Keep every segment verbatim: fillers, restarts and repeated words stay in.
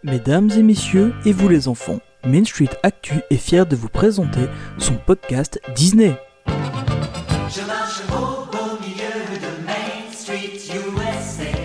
Mesdames et messieurs, et vous les enfants, Main Street Actu est fier de vous présenter son podcast Disney. Je marche au beau milieu de Main Street, U S A.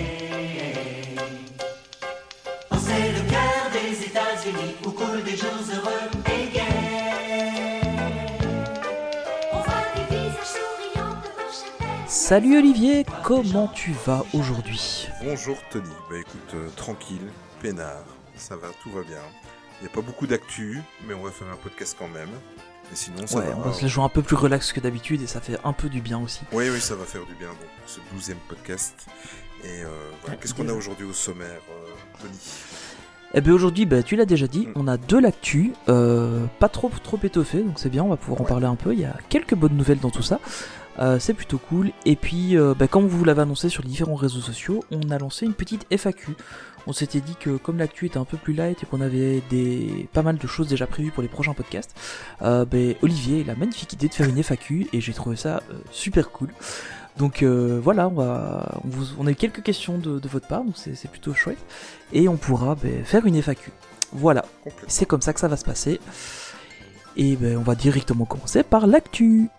Oh, c'est le cœur des États-Unis où coulent des jours heureux et gais. On voit des visages souriants devant chaque tête. Salut Olivier, comment tu vas aujourd'hui ? Bonjour Tony, bah écoute, euh, tranquille, peinard, ça va, tout va bien. Il n'y a pas beaucoup d'actu, mais on va faire un podcast quand même. Et sinon, ça Ouais, va. on va se la jouer un peu plus relax que d'habitude et ça fait un peu du bien aussi. Oui, oui, ça va faire du bien donc, pour ce douzième podcast. Et euh, voilà. Ouais, Qu'est-ce qu'on a déjà. aujourd'hui au sommaire, euh, Tony ? Eh bien aujourd'hui, bah, tu l'as déjà dit, Mm. on a de l'actu, euh, pas trop trop étoffé, donc c'est bien, on va pouvoir en Ouais. parler un peu. Il y a quelques bonnes nouvelles dans tout ça, euh, c'est plutôt cool. Et puis, euh, bah, comme vous l'avez annoncé sur les différents réseaux sociaux, on a lancé une petite F A Q. On s'était dit que comme l'actu était un peu plus light et qu'on avait des pas mal de choses déjà prévues pour les prochains podcasts, euh, bah, Olivier a la magnifique idée de faire une F A Q et j'ai trouvé ça euh, super cool. Donc euh, voilà, on, va, on, vous- on a eu quelques questions de, de votre part, donc c'est c'est plutôt chouette. Et on pourra ben, faire une F A Q. Voilà, Complètement. c'est comme ça que ça va se passer. Et ben, on va directement commencer par l'actu.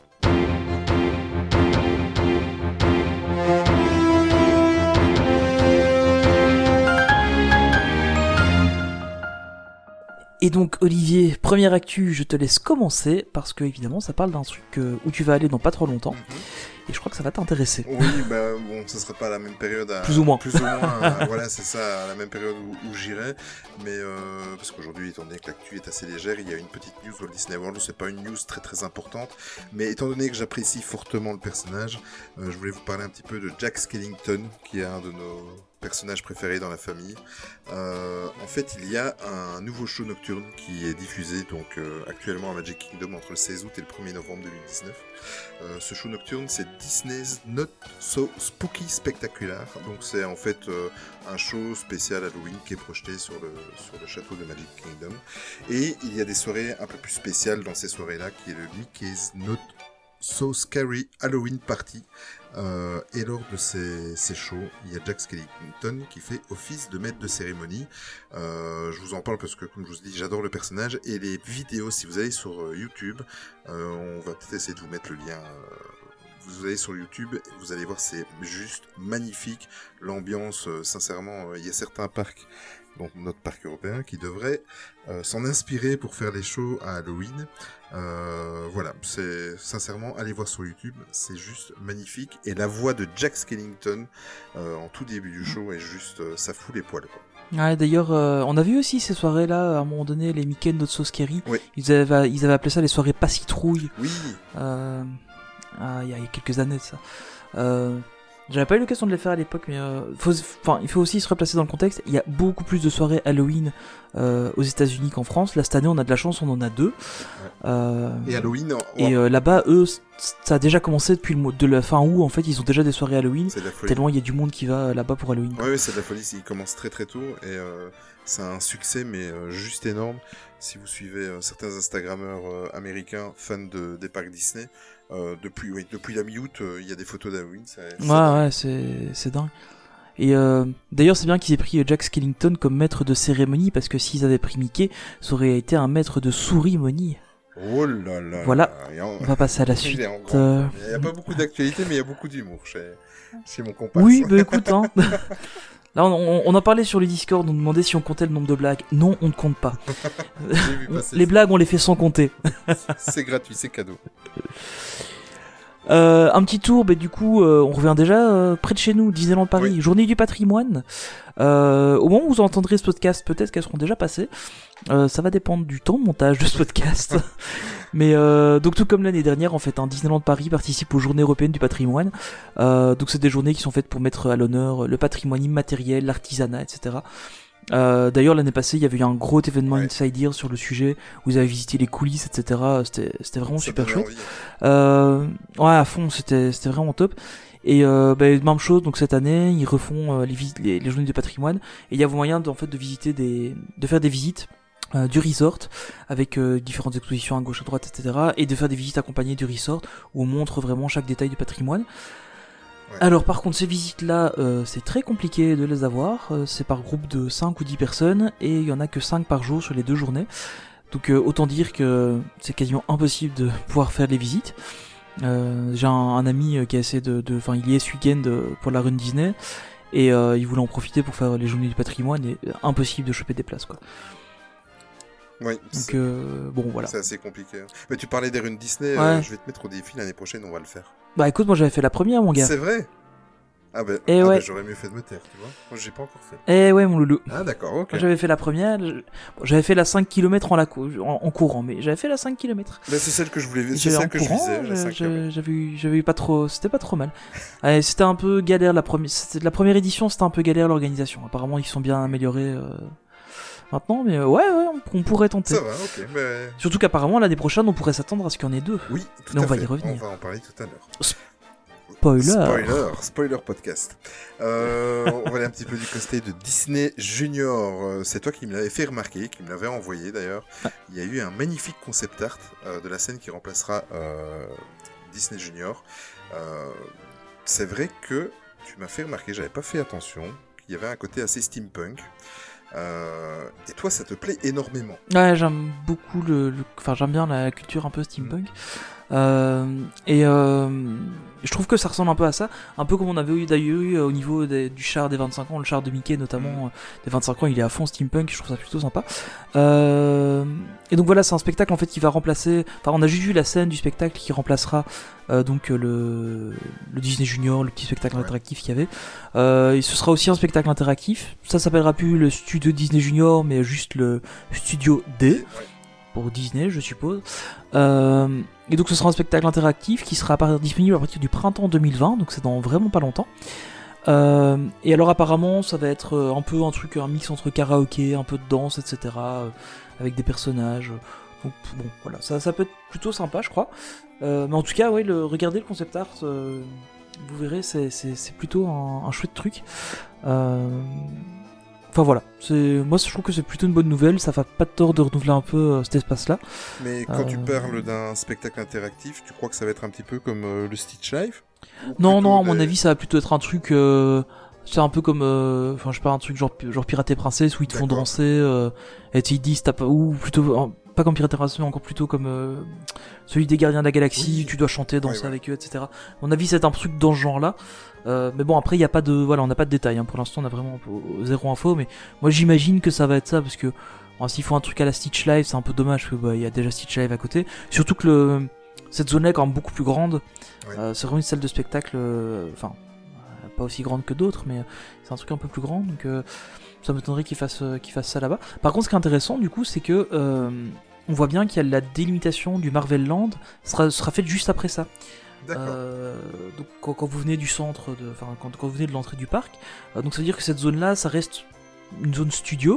Et donc Olivier, première actu, je te laisse commencer parce que évidemment ça parle d'un truc euh, où tu vas aller dans pas trop longtemps Mhm. et je crois que ça va t'intéresser. Oui, bah bon, ce sera pas à la même période. À... Plus ou moins. Plus ou moins, euh, voilà, c'est ça, à la même période où, où j'irai. Mais euh, parce qu'aujourd'hui, étant donné que l'actu est assez légère, il y a une petite news Walt Disney World. C'est pas une news très très importante, mais étant donné que j'apprécie fortement le personnage, euh, je voulais vous parler un petit peu de Jack Skellington, qui est un de nos personnages préférés dans la famille. Euh, en fait, il y a un nouveau show nocturne qui est diffusé donc euh, actuellement à Magic Kingdom entre le seize août et le premier novembre deux mille dix-neuf. Euh, ce show nocturne, c'est Disney's Not So Spooky Spectacular. Donc c'est en fait euh, un show spécial Halloween qui est projeté sur le, sur le château de Magic Kingdom. Et il y a des soirées un peu plus spéciales dans ces soirées-là, qui est le Mickey's Not So Scary Halloween Party. Euh, et lors de ces, ces shows, il y a Jack Skellington qui fait office de maître de cérémonie. Euh, je vous en parle parce que, comme je vous dis, j'adore le personnage. Et les vidéos, si vous allez sur euh, YouTube, euh, on va peut-être essayer de vous mettre le lien. Euh, vous allez sur YouTube, et vous allez voir, c'est juste magnifique. L'ambiance, euh, sincèrement, euh, il y a certains parcs, donc notre parc européen, qui devrait euh, s'en inspirer pour faire les shows à Halloween. Euh, voilà, c'est sincèrement, allez voir sur YouTube, c'est juste magnifique. Et la voix de Jack Skellington euh, en tout début du show est juste, euh, ça fout les poils, quoi. Ouais, d'ailleurs, euh, on a vu aussi ces soirées-là, à un moment donné, les Mickey Not So Scary. Oui. Ils avaient, ils avaient appelé ça les soirées pas citrouille. Oui, Euh, ah, il y a il y a quelques années de ça. Euh, J'avais pas eu l'occasion de les faire à l'époque, mais euh, faut, enfin, il faut aussi se replacer dans le contexte. Il y a beaucoup plus de soirées Halloween euh, aux États-Unis qu'en France. Là, cette année, on a de la chance, on en a deux. Euh, et Halloween, en- et euh, là-bas, eux, c- ça a déjà commencé depuis le mois de la fin août. En fait, ils ont déjà des soirées Halloween. c'est de la folie. Tellement il y a du monde qui va euh, là-bas pour Halloween. Oui, c'est de la folie, il commence très très tôt et euh, c'est un succès mais euh, juste énorme. Si vous suivez euh, certains Instagrammeurs euh, américains fans de, des parcs Disney, euh, depuis, oui, depuis la mi-août, euh, il y a des photos d'Halloween. c'est- c'est Ouais, dingue. ouais, c'est, c'est dingue. Et euh, d'ailleurs, c'est bien qu'ils aient pris euh, Jack Skellington comme maître de cérémonie, parce que s'ils avaient pris Mickey, ça aurait été un maître de souris-monie. Oh là là. Voilà. là, et en- On va passer à la Il suite. est en grand. euh. Il n'y a pas beaucoup d'actualité, mais il y a beaucoup d'humour chez, chez mon comparse. Oui, bah écoute, hein. Là, on, on- on en parlait sur le Discord, on demandait si on comptait le nombre de blagues. Non, on ne compte pas. J'ai vu passer Les ça. blagues, on les fait sans compter. C'est gratuit, c'est cadeau. Euh, un petit tour, bah, du coup, euh, on revient déjà euh, près de chez nous, Disneyland Paris, Oui. journée du patrimoine. Euh, au moment où vous entendrez ce podcast, peut-être qu'elles seront déjà passées. Euh, ça va dépendre du temps de montage de ce podcast. Mais euh, donc tout comme l'année dernière, en fait, hein, Disneyland Paris participe aux Journées européennes du patrimoine. Euh, donc c'est des journées qui sont faites pour mettre à l'honneur le patrimoine immatériel, l'artisanat, et cetera. Euh, D'ailleurs l'année passée, il y avait eu un gros événement Ouais. Inside Ear sur le sujet. Vous avez visité les coulisses, et cetera. C'était c'était vraiment Ça super donnait chouette. envie. Euh, ouais, à fond, c'était c'était vraiment top. Et euh, bah, même chose, donc cette année, ils refont euh, les, vis- les, les journées du patrimoine. Et il y a moyen de, en fait, de visiter des, de faire des visites euh, du resort avec euh, différentes expositions à gauche à droite, et cetera. Et de faire des visites accompagnées du resort où on montre vraiment chaque détail du patrimoine. Ouais. Alors par contre ces visites-là, euh, c'est très compliqué de les avoir, euh, c'est par groupe de cinq ou dix personnes, et il y en a que cinq par jour sur les deux journées. Donc euh, autant dire que c'est quasiment impossible de pouvoir faire les visites. Euh, j'ai un, un ami qui a essayé de... Enfin il y est ce week-end euh, pour la Run Disney, et euh, il voulait en profiter pour faire les journées du patrimoine, et euh, impossible de choper des places quoi. Oui, Donc c'est euh, bon voilà. c'est assez compliqué. hein. Mais tu parlais des runes Disney, Ouais. euh, je vais te mettre au défi l'année prochaine, on va le faire. Bah écoute, moi j'avais fait la première mon gars. C'est vrai. Ah ben, Eh ah ouais. ben, j'aurais mieux fait de me taire, tu vois. Moi, j'ai pas encore fait. Eh ouais mon loulou. Ah d'accord, ok. Moi, j'avais fait la première, je- bon, j'avais fait la cinq kilomètres en, la cou- en, en courant, mais j'avais fait la cinq kilomètres. Là, c'est celle que je voulais, c'est J'avais en celle que je courant, visais, la j'ai- cinq j'ai- kilomètres. j'avais eu, j'avais eu pas trop, c'était pas trop mal. Ouais, c'était un peu galère la première, c'était la première édition, c'était un peu galère l'organisation. Apparemment ils sont bien améliorés euh, maintenant, mais euh, ouais ouais, on, on pourrait tenter. Ça va, ok. Mais... Surtout qu'apparemment l'année prochaine on pourrait s'attendre à ce qu'il y en ait deux. Oui, tout Mais à on va fait. y revenir. On va en parler tout à l'heure. Spoiler. Spoiler, spoiler podcast. Euh, on va aller un petit peu du côté de Disney Junior. Euh, C'est toi qui me l'avais fait remarquer, qui me l'avais envoyé d'ailleurs. Il y a eu un magnifique concept art euh, de la scène qui remplacera euh, Disney Junior. Euh, C'est vrai que tu m'as fait remarquer, j'avais pas fait attention, qu'il y avait un côté assez steampunk. Euh, et toi, ça te plaît énormément. Ouais, j'aime beaucoup le, le- enfin j'aime bien la culture un peu steampunk. Euh, et euh, je trouve que ça ressemble un peu à ça, un peu comme on avait eu d'ailleurs eu euh, au niveau des- du char des vingt-cinq ans, le char de Mickey notamment, euh, des vingt-cinq ans, il est à fond steampunk, je trouve ça plutôt sympa. Euh, et donc voilà, c'est un spectacle en fait qui va remplacer, enfin on a juste vu la scène du spectacle qui remplacera euh, donc euh, le, le Disney Junior, le petit spectacle Ouais. interactif qu'il y avait. Euh, et ce sera aussi un spectacle interactif, ça s'appellera plus le studio Disney Junior, mais juste le studio D. Ouais. Pour Disney, je suppose. Euh, et donc ce sera un spectacle interactif qui sera appara- disponible à partir du printemps deux mille vingt, donc c'est dans vraiment pas longtemps. Euh, et alors apparemment ça va être euh, un peu un truc, un mix entre karaoké, un peu de danse, et cetera. euh, avec des personnages. Donc bon, voilà, ça, ça peut être plutôt sympa, je crois. Euh, mais en tout cas, ouais, le, regardez le concept art, euh, vous verrez, c'est, c'est, c'est plutôt un, un chouette truc. Euh, Enfin voilà, c'est moi je trouve que c'est plutôt une bonne nouvelle, ça fait pas de tort de renouveler un peu euh, cet espace-là. Mais quand tu Euh, parles d'un spectacle interactif, tu crois que ça va être un petit peu comme euh, le Stitch Live? Ou Non, plutôt non, à mon des- avis, ça va plutôt être un truc. euh, c'est un peu comme. euh, Enfin, je sais pas, un truc genre, genre Pirate et Princesse où ils te font D'accord. danser. Euh, et ils te disent, t'as pas. Ou plutôt. euh, pas comme Pirate et Princesse, mais encore plutôt comme. euh, celui des Gardiens de la Galaxie, Oui. où tu dois chanter, danser Ouais, ouais. avec eux, et cetera. À mon avis, c'est un truc dans ce genre-là. Euh, mais bon, après, il y a pas de. Voilà, on n'a pas de détails. hein. Pour l'instant, on a vraiment euh, zéro info. Mais moi, j'imagine que ça va être ça parce que. bon, s'ils font un truc à la Stitch Live, c'est un peu dommage parce que bah, il y a déjà Stitch Live à côté. Surtout que le. Cette zone-là est quand même beaucoup plus grande. Ouais. Euh, c'est vraiment une salle de spectacle, euh, enfin, euh, pas aussi grande que d'autres, mais euh, c'est un truc un peu plus grand, donc euh, ça m'étonnerait qu'ils fassent, euh, qu'ils fassent ça là-bas. Par contre, ce qui est intéressant, du coup, c'est que euh, on voit bien qu'il y a la délimitation du Marvel Land sera, sera faite juste après ça. D'accord. Euh, donc quand, quand vous venez du centre, de, enfin quand, quand vous venez de l'entrée du parc, euh, donc ça veut dire que cette zone-là, ça reste une zone studio.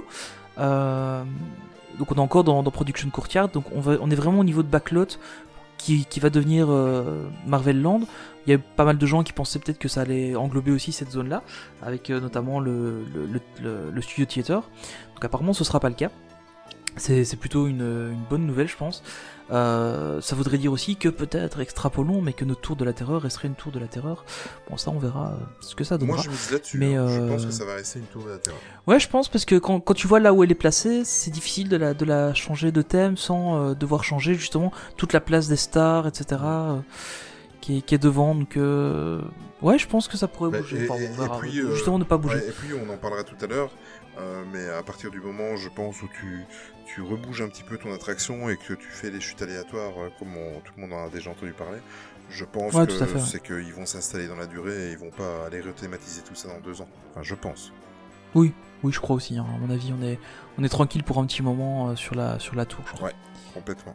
Euh, donc on est encore dans, dans Production Courtyard, donc on, va, on est vraiment au niveau de backlot qui, qui va devenir euh, Marvel Land. Il y a pas mal de gens qui pensaient peut-être que ça allait englober aussi cette zone-là, avec euh, notamment le, le, le, le- le Studio Theater. Donc apparemment ce sera pas le cas. C'est, c'est plutôt une, une bonne nouvelle, je pense. Euh, ça voudrait dire aussi que peut-être, extrapolons, mais que notre tour de la terreur resterait une tour de la terreur. Bon, ça, on verra euh, ce que ça donnera. Moi, je mise là-dessus. Mais, hein. Je euh, pense que ça va rester une tour de la terreur. Ouais, je pense, parce que quand, quand tu vois là où elle est placée, c'est difficile de la, de la changer de thème sans euh, devoir changer justement toute la place des stars, et cetera. euh, qui, est, qui est devant. Donc, euh, ouais, je pense que ça pourrait Bah, bouger. et- Enfin, et- on verra. et puis, euh, Justement, ne pas bouger. Ouais, et puis, on en parlera tout à l'heure. euh, mais à partir du moment, je pense, où tu, tu rebouges un petit peu ton attraction et que tu fais les chutes aléatoires, euh, comme on- tout le monde en a déjà entendu parler, je pense Ouais, que tout à fait, ouais. c'est qu'ils vont s'installer dans la durée et ils vont pas aller rethématiser tout ça dans deux ans. Enfin, je pense. Oui, oui, je crois aussi. hein. À mon avis, on est, on est tranquille pour un petit moment euh, sur, la, sur la tour, je crois. Ouais. Complètement.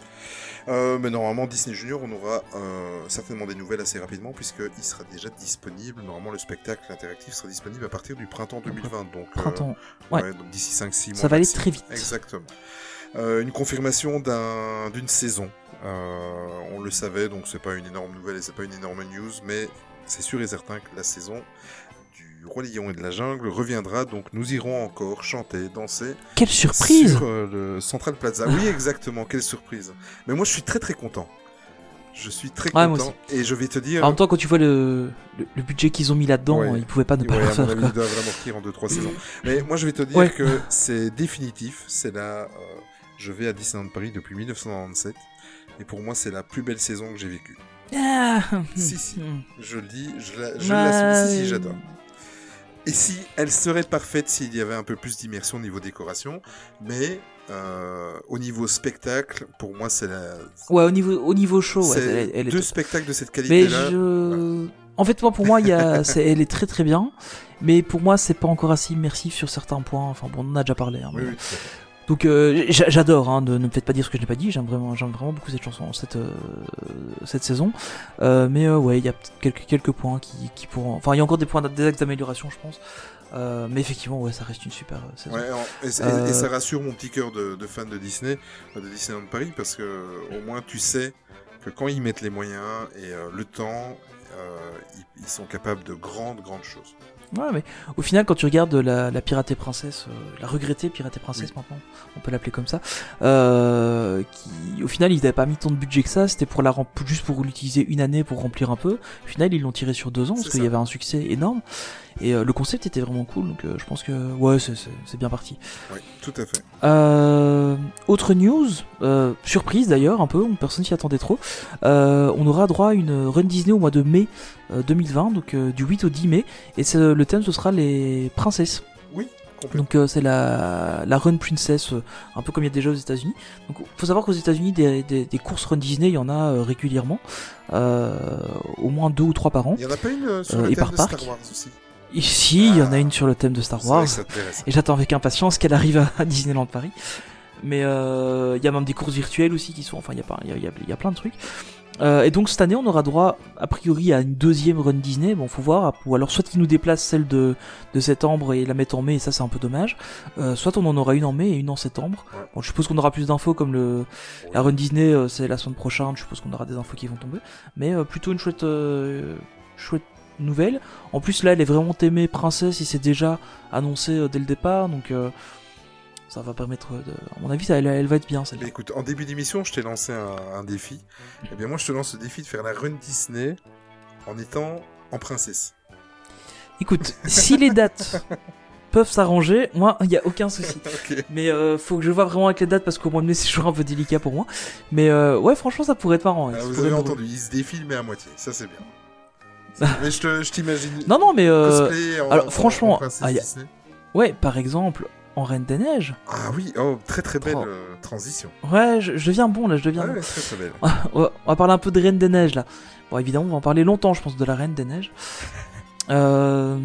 Euh, mais normalement, Disney Junior, on aura euh, certainement des nouvelles assez rapidement, puisqu'il sera déjà disponible. Normalement, le spectacle interactif sera disponible à partir du printemps deux mille vingt. Donc, euh, Printemps. ouais, ouais. donc d'ici cinq six mois. Ça va aller maximum. très vite. Exactement. Euh, une confirmation d'un, d'une saison. Euh, on le savait, donc c'est pas une énorme nouvelle et c'est pas une énorme news, mais c'est sûr et certain que la saison du Roi Lion et de la Jungle reviendra, donc nous irons encore chanter, danser Quelle surprise! sur euh, le Central Plaza. Oui, exactement, quelle surprise. Mais moi, je suis très très content. Je suis très Ouais, moi content. Et je vais te dire. En même temps, quand tu vois le, le, le budget qu'ils ont mis là-dedans, Ouais. ils pouvaient pas ne pas Ouais, le à mon faire. avis, Quoi. ils doivent amortir en deux trois saisons. Mais moi, je vais te dire Ouais. que c'est définitif. C'est la. euh, je vais à Disneyland Paris depuis dix-neuf cent quatre-vingt-dix-sept. Et pour moi, c'est la plus belle saison que j'ai vécue. Ah, Si, si. Je le dis, je la- je Ouais. l'assume. Si, si, j'adore. Et si elle serait parfaite s'il y avait un peu plus d'immersion au niveau décoration, mais euh, au niveau spectacle, pour moi, c'est la. Ouais, au niveau, au niveau show, ouais, c'est elle, elle est deux top. spectacles de cette Mais qualité-là. je... En fait, moi, pour moi, il y a... c'est... elle est très très bien. Mais pour moi, c'est pas encore assez immersif sur certains points. Enfin bon, on en a déjà parlé. Hein, Oui, mais- oui, tout à fait. Donc euh, j'a- j'adore, hein, ne, ne me faites pas dire ce que je n'ai pas dit, j'aime vraiment, j'aime vraiment beaucoup cette chanson, cette, euh, cette saison. Euh, mais euh, ouais, il y a peut-être quelques, quelques points qui, qui pourront... Enfin, il y a encore des points d'a- des axes d'amélioration, je pense. Euh, mais effectivement, ouais, ça reste une super euh, saison. Ouais, en- et, et- Euh, et ça rassure mon petit cœur de, de fan de Disney, euh, de Disneyland Paris, parce que euh, au moins tu sais que quand ils mettent les moyens et euh, le temps, euh, ils, ils sont capables de grandes, grandes choses. Ouais, mais au final, quand tu regardes la, la Piratée Princesse, euh, la regrettée Piratée Princesse Oui. maintenant, on peut l'appeler comme ça, euh, qui, au final, ils n'avaient pas mis tant de budget que ça, c'était pour la rem- juste pour l'utiliser une année pour remplir un peu. Au final, ils l'ont tiré sur deux ans C'est parce qu'il ça. y avait un succès énorme et euh, le concept était vraiment cool, donc euh, je pense que ouais, c'est, c'est, c'est bien parti. Oui, tout à fait. Euh, autre news, euh, surprise d'ailleurs, un peu, personne s'y attendait trop. Euh, on aura droit à une run Disney au mois de mai euh, deux mille vingt, donc euh, du huit au dix mai, et c'est, le thème ce sera les princesses. Oui, complètement. Donc euh, c'est la, la run princess, euh, un peu comme il y a déjà aux États-Unis. Donc faut savoir qu'aux États-Unis des, des, des courses run Disney, il y en a euh, régulièrement, euh, au moins deux ou trois par an. Il y en a pas une euh, sur Euh, le et thème par de parc. Star Wars aussi. Ici, il y en Ah. a une sur le thème de Star C'est vrai Wars. que ça te plairait, ça. Et j'attends avec impatience qu'elle arrive à- à Disneyland Paris. Mais euh, il y a même des courses virtuelles aussi qui sont... Enfin, il y, a pas- il y, a, il y a- il y a plein de trucs. Euh, et donc cette année, on aura droit, a priori, à une deuxième run Disney. Bon, faut voir. Ou alors, soit ils nous déplacent celle de, de septembre et la mettent en mai, et ça, c'est un peu dommage. Euh, soit on en aura une en mai et une en septembre. Ouais. Bon, je suppose qu'on aura plus d'infos, comme le, la run Disney, euh, c'est la semaine prochaine. Je suppose qu'on aura des infos qui vont tomber. Mais euh, plutôt une chouette, euh, chouette nouvelle. En plus, là, elle est vraiment aimée princesse, et c'est déjà annoncé euh, dès le départ. Donc... Euh, ça va permettre de... À mon avis, ça, elle, elle va être bien, Mais celle-là. écoute, en début d'émission, je t'ai lancé un, un défi. Eh bien, moi, je te lance le défi de faire la run Disney en étant en princesse. Écoute, si les dates peuvent s'arranger, moi, il n'y a aucun souci. Ok. Mais euh, faut que je vois vraiment avec les dates, parce qu'au mois de mai, c'est toujours un peu délicat pour moi. Mais euh, ouais, franchement, ça pourrait être marrant. ouais, Ah, ça vous pourrait avez être drôle. entendu, il se défile, mais à moitié. Ça, c'est bien. Mais je, te- je t'imagine Non, non, mais... Euh... cosplay en, alors, en- franchement, en princesse ah, y a- Disney. Ouais, par exemple, en Reine des Neiges. Ah oui, oh, très très belle Oh. euh, transition. Ouais, je, je deviens bon, là, je deviens Ouais, bon. très très belle. on, va, on va parler un peu de Reine des Neiges, là. Bon, évidemment, on va en parler longtemps, je pense, de la Reine des Neiges. Euh...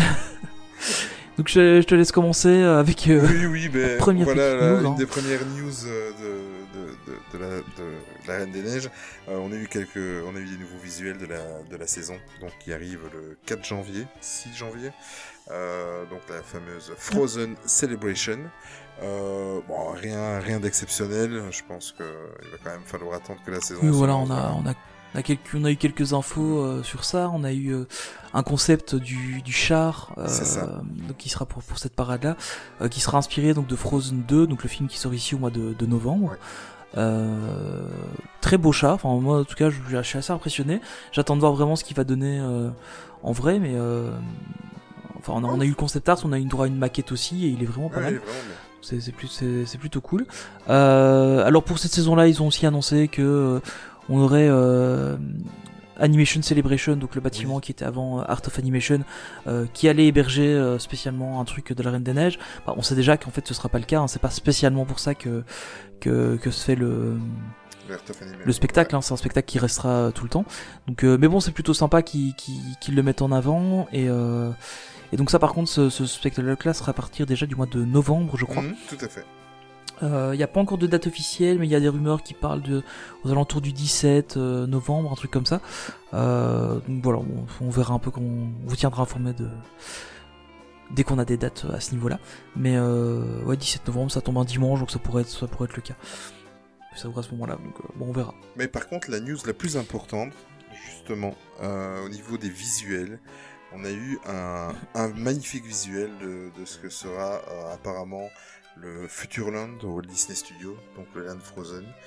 Donc, je, je te laisse commencer avec... euh, Oui, oui, ben, première voilà petite la- news, une hein. des premières news euh, de, de, de, de, la, de la Reine des Neiges. Euh, on a eu quelques, on a eu des nouveaux visuels de la, de la saison, donc qui arrive le quatre janvier, six janvier. Euh, donc la fameuse Frozen Celebration. Euh, bon, rien, rien d'exceptionnel. Je pense que il va quand même falloir attendre que la saison. Oui, se voilà, lance. on a, on a, on a, quelques, on a eu quelques infos euh, sur ça. On a eu euh, un concept du, du char, euh, C'est ça. donc qui sera pour, pour cette parade-là, euh, qui sera inspiré donc de Frozen deux, donc le film qui sort ici au mois de, de novembre. Ouais. Euh, très beau char. Enfin, moi, en tout cas, je, je suis assez impressionné. J'attends de voir vraiment ce qu'il va donner euh, en vrai, mais euh, enfin, on a, on a eu le concept art, on a eu droit à une maquette aussi, et il est vraiment pas Ouais, mal. il est vraiment bien. C'est c'est plus- c'est- c'est plutôt cool. Euh, alors pour cette saison-là, ils ont aussi annoncé que euh, on aurait euh, Animation Celebration, donc le bâtiment Oui. qui était avant euh, Art of Animation, euh, qui allait héberger euh, spécialement un truc de la Reine des Neiges. Bah, on sait déjà qu'en fait ce sera pas le cas. Hein, c'est pas spécialement pour ça que que, que se fait le Le Art of Animation. le spectacle. Hein, c'est un spectacle qui restera euh, tout le temps. Donc, euh, mais bon, c'est plutôt sympa qu'ils qu'ils- qu'ils le mettent en avant et euh, et donc ça par contre ce, ce spectacle-là sera à partir déjà du mois de novembre, je crois. Mhm, tout à fait. Il euh, n'y a pas encore de date officielle, mais il y a des rumeurs qui parlent de, aux alentours du dix-sept euh, novembre, un truc comme ça. Euh, donc voilà, on, on verra un peu, qu'on on vous tiendra informé de dès qu'on a des dates à ce niveau-là. Mais euh, ouais, dix-sept novembre, ça tombe un dimanche, donc ça pourrait être, ça pourrait être le cas. Ça ouvre à ce moment-là, donc euh, bon, on verra. Mais par contre, la news la plus importante, justement, euh, au niveau des visuels, on a eu un, un magnifique visuel de, de ce que sera euh, apparemment le Futureland au Walt Disney Studios, donc le Land Frozen.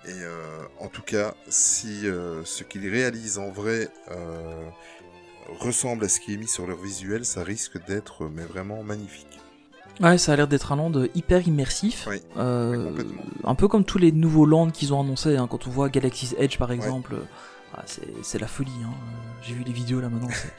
Et euh, en tout cas, si euh, ce qu'ils réalisent en vrai euh, ressemble à ce qui est mis sur leur visuel, ça risque d'être mais vraiment magnifique. Ouais, ça a l'air d'être un land hyper immersif. Oui, Euh, oui, complètement. un peu comme tous les nouveaux lands qu'ils ont annoncés. Hein, quand on voit Galaxy's Edge par exemple, euh, ah, c'est, c'est la folie. Hein. Euh, J'ai vu les vidéos là maintenant. C'est...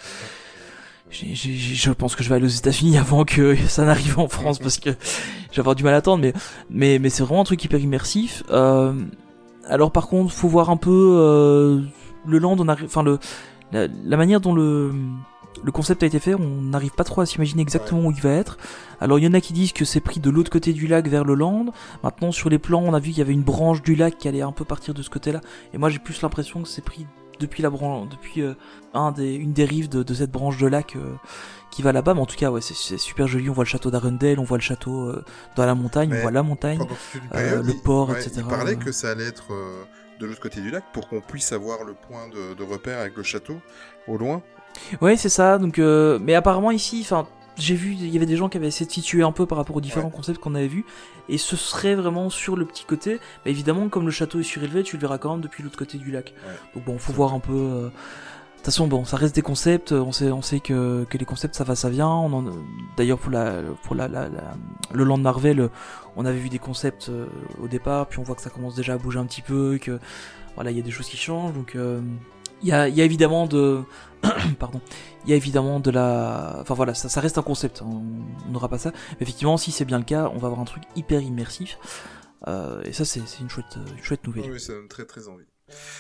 j'ai, j'ai, j'ai- je pense que je vais aller aux États-Unis avant que ça n'arrive en France parce que je vais avoir du mal à attendre. Mais, mais, mais c'est vraiment un truc hyper immersif. Euh, alors par contre, faut voir un peu euh, le land. On arrive, enfin le la, la manière dont le le concept a été fait, on n'arrive pas trop à s'imaginer exactement où il va être. Alors il y en a qui disent que c'est pris de l'autre côté du lac vers le land. Maintenant sur les plans on a vu qu'il y avait une branche du lac qui allait un peu partir de ce côté-là. Et moi j'ai plus l'impression que c'est pris depuis la branche, depuis euh, un des, une des rives de, de cette branche de lac euh, qui va là-bas. Mais en tout cas ouais c'est, c'est super joli. On voit le château d'Arundel, on voit le château euh, dans la montagne, Mais on voit la montagne. Pendant toute une euh, période, le il- port, ouais, et cetera. Il parlait que ça allait être euh, de l'autre côté du lac pour qu'on puisse avoir le point de, de repère avec le château au loin. Ouais, c'est ça. Donc, euh, mais apparemment ici, enfin, j'ai vu, il y avait des gens qui avaient essayé de situer un peu par rapport aux différents Ouais. concepts qu'on avait vus, et ce serait vraiment sur le petit côté. Mais évidemment, comme le château est surélevé, tu le verras quand même depuis l'autre côté du lac. Ouais. Donc bon, faut voir un peu. euh, De toute façon, bon, ça reste des concepts. On sait, on sait que, que les concepts, ça va, ça vient. On en, d'ailleurs, pour la, pour la, la, la- le land Marvel, on avait vu des concepts euh, au départ, puis on voit que ça commence déjà à bouger un petit peu, que voilà, il y a des choses qui changent. Donc, euh, il y a, il y a évidemment de, pardon, il y a évidemment de la, enfin voilà, ça, ça reste un concept. On on n'aura pas ça. Mais effectivement, si c'est bien le cas, on va avoir un truc hyper immersif. Euh, et ça, c'est, c'est une chouette, une chouette nouvelle. Oui, oui, ça donne très très envie.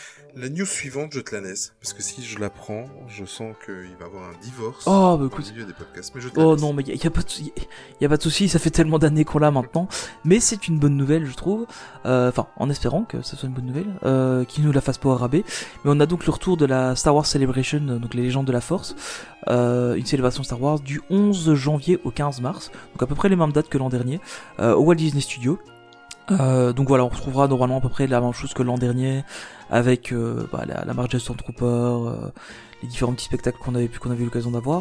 La news suivante, je te la laisse, parce que si je la prends, je sens qu'il va y avoir un divorce Oh, bah dans écoute. le milieu des podcasts. Mais je te la Oh laisse. non, mais il y, a pas de sou- y a pas de souci, ça fait tellement d'années qu'on l'a maintenant. Mais c'est une bonne nouvelle, je trouve. Euh, Enfin, en espérant que ce soit une bonne nouvelle, euh, qu'ils nous la fassent pas au rabais. Mais on a donc le retour de la Star Wars Celebration, euh, donc les légendes de la Force, euh, une célébration Star Wars du onze janvier au quinze mars, donc à peu près les mêmes dates que l'an dernier, euh, au Walt Disney Studios. Euh, donc voilà, on retrouvera normalement à peu près la même chose que l'an dernier, avec euh, bah, la, la marche des Stormtroopers, euh, les différents petits spectacles qu'on avait pu qu'on avait eu l'occasion d'avoir.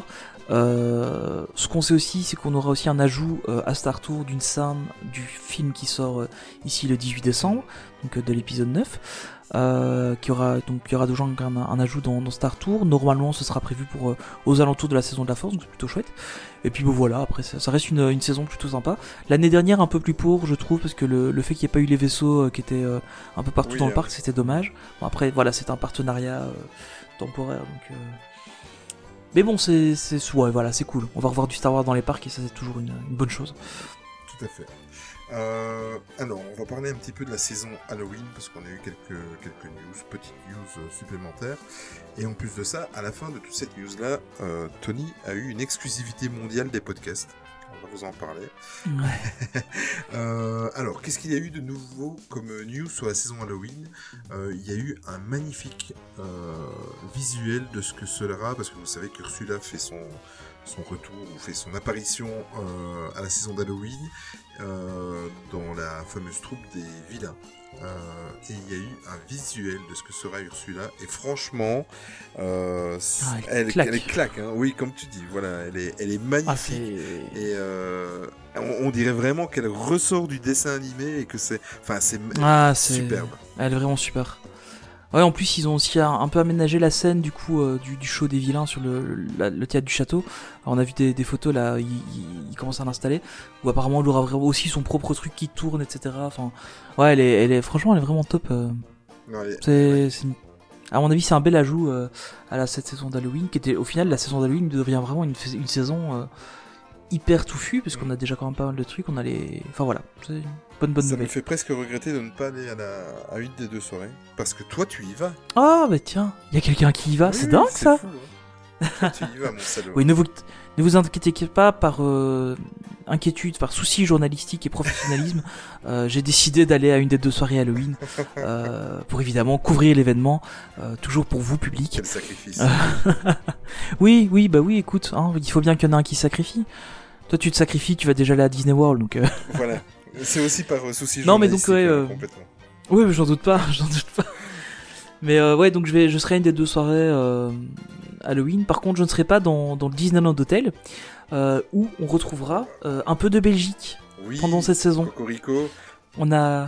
Euh, ce qu'on sait aussi, c'est qu'on aura aussi un ajout euh, à Star Tour d'une scène du film qui sort euh, ici le dix-huit décembre, donc euh, de l'épisode neuf. Euh, qui aura donc il y aura toujours un, un ajout dans, dans Star Tour. Normalement, ce sera prévu pour euh, aux alentours de la saison de la Force, donc c'est plutôt chouette. Et puis bon voilà, après ça, ça reste une, une saison plutôt sympa. L'année dernière un peu plus pauvre, je trouve, parce que le, le fait qu'il n'y ait pas eu les vaisseaux euh, qui étaient euh, un peu partout Oui, dans le euh, parc, c'était dommage. Bon, après voilà, c'est un partenariat euh, temporaire, donc. Euh... Mais bon, c'est c'est ouais, voilà, c'est cool. On va revoir du Star Wars dans les parcs et ça c'est toujours une, une bonne chose. Tout à fait. Euh, alors, on va parler un petit peu de la saison Halloween, parce qu'on a eu quelques, quelques news, petites news euh, supplémentaires. Et en plus de ça, à la fin de toute cette news-là, euh, Tony a eu une exclusivité mondiale des podcasts. On va vous en parler. Ouais. Euh, alors, qu'est-ce qu'il y a eu de nouveau comme news sur la saison Halloween? Euh, Il y a eu un magnifique euh, visuel de ce que sera, parce que vous savez qu'Ursula fait son, son retour, ou fait son apparition euh, à la saison d'Halloween, euh, dans la fameuse troupe des vilains. Euh, et il y a eu un visuel de ce que sera Ursula, et franchement, euh, Ah, elle elle, claque. elle claque, hein. Oui, comme tu dis, voilà, elle est, elle est magnifique. Ah, c'est. Et euh, on, on dirait vraiment qu'elle ressort du dessin animé et que c'est, enfin, c'est Ah, c'est superbe. Elle est vraiment super. Ouais, en plus ils ont aussi un, un peu aménagé la scène du coup euh, du, du show des vilains sur le, le, la- le théâtre du château. Alors, on a vu des, des photos là, il, il, il commence à l'installer. Où apparemment il aura vraiment aussi son propre truc qui tourne, et cetera. Enfin, ouais, elle est, elle est franchement elle est vraiment top. euh. Non, elle est- C'est, c'est une- à mon avis c'est un bel ajout euh, à la cette saison d'Halloween qui était au final la saison d'Halloween devient vraiment une, fais- une saison euh, hyper touffue parce qu'on a déjà quand même pas mal de trucs. On a les, enfin voilà, c'est une bonne bonne Ça me nouvelle. fait presque regretter de ne pas aller à, la, à une des deux soirées. Parce que toi, tu y vas. Ah bah tiens, il y a quelqu'un qui y va, Oui, c'est oui, dingue c'est ça. fou, hein. Toi, tu y vas, mon salaud. Oui, ne vous, ne vous inquiétez pas par euh, inquiétude, par souci journalistique et professionnalisme. euh, j'ai décidé d'aller à une des deux soirées Halloween euh, pour évidemment couvrir l'événement, euh, toujours pour vous, public. Quel sacrifice. Oui, oui, bah oui, écoute, hein, il faut bien qu'il y en ait un qui se sacrifie. Toi, tu te sacrifies, tu vas déjà aller à Disney World, donc... euh, Voilà. C'est aussi par euh, souci Non, mais donc, journalistique, ouais, hein, euh, complètement. Oui, mais j'en doute pas, j'en doute pas. Mais euh, ouais, donc je vais, je serai à une des deux soirées euh, Halloween. Par contre, je ne serai pas dans, dans le Disneyland Hotel, euh, où on retrouvera euh, un peu de Belgique Oui, pendant cette saison. Cocorico. On a,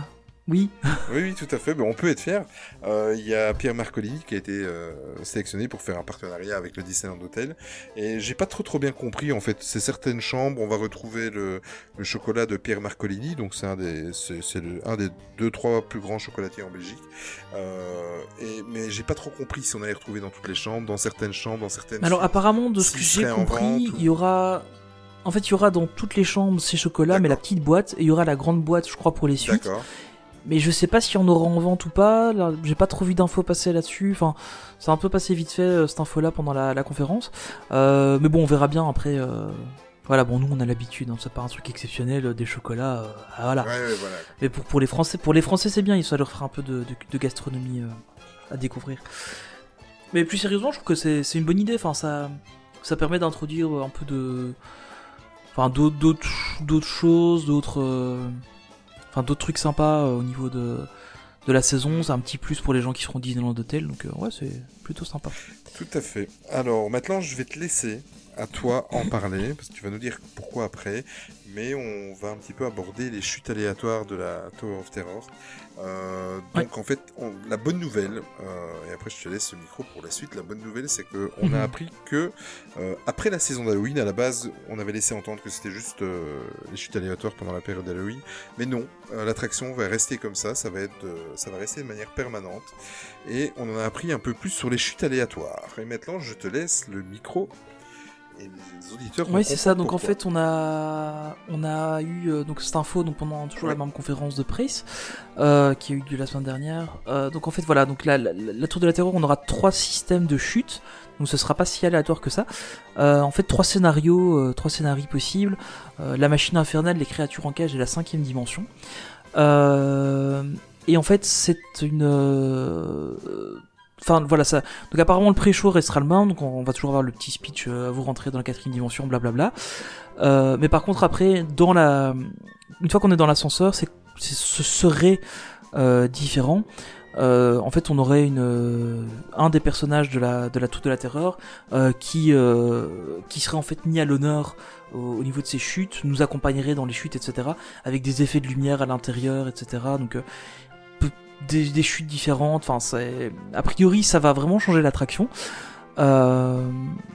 Oui. Oui, oui, tout à fait. Ben, on peut être fier. Euh, Il y a Pierre Marcolini qui a été euh, sélectionné pour faire un partenariat avec le Disneyland Hotel. Et j'ai pas trop trop bien compris. En fait, c'est certaines chambres. On va retrouver le, le chocolat de Pierre Marcolini. Donc c'est un des, c'est, c'est le, un des deux trois plus grands chocolatiers en Belgique. Euh, et, mais j'ai pas trop compris si on allait retrouver dans toutes les chambres, dans certaines chambres, dans certaines. Alors apparemment, de ce que S'il j'ai serait en compris, vente ou- il y aura... En fait, il y aura dans toutes les chambres ces chocolats, mais la D'accord. petite boîte, et il y aura la grande boîte, je crois, pour les suites. D'accord. Mais je sais pas s'il y en aura en vente ou pas. Là, j'ai pas trop vu d'infos passer là-dessus. Enfin, c'est un peu passé vite fait euh, cette info-là pendant la, la conférence. Euh, mais bon, on verra bien après. Euh... Voilà, bon, nous on a l'habitude. Hein, c'est pas un truc exceptionnel, euh, des chocolats. Euh... Ah, voilà. Ouais, ouais, voilà. Mais pour, pour les Français, pour les Français, c'est bien. Ça leur fera un peu de, de, de gastronomie euh, à découvrir. Mais plus sérieusement, je trouve que c'est, c'est une bonne idée. Enfin, ça, ça permet d'introduire un peu de, enfin, d'autres, d'autres, d'autres choses, d'autres. Euh... Enfin, d'autres trucs sympas euh, au niveau de, de la saison. C'est un petit plus pour les gens qui seront Disneyland Hotel. Donc, euh, ouais, c'est plutôt sympa. Tout à fait. Alors, maintenant, je vais te laisser à toi en parler, parce que tu vas nous dire pourquoi après, mais on va un petit peu aborder les chutes aléatoires de la Tower of Terror. Euh, donc, Ouais. en fait, on- la bonne nouvelle, euh, et après je te laisse le micro pour la suite, la bonne nouvelle, c'est que on Mhm. a appris que, euh, après la saison d'Halloween, à la base, on avait laissé entendre que c'était juste euh, les chutes aléatoires pendant la période d'Halloween, mais non, euh, l'attraction va rester comme ça, ça va, être, euh, ça va rester de manière permanente, et on en a appris un peu plus sur les chutes aléatoires. Et maintenant, je te laisse le micro. Et les auditeurs vont Oui, c'est ça. Donc comprendre en fait, on a, on a eu euh, donc cette info donc pendant toujours Ouais. la même conférence de presse euh, qui a eu lieu la semaine dernière. Euh, donc en fait, voilà. Donc la, la, la Tour de la Terreur, on aura trois systèmes de chute. Donc ce sera pas si aléatoire que ça. Euh, en fait, trois scénarios, euh, trois scénarios possibles. Euh, la machine infernale, les créatures en cage et la cinquième dimension. Euh, et en fait, c'est une euh, Enfin voilà ça. Donc apparemment le pré-show restera le même, donc on va toujours avoir le petit speech euh, à vous rentrer dans la quatrième dimension, blablabla. Euh, mais par contre après, dans la, une fois qu'on est dans l'ascenseur, c'est, c'est ce serait euh, différent. Euh, en fait, on aurait une, euh, un des personnages de la de la Tour de la Terreur euh, qui euh, qui serait en fait mis à l'honneur au, au niveau de ses chutes, nous accompagnerait dans les chutes, et cetera. Avec des effets de lumière à l'intérieur, et cetera. Donc euh, Des, des chutes différentes, enfin c'est... A priori ça va vraiment changer l'attraction. Euh...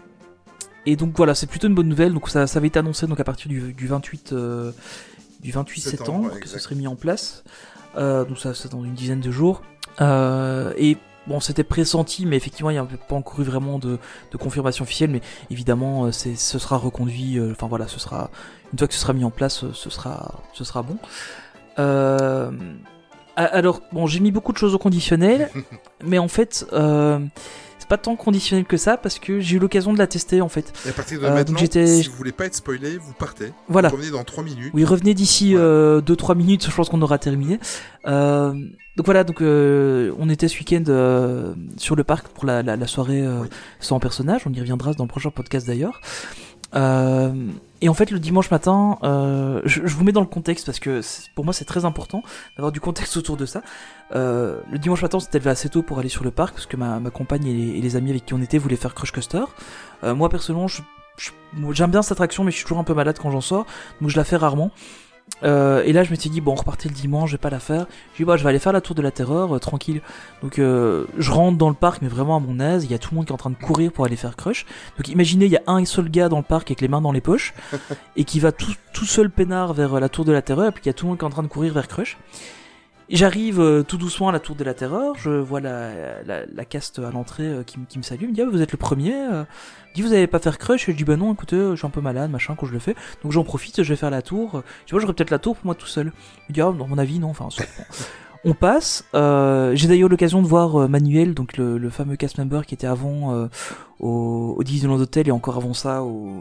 Et donc voilà, c'est plutôt une bonne nouvelle. Donc ça, ça avait été annoncé donc à partir du, du vingt-huit, euh, du vingt-huit septembre, ouais, que ça exact. serait mis en place. Euh, donc ça c'est dans une dizaine de jours. Euh, et bon, c'était pressenti, mais effectivement il n'y a pas encore eu vraiment de, de confirmation officielle. Mais évidemment, c'est, ce sera reconduit. euh, Enfin voilà, ce sera une fois que ce sera mis en place, ce sera, ce sera bon. Euh... Alors, bon, j'ai mis beaucoup de choses au conditionnel, mais en fait, euh, c'est pas tant conditionnel que ça, parce que j'ai eu l'occasion de la tester, en fait. Et à partir de Euh, donc maintenant, j'étais- si vous voulez pas être spoilé, vous partez. Voilà. Vous revenez dans trois minutes. Oui, revenez d'ici Voilà. deux trois minutes, je pense qu'on aura terminé. Euh, donc voilà, donc euh, on était ce week-end euh, sur le parc pour la, la, la soirée euh, Oui. sans personnage, on y reviendra dans le prochain podcast d'ailleurs. Euh, et en fait, le dimanche matin, euh, je, je vous mets dans le contexte parce que c'est- pour moi c'est très important d'avoir du contexte autour de ça. Euh, le dimanche matin, on s'était levé assez tôt pour aller sur le parc parce que ma, ma compagne et les, et les amis avec qui on était voulaient faire Crush Coaster. Euh, moi personnellement, je, je- moi, j'aime bien cette attraction, mais je suis toujours un peu malade quand j'en sors, donc je la fais rarement. Euh, et là, je m'étais dit bon, on repartait le dimanche, je vais pas la faire. J'ai dit bah, je vais aller faire la Tour de la Terreur, euh, tranquille. Donc, euh, je rentre dans le parc, mais vraiment à mon aise. Il y a tout le monde qui est en train de courir pour aller faire Crush. Donc, imaginez, il y a un seul gars dans le parc avec les mains dans les poches et qui va tout, tout seul peinard vers euh, la Tour de la Terreur. Et puis, il y a tout le monde qui est en train de courir vers Crush. Et j'arrive euh, tout doucement à la Tour de la Terreur. Je vois la, la, la caste à l'entrée euh, qui, m- qui me salue. Il me dit ah, vous êtes le premier. Euh, il dit vous allez pas faire Crush. Et je dis bah non, écoutez, je suis un peu malade, machin, quand je le fais. Donc j'en profite, je vais faire la tour. Je vois, j'aurais peut-être la tour pour moi tout seul. Il me dit ah, dans mon avis, non. Enfin, soit, bon. On passe. Euh, j'ai d'ailleurs l'occasion de voir euh, Manuel, donc le, le fameux cast member qui était avant euh, au, au Disneyland Hotel et encore avant ça au,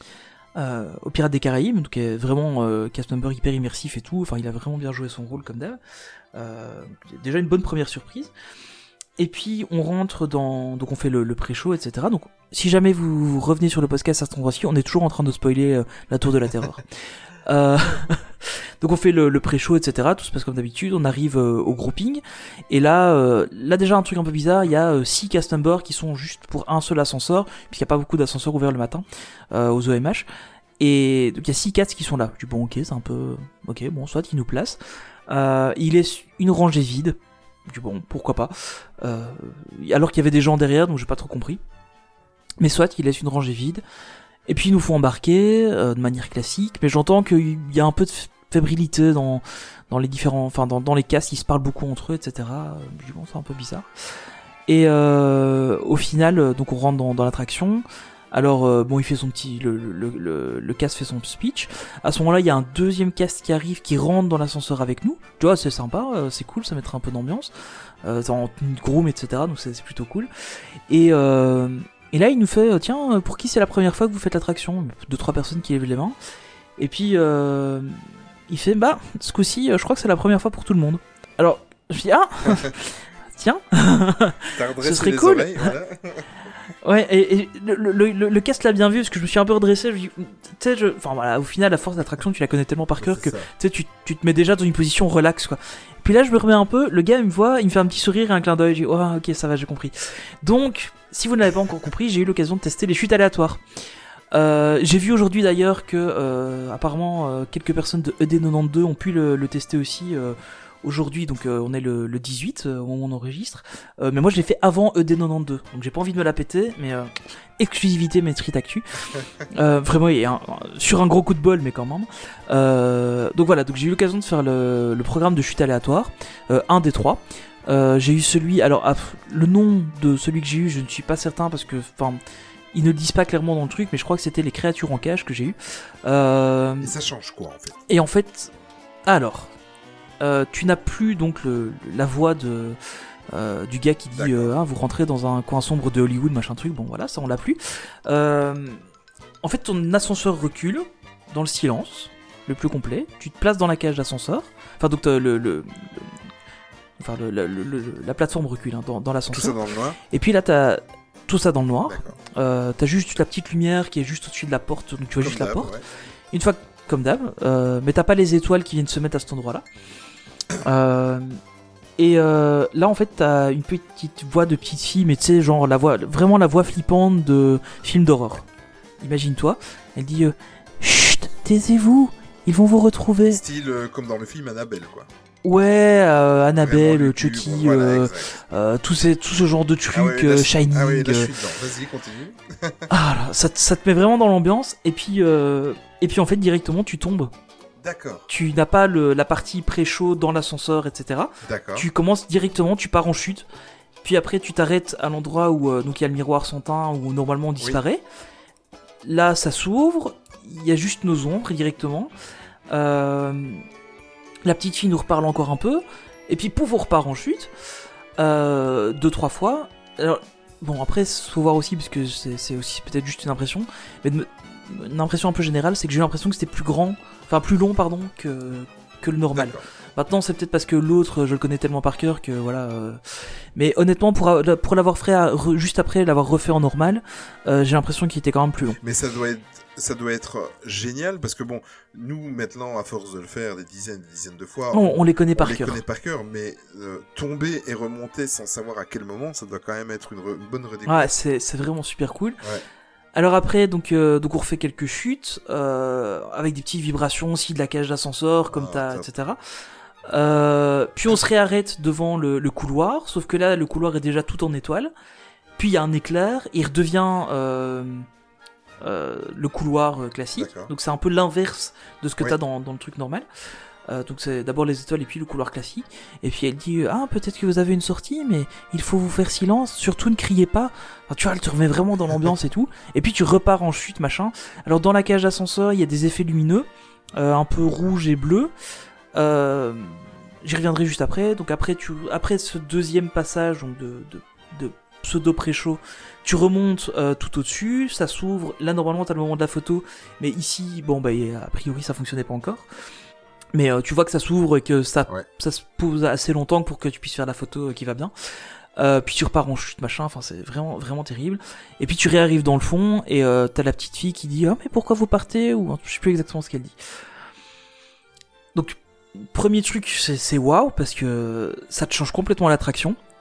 euh, au Pirates des Caraïbes. Donc est vraiment euh, cast member hyper immersif et tout. Enfin, il a vraiment bien joué son rôle comme d'hab. Euh, déjà une bonne première surprise. Et puis on rentre dans, donc on fait le, le pré-show, et cetera. Donc si jamais vous, vous revenez sur le podcast à cet endroit-ci, on est toujours en train de spoiler euh, la Tour de la Terreur. euh, donc on fait le, le pré-show, et cetera. Tout se passe comme d'habitude. On arrive euh, au grouping et là, euh, là déjà un truc un peu bizarre. Il y a euh, six cast members qui sont juste pour un seul ascenseur, puisqu'il n'y a pas beaucoup d'ascenseurs ouverts le matin euh, aux O M H. Et donc il y a six casques qui sont là. Je dis bon ok, c'est un peu... Ok, bon, soit il nous place. Euh, il laisse une rangée vide. Je dis bon, pourquoi pas. Euh, alors qu'il y avait des gens derrière, donc j'ai pas trop compris. Mais soit il laisse une rangée vide. Et puis ils nous font embarquer euh, de manière classique. Mais j'entends qu'il y a un peu de fébrilité dans, dans les différents... Enfin, dans, dans les casques, ils se parlent beaucoup entre eux, et cetera. Je dis bon, c'est un peu bizarre. Et euh, au final, donc on rentre dans, dans l'attraction. Alors euh, bon, il fait son petit, le, le, le, le cast fait son speech. À ce moment-là, il y a un deuxième cast qui arrive, qui rentre dans l'ascenseur avec nous. Tu vois, c'est sympa, euh, c'est cool, ça mettrait un peu d'ambiance, euh, en une groom, et cetera. Donc c'est, c'est plutôt cool. Et euh, et là, il nous fait, euh, tiens, pour qui c'est la première fois que vous faites l'attraction ? Deux trois personnes qui lèvent les mains. Et puis euh, il fait, bah, ce coup-ci, euh, je crois que c'est la première fois pour tout le monde. Alors je dis ah. Tiens, ce serait cool. Oreilles, voilà. Ouais, et, et le, le, le, le cast l'a bien vu parce que je me suis un peu redressé. Je dis, tu sais, je... enfin voilà, au final, la force d'attraction, tu la connais tellement par cœur que tu, tu te mets déjà dans une position relax, quoi. Puis là, je me remets un peu. Le gars, il me voit, il me fait un petit sourire et un clin d'œil. Je dis, oh, ok, ça va, j'ai compris. Donc, si vous ne l'avez pas encore compris, j'ai eu l'occasion de tester les chutes aléatoires. Euh, j'ai vu aujourd'hui d'ailleurs que, euh, apparemment, euh, quelques personnes de E D quatre-vingt-douze ont pu le, le tester aussi. Euh, Aujourd'hui, donc euh, on est le, le dix-huit euh, au moment où on enregistre, euh, mais moi je l'ai fait avant E D quatre-vingt-douze, donc j'ai pas envie de me la péter, mais euh, exclusivité mes street actu, euh, vraiment il y a un, sur un gros coup de bol, mais quand même. Euh, donc voilà, donc j'ai eu l'occasion de faire le, le programme de chute aléatoire, euh, un des trois. Euh, j'ai eu celui, alors ah, le nom de celui que j'ai eu, je ne suis pas certain parce que, enfin, ils ne le disent pas clairement dans le truc, mais je crois que c'était les créatures en cage que j'ai eu. Euh, Et ça change quoi en fait ? Et en fait, alors. Euh, tu n'as plus donc le, la voix de, euh, du gars qui dit euh, ah, vous rentrez dans un coin sombre de Hollywood, machin truc, bon voilà, ça on l'a plus. Euh, en fait, ton ascenseur recule dans le silence, le plus complet, tu te places dans la cage d'ascenseur, enfin donc le, le, le, enfin, le, le, le, le, la plateforme recule hein, dans, dans l'ascenseur. Tout ça dans le noir. Et puis là, t'as tout ça dans le noir, euh, t'as juste la petite lumière qui est juste au-dessus de la porte, donc tu vois Comme juste la porte. Ouais. Une fois, comme d'hab, euh, mais t'as pas les étoiles qui viennent se mettre à cet endroit-là. Euh, et euh, là en fait t'as une petite voix de petite fille, mais tu sais genre la voix, vraiment la voix flippante de film d'horreur. Imagine-toi, elle dit euh, chut, taisez-vous, ils vont vous retrouver. Style euh, comme dans le film Annabelle quoi. Ouais, euh, Annabelle, Chucky, voilà, euh, euh, tout, ces, tout ce genre de trucs, ah ouais, euh, Shining. Ah oui, là je suis dedans. Vas-y, continue. Ah là, ça, ça te met vraiment dans l'ambiance, et puis, euh, et puis en fait directement tu tombes. D'accord. Tu n'as pas le, la partie pré-show dans l'ascenseur, et cetera. D'accord. Tu commences directement, tu pars en chute. Puis après, tu t'arrêtes à l'endroit où euh, donc il y a le miroir sans teint, où normalement on disparaît. Oui. Là, ça s'ouvre. Il y a juste nos ombres directement. Euh, la petite fille nous reparle encore un peu. Et puis, pouf, on repart en chute. Euh, deux, trois fois. Alors, bon, après, faut voir aussi, parce que c'est, c'est aussi peut-être juste une impression. Mais de, une impression un peu générale, c'est que j'ai eu l'impression que c'était plus grand. Enfin, plus long, pardon, que, que le normal. D'accord. Maintenant, c'est peut-être parce que l'autre, je le connais tellement par cœur que voilà. Euh... Mais honnêtement, pour, pour l'avoir fait à, re, juste après l'avoir refait en normal, euh, j'ai l'impression qu'il était quand même plus long. Mais ça doit être, ça doit être génial parce que bon, nous maintenant, à force de le faire des dizaines, des dizaines de fois, on, on, on les connaît on par les cœur. connaît par cœur, mais euh, tomber et remonter sans savoir à quel moment, ça doit quand même être une, re, une bonne redécouverte. Ouais, c'est, c'est vraiment super cool. Ouais. Alors après, donc, euh, donc on refait quelques chutes, euh, avec des petites vibrations aussi de la cage d'ascenseur, comme ah, t'as, et cetera. Euh, puis on se réarrête devant le, le couloir, sauf que là, le couloir est déjà tout en étoile. Puis il y a un éclair, il redevient euh, euh, le couloir classique. D'accord. Donc c'est un peu l'inverse de ce que oui. t'as dans, dans le truc normal. Euh, donc c'est d'abord les étoiles et puis le couloir classique. Et puis elle dit ah peut-être que vous avez une sortie, mais il faut vous faire silence, surtout ne criez pas. Enfin, tu vois, elle te remet vraiment dans l'ambiance et tout. Et puis tu repars en chute machin. Alors dans la cage d'ascenseur il y a des effets lumineux, euh, un peu rouge et bleu. Euh, j'y reviendrai juste après. Donc après tu après ce deuxième passage donc de, de, de pseudo pré-show, tu remontes euh, tout au-dessus, ça s'ouvre. Là normalement t'as le moment de la photo, mais ici bon bah a priori ça fonctionnait pas encore. Mais euh, tu vois que ça s'ouvre et que ça, ouais. ça se pose assez longtemps pour que tu puisses faire la photo qui va bien. Euh, puis tu repars en chute, machin, enfin c'est vraiment vraiment terrible. Et puis tu réarrives dans le fond et euh, t'as la petite fille qui dit « Ah oh, mais pourquoi vous partez ?» ou je sais plus exactement ce qu'elle dit. Donc, premier truc, c'est, c'est waouh parce que ça te change complètement l'attraction.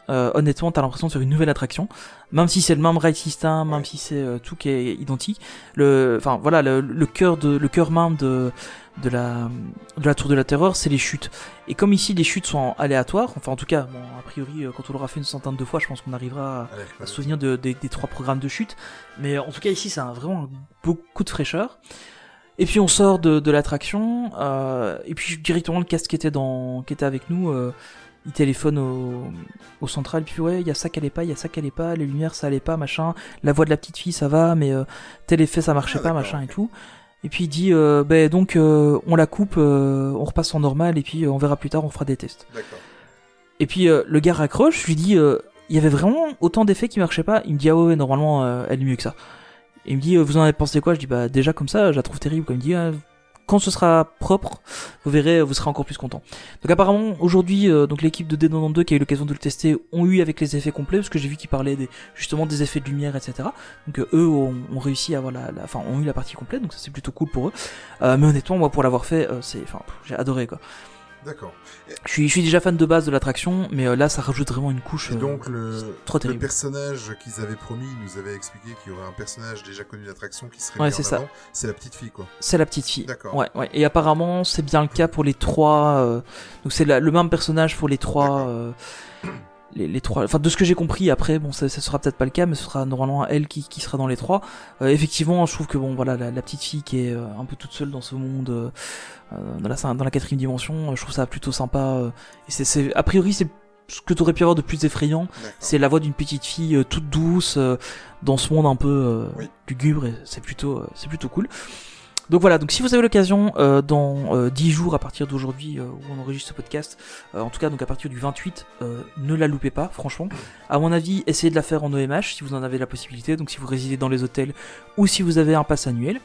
euh, honnêtement, t'as l'impression de faire une nouvelle attraction, même si c'est le même ride system, même Ouais. si c'est euh, tout qui est identique. Le, enfin voilà, le, le cœur de, le cœur même de de la de la tour de la terreur, c'est les chutes. Et comme ici les chutes sont aléatoires, enfin en tout cas, bon, a priori, euh, quand on l'aura fait une centaine de fois, je pense qu'on arrivera à, Allez, à se souvenir de, des, des trois programmes de chute. Mais en tout cas ici, c'est un, vraiment un beaucoup de fraîcheur. Et puis on sort de, de l'attraction, euh, et puis directement le cast qui était dans, qui était avec nous, euh, il téléphone au, au central, puis ouais, il y a ça qui allait pas, il y a ça qui allait pas, les lumières ça allait pas, machin, la voix de la petite fille ça va, mais euh, tel effet ça marchait Ah, pas, d'accord, machin ok. et tout. Et puis il dit, euh, ben donc euh, on la coupe, euh, on repasse en normal, et puis euh, on verra plus tard, on fera des tests. D'accord. Et puis euh, le gars raccroche, je lui dis, euh, il y avait vraiment autant d'effets qui marchaient pas. Il me dit, ah ouais, ouais normalement euh, elle est mieux que ça. Et il me dit, euh, vous en avez pensé quoi? Je dis, bah déjà comme ça, je la trouve terrible. Quoi. Il me dit, ah, quand ce sera propre, vous verrez, vous serez encore plus content. Donc apparemment, aujourd'hui, euh, donc l'équipe de D quatre-vingt-douze qui a eu l'occasion de le tester ont eu avec les effets complets, parce que j'ai vu qu'ils parlaient des, justement des effets de lumière, et cetera. Donc euh, eux ont, ont réussi à avoir la, la, enfin ont eu la partie complète, donc ça c'est plutôt cool pour eux. Euh, mais honnêtement, moi pour l'avoir fait, euh, c'est, enfin, pff, j'ai adoré quoi. D'accord. Je suis, je suis déjà fan de base de l'attraction, mais euh, là ça rajoute vraiment une couche. Et euh, donc, le, trop le terrible. personnage qu'ils avaient promis, ils nous avaient expliqué qu'il y aurait un personnage déjà connu de l'attraction qui serait Ouais, mis c'est en ça. avant. C'est la petite fille, quoi. C'est la petite fille. D'accord. Ouais, ouais. Et apparemment, c'est bien le cas pour les trois. euh, Donc c'est la- le même personnage pour les trois. D'accord. euh, Les, les trois. Enfin, de ce que j'ai compris, après, bon, ça, ça sera peut-être pas le cas, mais ce sera normalement elle qui, qui sera dans les trois. Euh, effectivement, je trouve que bon, voilà, la, la petite fille qui est euh, un peu toute seule dans ce monde, euh, euh, dans la cin- dans la quatrième dimension, euh, je trouve ça plutôt sympa. euh, et c'est, c'est, a priori, c'est ce que t'aurais pu avoir de plus effrayant. D'accord. C'est la voix d'une petite fille euh, toute douce euh, dans ce monde un peu euh, Oui. lugubre et c'est plutôt euh, c'est plutôt cool. Donc voilà, donc si vous avez l'occasion euh, dans euh, dix jours à partir d'aujourd'hui euh, où on enregistre ce podcast, euh, en tout cas donc à partir du vingt-huit, euh, ne la loupez pas franchement. À mon avis, essayez de la faire en O M H si vous en avez la possibilité, donc si vous résidez dans les hôtels ou si vous avez un pass annuel,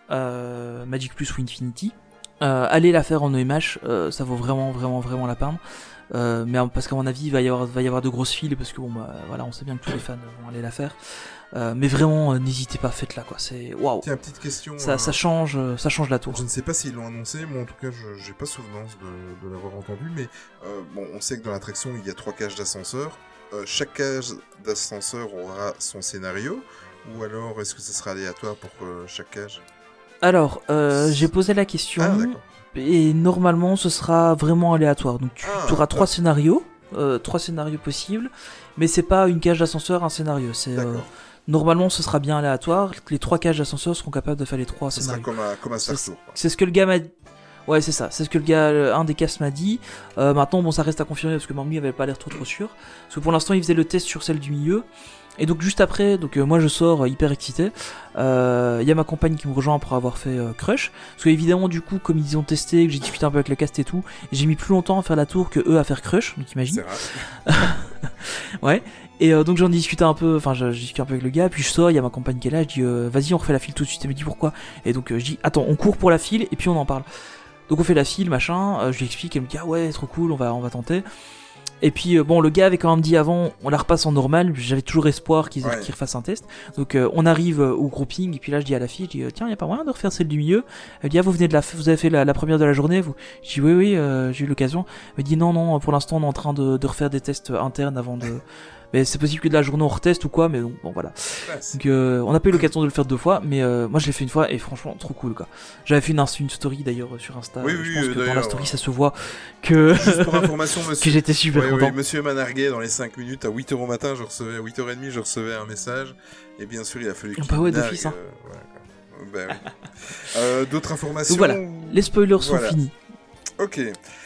euh, Magic Plus ou Infinity. Euh, allez la faire en O M H, euh, ça vaut vraiment vraiment vraiment la peine. Euh, mais parce qu'à mon avis il va y avoir, va y avoir de grosses files parce que bon bah voilà on sait bien que tous les fans vont aller la faire. Euh, mais vraiment euh, n'hésitez pas, faites-la quoi, c'est waouh. Tiens, petite question. Ça, euh, ça change, euh, ça change la tour. Je ne sais pas s'ils l'ont annoncé, moi en tout cas je j'ai pas souvenance de, de l'avoir entendu, mais euh, bon, on sait que dans l'attraction il y a trois cages d'ascenseur. Euh, chaque cage d'ascenseur aura son scénario, ou alors est-ce que ce sera aléatoire pour euh, chaque cage? Alors euh, j'ai posé la question Ah, d'accord. et normalement ce sera vraiment aléatoire. Donc tu Ah, auras trois top. scénarios, euh, trois scénarios possibles, mais c'est pas une cage d'ascenseur, un scénario. C'est euh, D'accord. normalement ce sera bien aléatoire. Les trois cages d'ascenseur seront capables de faire les trois Ce sera scénarios. comme un, comme un Star C'est- Tour, quoi. C'est ce que le gars m'a dit. Ouais, c'est ça. C'est ce que le gars, euh, un des castes m'a dit. Euh, maintenant, bon, ça reste à confirmer parce que Mamie avait pas l'air trop trop sûr. Parce que pour l'instant, il faisait le test sur celle du milieu. Et donc juste après, donc euh, moi je sors euh, hyper excité. Euh, Il y a ma compagne qui me rejoint pour avoir fait euh, Crush. Parce que évidemment, du coup, comme ils ont testé, que j'ai discuté un peu avec le cast et tout, j'ai mis plus longtemps à faire la tour que eux à faire Crush. Donc imagine. C'est rare. Ouais. Et euh, donc j'en discute un peu, enfin je, je discute un peu avec le gars, puis je sors, il y a ma compagne qui est là, je dis euh, vas-y on refait la file tout de suite, elle me dit pourquoi. Et donc euh, je dis attends on court pour la file et puis on en parle. Donc on fait la file machin, euh, je lui explique, elle me dit ah ouais trop cool, on va, on va tenter. Et puis euh, bon le gars avait quand même dit avant on la repasse en normal, j'avais toujours espoir qu'ils Ouais. qu'ils refassent un test. Donc euh, on arrive euh, au grouping et puis là je dis à la fille, je dis euh, tiens y a pas moyen de refaire celle du milieu. Elle me dit ah vous venez de la, vous avez fait la, la première de la journée vous. Je dis oui oui euh, j'ai eu l'occasion. Elle me dit non non pour l'instant on est en train de, de refaire des tests internes avant de. Mais c'est possible que de la journée on reteste ou quoi, mais bon, bon voilà. Classe. Donc euh, on n'a pas eu l'occasion de le faire deux fois, mais euh, moi je l'ai fait une fois et franchement trop cool quoi. J'avais fait une, inst- une story d'ailleurs sur Insta. Oui, je oui, pense euh, que dans la d'ailleurs, story ouais. ça se voit que Juste pour information, que monsieur. j'étais super Ouais, content. oui, monsieur Manarguet, dans les cinq minutes, à huit heures au matin, je recevais, à huit heures trente, je recevais un message. Et bien sûr, il a fallu Ah qu'il bah ouais, nague, d'office, hein. euh, voilà, quoi. Ben oui. Euh, D'autres informations? Donc voilà, ou- Les spoilers sont Voilà. finis. Ok.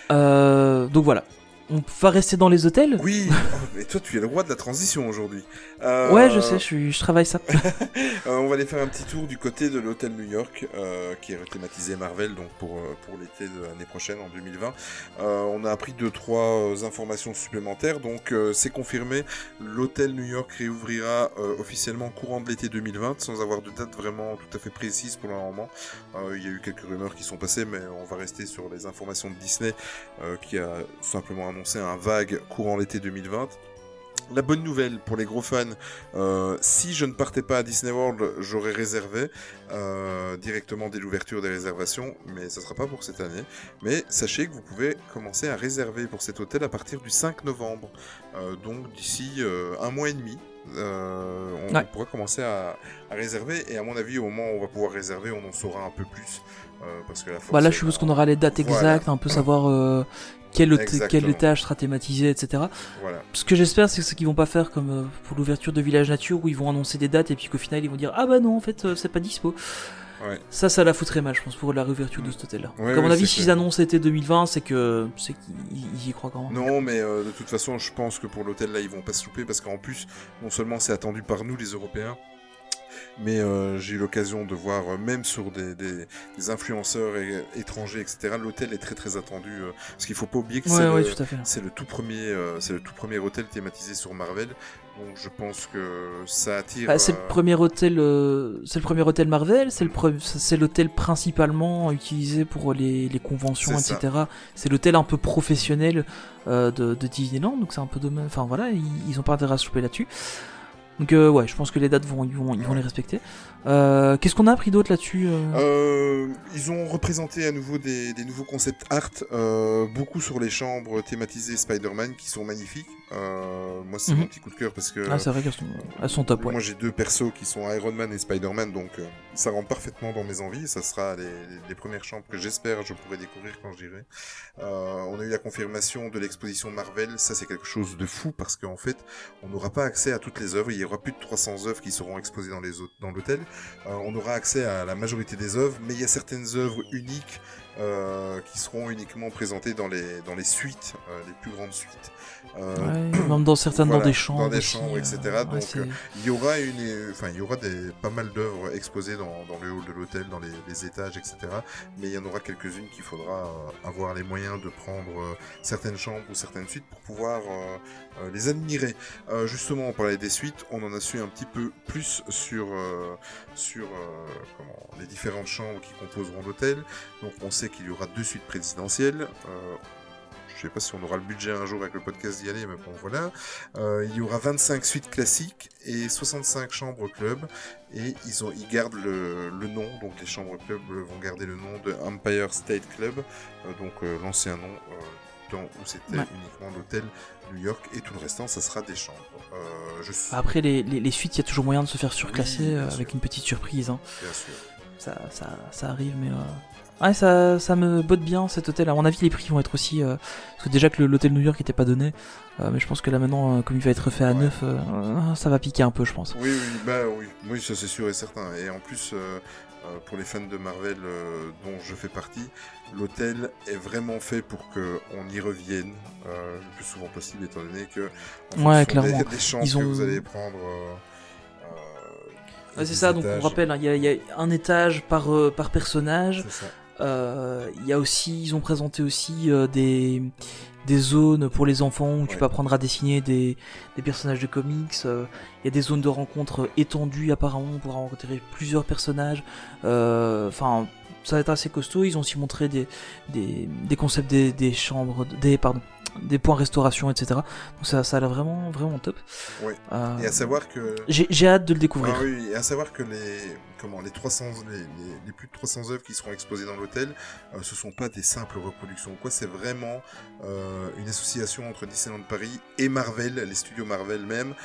Euh, donc voilà. On va rester dans les hôtels. Oui, oh, mais toi, tu es le roi de la transition aujourd'hui. Euh, Ouais, je sais, je, suis- je travaille ça. Euh, on va aller faire un petit tour du côté de l'hôtel New York, euh, qui est thématisé Marvel, donc pour, euh, pour l'été de l'année prochaine, en deux mille vingt. Euh, on a appris deux, trois euh, informations supplémentaires, donc euh, c'est confirmé, l'hôtel New York réouvrira euh, officiellement courant de l'été deux mille vingt, sans avoir de date vraiment tout à fait précise pour le moment. Euh, il y a eu quelques rumeurs qui sont passées, mais on va rester sur les informations de Disney, euh, qui a simplement annoncé un vague courant l'été deux mille vingt. La bonne nouvelle pour les gros fans, euh, si je ne partais pas à Disney World, j'aurais réservé euh, directement dès l'ouverture des réservations, mais ça ne sera pas pour cette année. Mais sachez que vous pouvez commencer à réserver pour cet hôtel à partir du cinq novembre, euh, donc d'ici euh, un mois et demi. Euh, on, Ouais. on pourra commencer à, à réserver, et à mon avis, au moment où on va pouvoir réserver, on en saura un peu plus. euh, parce que la force Bah là, est je suppose dans- qu'on aura les dates Voilà. exactes, un peu savoir euh, quel, hôte- Exactement. quel étage sera thématisé, et cetera. Voilà. Ce que j'espère, c'est ce qu'ils vont pas faire comme euh, pour l'ouverture de Village Nature, où ils vont annoncer des dates et puis qu'au final ils vont dire ah bah non, en fait euh, c'est pas dispo. Ouais. Ça, ça la foutrait mal, je pense, pour la réouverture de cet hôtel-là. Ouais, Comme à mon ouais, avis, c'est s'ils clair. annoncent été deux mille vingt, c'est que c'est qu'ils ils y croient quand même. Non, mais euh, de toute façon, je pense que pour l'hôtel, là, ils vont pas se louper, parce qu'en plus, non seulement c'est attendu par nous, les Européens, mais euh, j'ai eu l'occasion de voir, euh, même sur des, des, des influenceurs et- étrangers, et cetera, l'hôtel est très très attendu, euh, parce qu'il faut pas oublier que Ouais, c'est ouais, le, tout à fait. c'est le tout premier, euh, c'est le tout premier hôtel thématisé sur Marvel, donc je pense que ça attire. Ah, c'est le euh, premier hôtel, euh, c'est le premier hôtel Marvel, c'est le pre- c'est l'hôtel principalement utilisé pour les, les conventions, C'est ça. et cetera. C'est l'hôtel un peu professionnel euh, de, de Disneyland, donc c'est un peu dommage. Enfin voilà, ils, ils ont pas intérêt à se louper là-dessus. Donc euh, ouais, je pense que les dates vont, ils vont, ils vont Ouais. les respecter. Euh, Qu'est-ce qu'on a appris d'autre là-dessus euh Euh, ils ont représenté à nouveau des, des nouveaux concepts art, euh, beaucoup sur les chambres thématisées Spider-Man qui sont magnifiques. Euh, moi, c'est Mhm. mon petit coup de cœur parce que Ah, c'est vrai qu'elles sont, elles sont top, ouais. moi j'ai deux persos qui sont Iron Man et Spider-Man, donc euh, ça rentre parfaitement dans mes envies. Ça sera les, les- les premières chambres que j'espère je pourrai découvrir quand j'irai. Euh, on a eu la confirmation de l'exposition Marvel. Ça, c'est quelque chose de fou parce qu'en fait, on n'aura pas accès à toutes les œuvres. Il y aura plus de trois cents œuvres qui seront exposées dans les autres- dans l'hôtel. Euh, on aura accès à la majorité des œuvres, mais il y a certaines œuvres uniques euh, qui seront uniquement présentées dans les, dans les suites, euh, les plus grandes suites. Euh, Ouais, même dans certaines voilà, dans des chambres. dans des aussi, chambres, euh, et cetera. ouais, Donc, c'est- euh, il y aura une, euh, enfin, il y aura des, pas mal d'œuvres exposées dans, dans le hall de l'hôtel, dans les, les étages, et cetera. Mais il y en aura quelques-unes qu'il faudra euh, avoir les moyens de prendre euh, certaines chambres ou certaines suites pour pouvoir euh, euh, les admirer. Euh, justement, on parlait des suites, on en a su un petit peu plus sur, euh, sur euh, comment, les différentes chambres qui composeront l'hôtel. Donc, on sait qu'il y aura deux suites présidentielles. Euh, je sais pas si on aura le budget un jour avec le podcast d'y aller, mais bon, voilà. Euh, il y aura vingt-cinq suites classiques et soixante-cinq chambres club. Et ils, ont, ils gardent le, le nom, donc les chambres club vont garder le nom de Empire State Club, euh, donc euh, l'ancien nom euh, dans, où c'était Ouais. uniquement l'hôtel New York, et tout le restant, ça sera des chambres. Euh, je suis Après, les, les, les suites, il y a toujours moyen de se faire surclasser Oui, bien euh, sûr. avec une petite surprise. Hein. bien sûr. Ça, ça, ça arrive, mais. Euh... Ouais, ça, ça me botte bien cet hôtel. À mon avis, les prix vont être aussi. euh, Parce que déjà que le- l'hôtel New York n'était pas donné. euh, mais je pense que là maintenant, euh, comme il va être refait à Ouais. neuf, euh, euh, ça va piquer un peu, je pense. Oui, oui, bah oui, oui, ça c'est sûr et certain. Et en plus, euh, euh, pour les fans de Marvel euh, dont je fais partie, l'hôtel est vraiment fait pour que on y revienne euh, le plus souvent possible, étant donné que en Ouais, fonction clairement. des, des chambres Ils ont- que vous allez prendre. euh, euh, Ouais, et c'est des ça, donc on étages, rappelle, hein, il y, a- il y a un étage par, euh, par personnage. C'est ça. Euh, Il y a aussi, ils ont présenté aussi euh, des, des zones pour les enfants où tu Ouais. peux apprendre à dessiner des, des personnages de comics. euh, Il y a des zones de rencontres étendues apparemment pour rencontrer plusieurs personnages. Euh, Enfin, ça va être assez costaud. Ils ont aussi montré des, des, des concepts des, des chambres, des pardon, des points restauration, et cetera. Donc ça, ça a l'air vraiment, vraiment top. Ouais. Euh, Et à savoir que J'ai j'ai hâte de le découvrir. Ah oui, et à savoir que les, comment, les, trois cents, les, les, les plus de trois cents œuvres qui seront exposées dans l'hôtel, euh, ce sont pas des simples reproductions. Quoi, c'est vraiment euh, une association entre Disneyland Paris et Marvel, les studios Marvel même.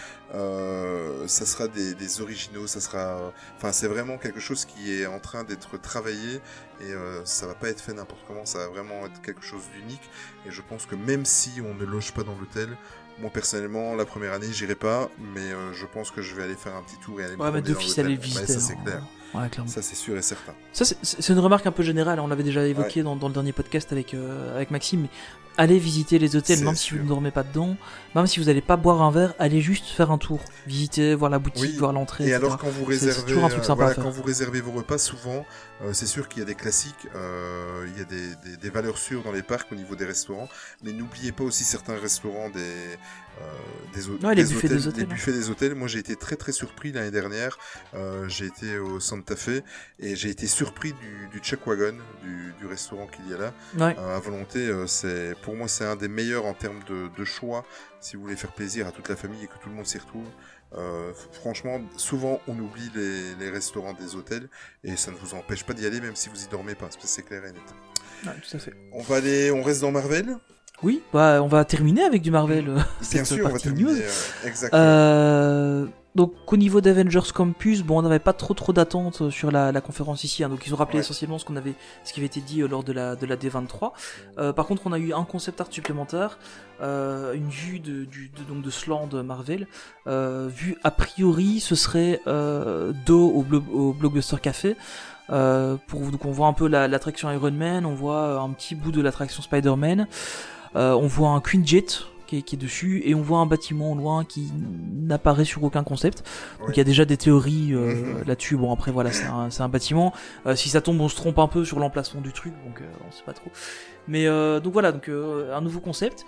Euh, ça sera des, des originaux, ça sera, enfin, c'est vraiment quelque chose qui est en train d'être travaillé et euh, ça va pas être fait n'importe comment. Ça va vraiment être quelque chose d'unique. Et je pense que même si on ne loge pas dans l'hôtel, moi personnellement, la première année, j'irai pas, mais euh, je pense que je vais aller faire un petit tour et aller me Ouais, mais promener dans d'office l'hôtel. aller le Ouais, visiter. ça c'est hein. clair. Ouais, clairement. Ça c'est sûr et certain. Ça, c'est- c'est une remarque un peu générale, hein, on l'avait déjà évoqué dans, dans le dernier podcast avec, euh, avec Maxime, mais allez visiter les hôtels, C'est même si sûr. vous ne dormez pas dedans, même si vous n'allez pas boire un verre, allez juste faire un tour, visiter, voir la boutique, Oui, voir l'entrée, Et et cetera. alors quand vous C'est- c'est réservez, toujours un truc euh, sympa à voilà, faire. quand vous réservez vos repas, souvent, euh, c'est sûr qu'il y a des classiques, euh, il y a des, des, des valeurs sûres dans les parcs au niveau des restaurants, mais n'oubliez pas aussi certains restaurants des, des, o- Ouais, les des buffets hôtels, des hôtels, les hein. buffets des hôtels. Moi, j'ai été très très surpris l'année dernière. Euh, j'ai été au Santa Fe et j'ai été surpris du, du Chuck Wagon, du, du restaurant qu'il y a là. Ouais. Euh, à volonté, euh, c'est pour moi c'est un des meilleurs en termes de, de choix. Si vous voulez faire plaisir à toute la famille et que tout le monde s'y retrouve. Euh, franchement, souvent on oublie les, les restaurants des hôtels et ça ne vous empêche pas d'y aller même si vous y dormez pas, parce que c'est clair et net. Ouais, tout à fait. On va aller, on reste dans Marvel. Oui, bah, on va terminer avec du Marvel. euh, Bien cette sûr, on va partie terminer. news. euh, exactement. Euh, donc au niveau d'Avengers Campus, bon, on n'avait pas trop trop d'attentes sur la, la conférence ici, hein, donc ils ont rappelé Ouais. essentiellement ce qu'on avait, ce qui avait été dit euh, lors de la de la D vingt-trois. Euh, par contre, on a eu un concept art supplémentaire, euh, une vue de, du de, donc de ce land Marvel, euh, vue a priori, ce serait euh, dos au, blo- au Blockbuster Café. Euh, pour donc on voit un peu la- l'attraction Iron Man, on voit un petit bout de l'attraction Spider-Man, euh, on voit un Queen Jet qui est, qui est dessus, et on voit un bâtiment au loin qui n'apparaît sur aucun concept. Donc il Ouais. y a déjà des théories euh, Mhm. là-dessus. Bon, après voilà, c'est un, c'est un bâtiment. Euh, si ça tombe, on se trompe un peu sur l'emplacement du truc, donc euh, on sait pas trop. Mais euh, donc voilà, donc euh, un nouveau concept.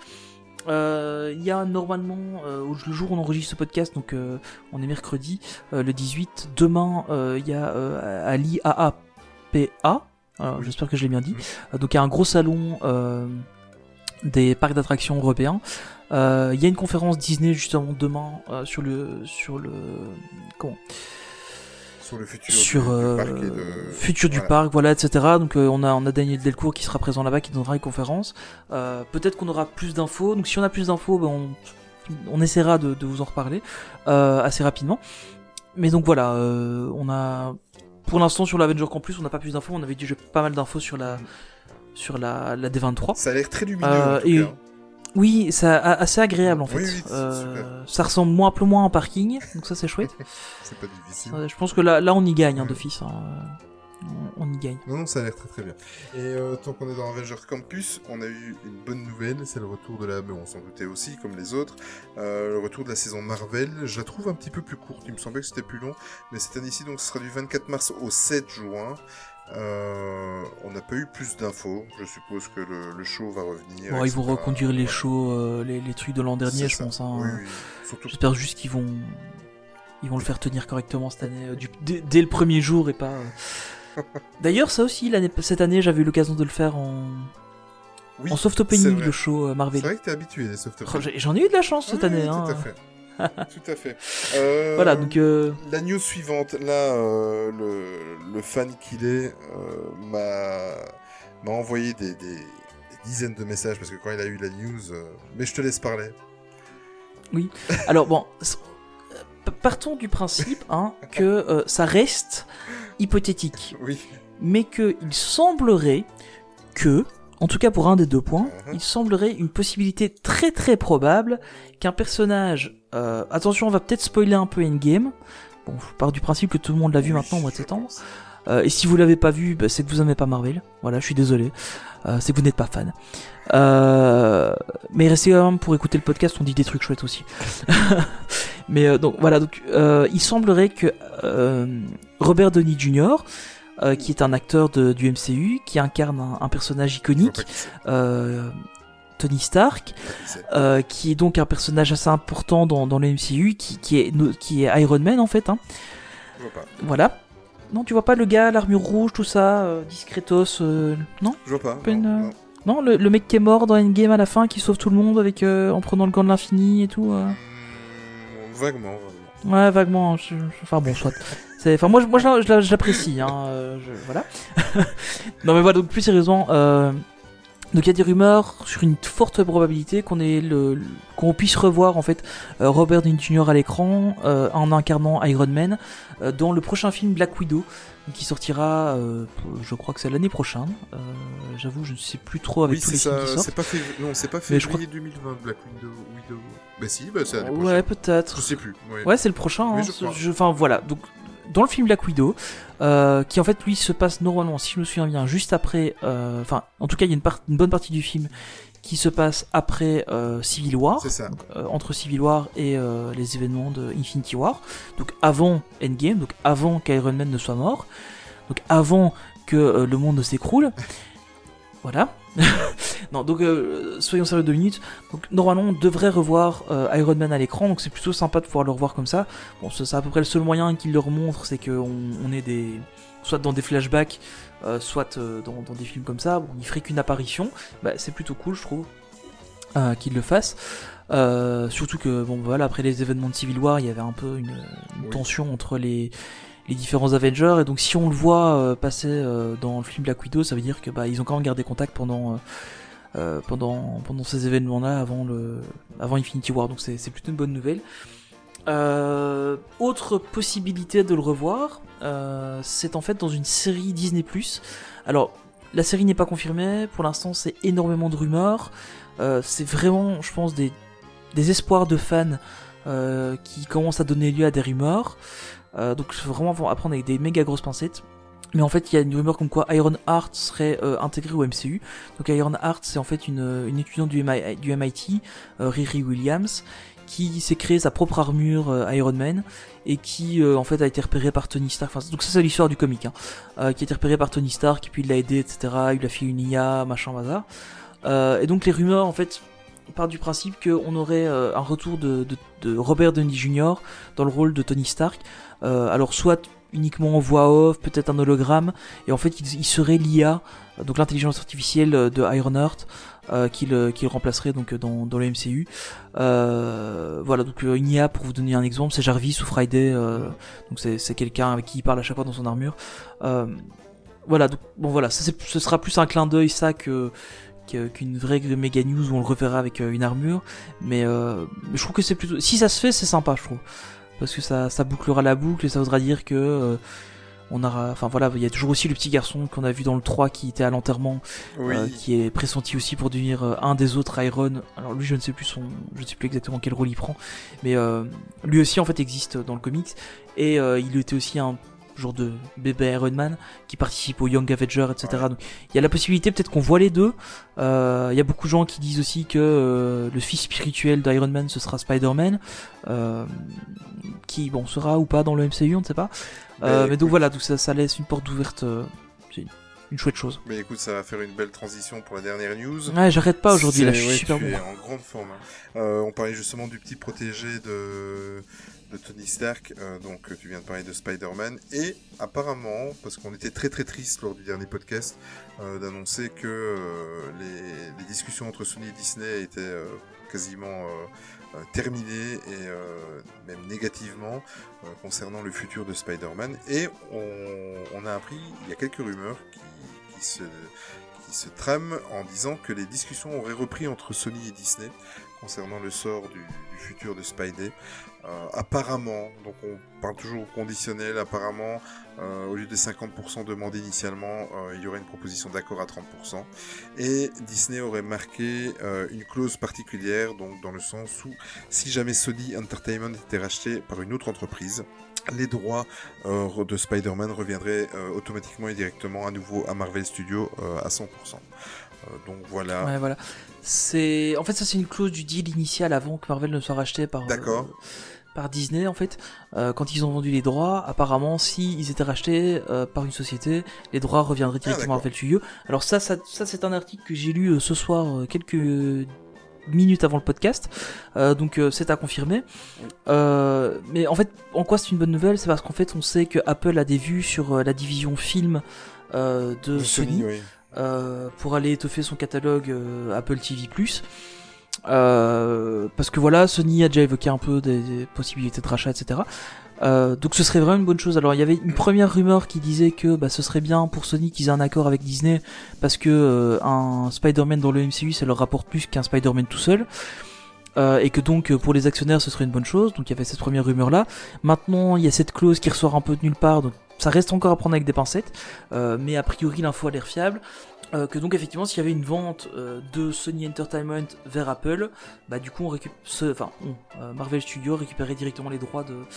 Euh, Il y a normalement euh, au- le jour où on enregistre ce podcast, donc euh, on est mercredi, euh, le dix-huit. Demain, euh, il y a euh, à l'I A A P A. Alors, Oui. j'espère que je l'ai bien dit. Oui. Euh, donc il y a un gros salon euh, des parcs d'attractions européens. Euh, Il y a une conférence Disney justement demain euh, sur le sur le comment Sur le futur sur du, du euh, parc et de... futur du voilà. parc, voilà, et cetera. Donc euh, on a on a Daniel Delcourt qui sera présent là-bas, qui donnera une conférence. Euh, peut-être qu'on aura plus d'infos. Donc si on a plus d'infos, ben, on on essaiera de, de vous en reparler euh, assez rapidement. Mais donc voilà, euh, on a pour l'instant sur l'Avenger Campus, on n'a pas plus d'infos. On avait déjà pas mal d'infos sur la sur la, la D vingt-trois. Ça a l'air très lumineux Euh, en tout et- cas. Oui, ça a- assez agréable en fait. Oui, oui, c'est Euh, ça ressemble moins, un peu moins à un parking, donc ça c'est chouette. C'est pas difficile. Euh, je pense que là, là on y gagne hein, Mm. d'office. hein. On, on y gagne. Non, non, ça a l'air très très bien. Et euh, tant qu'on est dans Avenger Campus, on a eu une bonne nouvelle, c'est le retour de la... Mais on s'en doutait aussi, comme les autres. Euh, le retour de la saison Marvel, je la trouve un petit peu plus courte, il me semblait que c'était plus long. Mais cette année-ci, donc ce sera du vingt-quatre mars au sept juin. Euh, on n'a pas eu plus d'infos, je suppose que le, le show va revenir. Bon, ils vont et cetera. reconduire les Voilà. shows, euh, les, les trucs de l'an dernier, C'est je ça. pense. hein. Oui, oui. Surtout J'espère juste qu'ils vont, ils vont le faire tenir correctement cette année, euh, du- dès, dès le premier jour et pas. euh. D'ailleurs, ça aussi, l'année, cette année, j'avais eu l'occasion de le faire en, oui, en soft c'est opening, vrai. le show euh, C'est Marvel. vrai que t'es habitué les soft Oh, j'ai- J'en ai eu de la chance cette Oui, année. oui, hein. Tout à fait. Tout à fait. Euh, Voilà, donc. euh, La news suivante, là, euh, le, le fan qu'il est euh, m'a m'a envoyé des, des- des dizaines de messages parce que quand il a eu la news, euh, mais je te laisse parler. Alors bon, s- euh, partons du principe hein, que euh, ça reste hypothétique, Oui. mais que il semblerait que, en tout cas pour un des deux points, Mhm. il semblerait une possibilité très très probable qu'un personnage, euh, attention, on va peut-être spoiler un peu Endgame. Bon, je pars du principe que tout le monde l'a vu Oui, maintenant au mois de je septembre. pense. Euh, et si vous l'avez pas vu, bah, c'est que vous aimez pas Marvel. Voilà, je suis désolé. Euh, c'est que vous n'êtes pas fan. Euh, mais restez quand même pour écouter le podcast, on dit des trucs chouettes aussi. mais euh, donc voilà, donc euh, il semblerait que euh, Robert Downey junior, euh, qui est un acteur de, du M C U, qui incarne un, un personnage Je vois iconique, pas qui c'est, euh, Tony Stark, pas qui c'est. euh, qui est donc un personnage assez important dans, dans le M C U, qui, qui, est, no- qui est Iron Man en fait. Hein. Je vois pas. Voilà. Non, tu vois pas le gars, l'armure rouge, tout ça, euh, discretos, euh, non Je vois pas. Pas une, non, euh, non. Non, le, le mec qui est mort dans Endgame à la fin, qui sauve tout le monde avec euh, en prenant le gant de l'infini et tout. euh. Hmm, vaguement, vaguement. Ouais, vaguement. je- je- Enfin bon, soit. C'est, enfin moi, je- moi, je, la- je la- je l'apprécie. Hein, euh, je- voilà. non mais voilà. Donc plus sérieusement, euh, donc il y a des rumeurs sur une forte probabilité qu'on ait le, le- qu'on puisse revoir en fait euh, Robert Downey junior à l'écran euh, en incarnant Iron Man euh, dans le prochain film Black Widow qui sortira, euh, je crois que c'est l'année prochaine. Euh, j'avoue, je ne sais plus trop avec Oui, tous c'est les films ça. qui sortent. C'est pas février. Non, c'est pas Mais je février deux mille vingt. Black Widow. Widow. Bah si, bah c'est l'année Ouais, prochaine. peut-être. Je sais plus. Ouais. Ouais, c'est le prochain. Oui, hein, je ce- crois. je- Enfin voilà. Donc dans le film Black Widow, euh, qui en fait lui se passe normalement, si je me souviens bien, juste après. euh, Enfin, en tout cas, il y a une, part- une bonne partie du film qui se passe après euh, Civil War. C'est ça. Donc, euh, entre Civil War et euh, les événements de Infinity War. Donc avant Endgame, donc avant qu'Iron Man ne soit mort. Donc avant que euh, le monde ne s'écroule. Voilà. Non, donc euh, soyons sérieux deux minutes. Donc normalement on devrait revoir euh, Iron Man à l'écran, donc c'est plutôt sympa de pouvoir le revoir comme ça. Bon, c'est, c'est à peu près le seul moyen qu'il leur montre, c'est qu'on on est des, soit dans des flashbacks, euh, soit euh, dans, dans des films comme ça. Bon, il ferait qu'une apparition, bah, c'est plutôt cool je trouve euh, qu'il le fasse. Euh, surtout que bon voilà, après les événements de Civil War, il y avait un peu une, une Oui. tension entre les les différents Avengers, et donc si on le voit euh, passer euh, dans le film Black Widow, ça veut dire que bah ils ont quand même gardé contact pendant euh, euh, pendant pendant ces événements-là, avant le avant Infinity War, donc c'est c'est plutôt une bonne nouvelle. Euh, autre possibilité de le revoir, euh, c'est en fait dans une série Disney plus. Alors la série n'est pas confirmée pour l'instant, c'est énormément de rumeurs. Euh, c'est vraiment, je pense, des des espoirs de fans euh, qui commencent à donner lieu à des rumeurs. Euh, donc faut vraiment apprendre avec des méga grosses pincettes. Mais en fait il y a une rumeur comme quoi Iron Heart serait euh, intégré au M C U. Donc Iron Heart c'est en fait une, une étudiante du, M I, du M I T, euh, Riri Williams, qui s'est créé sa propre armure euh, Iron Man, et qui euh, en fait a été repérée par Tony Stark. Enfin, donc ça c'est l'histoire du comic, hein, euh, qui a été repérée par Tony Stark, et puis il l'a aidé, et cetera. Il lui a fait une I A, machin bazar. Euh, et donc les rumeurs en fait partent du principe qu'on aurait euh, un retour de, de, de Robert Downey junior dans le rôle de Tony Stark. Euh, alors soit uniquement en voix off, peut-être un hologramme, et en fait il, il serait l'I A, donc l'intelligence artificielle de Ironheart, euh, qui, le, qui le remplacerait donc dans, dans le M C U. Euh, voilà, donc une I A, pour vous donner un exemple, c'est Jarvis ou Friday, euh, donc c'est, c'est quelqu'un avec qui il parle à chaque fois dans son armure. Euh, voilà, donc bon voilà, ça, c'est, ce sera plus un clin d'œil ça que qu'une vraie méga news où on le reverra avec une armure, mais euh, je trouve que c'est plutôt, si ça se fait, c'est sympa, je trouve, parce que ça, ça bouclera la boucle, et ça voudra dire que euh, on aura, enfin voilà, il y a toujours aussi le petit garçon qu'on a vu dans le trois qui était à l'enterrement, Oui. euh, qui est pressenti aussi pour devenir euh, un des autres Iron. Alors lui, je ne sais plus son, je ne sais plus exactement quel rôle il prend, mais euh, lui aussi en fait existe dans le comics, et euh, il était aussi un genre de bébé Iron Man qui participe au Young Avengers, et cetera. Ouais. Donc il y a la possibilité peut-être qu'on voit les deux. Euh, il y a beaucoup de gens qui disent aussi que euh, le fils spirituel d'Iron Man ce sera Spider-Man, euh, qui bon sera ou pas dans le M C U, on ne sait pas. Mais, Euh, mais écoute, donc voilà, donc ça, ça laisse une porte ouverte. Euh, c'est une, une chouette chose. mais écoute, ça va faire une belle transition pour la dernière news. Ouais, j'arrête pas aujourd'hui, C'est- là, je suis ouais, super tu bon. es en grande forme. hein. Euh, on parlait justement du petit protégé de, de Tony Stark, euh, donc tu viens de parler de Spider-Man, et apparemment, parce qu'on était très très triste lors du dernier podcast, euh, d'annoncer que euh, les, les discussions entre Sony et Disney étaient euh, quasiment euh, euh, terminées, et euh, même négativement, euh, concernant le futur de Spider-Man, et on, on a appris, il y a quelques rumeurs qui, qui se... qui se trame en disant que les discussions auraient repris entre Sony et Disney concernant le sort du, du futur de Spidey. Euh, apparemment, donc on parle toujours au conditionnel, apparemment, euh, au lieu des cinquante pour cent demandés initialement, euh, il y aurait une proposition d'accord à trente pour cent. Et Disney aurait marqué euh, une clause particulière, donc dans le sens où si jamais Sony Entertainment était racheté par une autre entreprise, les droits euh, de Spider-Man reviendraient euh, automatiquement et directement à nouveau à Marvel Studios euh, à cent pour cent. Euh, donc voilà. Ouais, voilà. C'est, en fait, ça c'est une clause du deal initial avant que Marvel ne soit racheté par. D'accord. Euh, par Disney en fait, euh, quand ils ont vendu les droits, apparemment si ils étaient rachetés euh, par une société, les droits reviendraient directement à Ah, Marvel Studios. Alors ça, ça, ça c'est un article que j'ai lu euh, ce soir, euh, quelques minutes avant le podcast, euh, donc euh, c'est à confirmer. Euh, mais en fait, en quoi c'est une bonne nouvelle, c'est parce qu'en fait on sait que Apple a des vues sur euh, la division film euh, de, De Sony, Sony, oui. euh, pour aller étoffer son catalogue euh, Apple T V plus. Euh, parce que voilà, Sony a déjà évoqué un peu des, des possibilités de rachat, et cetera. Euh, donc ce serait vraiment une bonne chose. Alors il y avait une première rumeur qui disait que bah, ce serait bien pour Sony qu'ils aient un accord avec Disney, parce que euh, un Spider-Man dans le M C U ça leur rapporte plus qu'un Spider-Man tout seul. Euh, et que donc pour les actionnaires ce serait une bonne chose. Donc il y avait cette première rumeur là. Maintenant il y a cette clause qui ressort un peu de nulle part, donc ça reste encore à prendre avec des pincettes, euh, mais a priori l'info a l'air fiable. Euh, que donc effectivement s'il y avait une vente euh, de Sony Entertainment vers Apple, bah du coup on récupère, enfin on, euh, Marvel Studios récupérait directement les droits de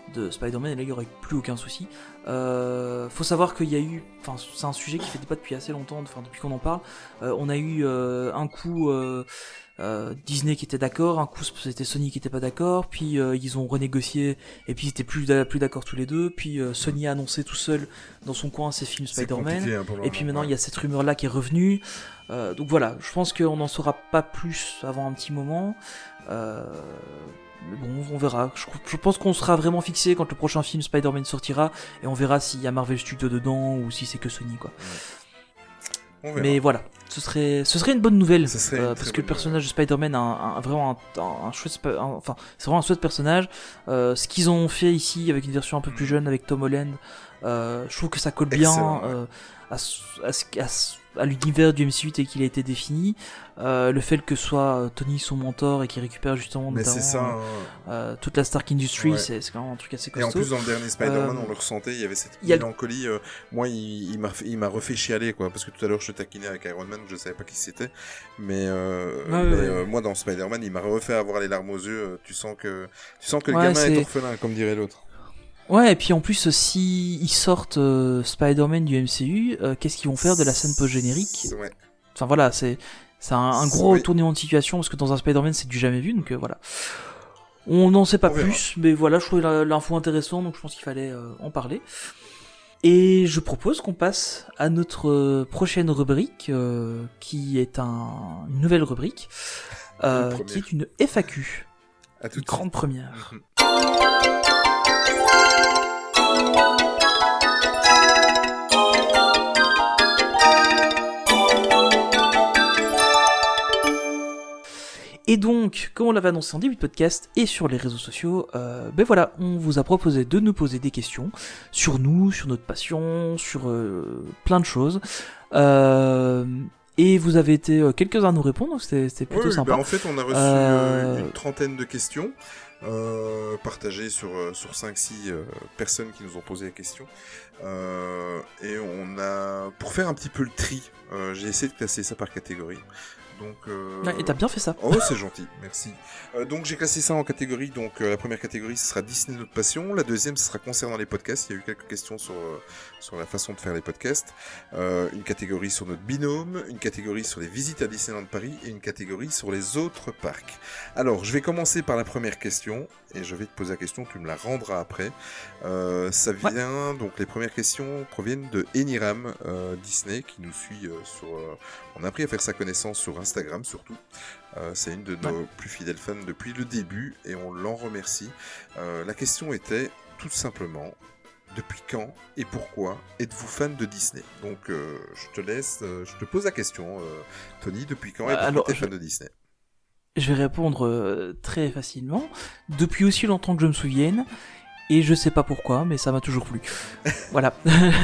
de Spider-Man, et là il n'y aurait plus aucun souci. Euh, faut savoir qu'il y a eu, enfin c'est un sujet qui fait débat depuis assez longtemps, enfin depuis qu'on en parle. Euh, on a eu euh, un coup euh, euh, Disney qui était d'accord, un coup c'était Sony qui était pas d'accord, puis euh, ils ont renégocié et puis ils étaient plus plus d'accord tous les deux. Puis euh, Sony a annoncé tout seul dans son coin ses films Spider-Man. Hein, et puis maintenant il y a cette rumeur là qui est revenue. Euh, donc voilà, je pense qu'on n'en saura pas plus avant un petit moment. Euh, mais bon, on verra. Je, je pense qu'on sera vraiment fixé quand le prochain film Spider-Man sortira, et on verra s'il y a Marvel Studios dedans ou si c'est que Sony, quoi. On verra. Mais voilà, ce serait, ce serait une bonne nouvelle, Ce serait euh, une parce très que le bonne personnage de Spider-Man a un, un- vraiment un, un, un chouette, spa- un- enfin, c'est vraiment un chouette personnage. Euh, ce qu'ils ont fait ici avec une version un peu plus jeune avec Tom Holland, euh, je trouve que ça colle bien Excellent, ouais. euh, à, ce- à, ce- à ce- à l'univers du M C U tel qu'il a été défini. Euh, le fait que ce soit euh, Tony son mentor et qu'il récupère justement Mais notamment c'est ça. euh, hein. euh, toute la Stark Industry, Ouais. c'est, c'est quand même un truc assez Et en costaud. plus, dans le dernier Spider-Man, Euh, on le ressentait, il y avait cette il y a- mélancolie. euh, moi, il, il m'a refait, il m'a refait chialer, quoi. Parce que tout à l'heure, je te taquinais avec Iron Man, je savais pas qui c'était. Mais, euh, Ouais, ouais, mais, ouais. euh, moi, dans Spider-Man, il m'a refait avoir les larmes aux yeux. euh, Tu sens que, tu sens que le Ouais, gamin c'est- est orphelin, comme dirait l'autre. Ouais, et puis en plus, euh, si ils sortent euh, Spider-Man du M C U, euh, qu'est-ce qu'ils vont faire de la scène post-générique ? Ouais. Enfin voilà, c'est, c'est un, un gros Oui. retournement de situation, parce que dans un Spider-Man, c'est du jamais vu, donc euh, voilà. On n'en sait pas On verra. plus, mais voilà, je trouvais la- l'info intéressante, donc je pense qu'il fallait euh, en parler. Et je propose qu'on passe à notre euh, prochaine rubrique, euh, qui est un, une nouvelle rubrique, euh, Une première. qui est une F A Q, À tout une de grande suite. première. Mhm. Et donc, comme on l'avait annoncé en début de podcast et sur les réseaux sociaux, euh, ben voilà, on vous a proposé de nous poser des questions sur nous, sur notre passion, sur euh, plein de choses. Euh, et vous avez été euh, quelques-uns à nous répondre, donc c'était, c'était plutôt Oui, oui, sympa. bah, en fait, on a reçu Euh, euh, une trentaine de questions euh, partagées sur, euh, sur cinq six euh, personnes qui nous ont posé la question. Euh, et on a, pour faire un petit peu le tri, euh, j'ai essayé de classer ça par catégorie. Donc, euh, Ouais, et t'as bien fait ça. Oh, c'est gentil, merci. Euh, donc j'ai classé ça en catégories. Donc euh, la première catégorie, ce sera Disney notre passion. La deuxième, ce sera concernant les podcasts. Il y a eu quelques questions sur euh, sur la façon de faire les podcasts. Euh, une catégorie sur notre binôme, une catégorie sur les visites à Disneyland Paris et une catégorie sur les autres parcs. Alors, je vais commencer par la première question et je vais te poser la question. Tu me la rendras après. Euh, ça vient donc les premières questions proviennent de Eniram euh, Disney qui nous suit euh, sur. Euh, on a appris à faire sa connaissance sur Instagram surtout. Euh, c'est une de nos Ouais. plus fidèles fans depuis le début et on l'en remercie. Euh, la question était tout simplement depuis quand et pourquoi êtes-vous fan de Disney ? Donc euh, je te laisse, euh, je te pose la question, euh, Tony, depuis quand et pourquoi Alors, t'es je- fan de Disney ? Je vais répondre euh, très facilement. Depuis aussi longtemps que je me souvienne, et je sais pas pourquoi, mais ça m'a toujours plu. Voilà.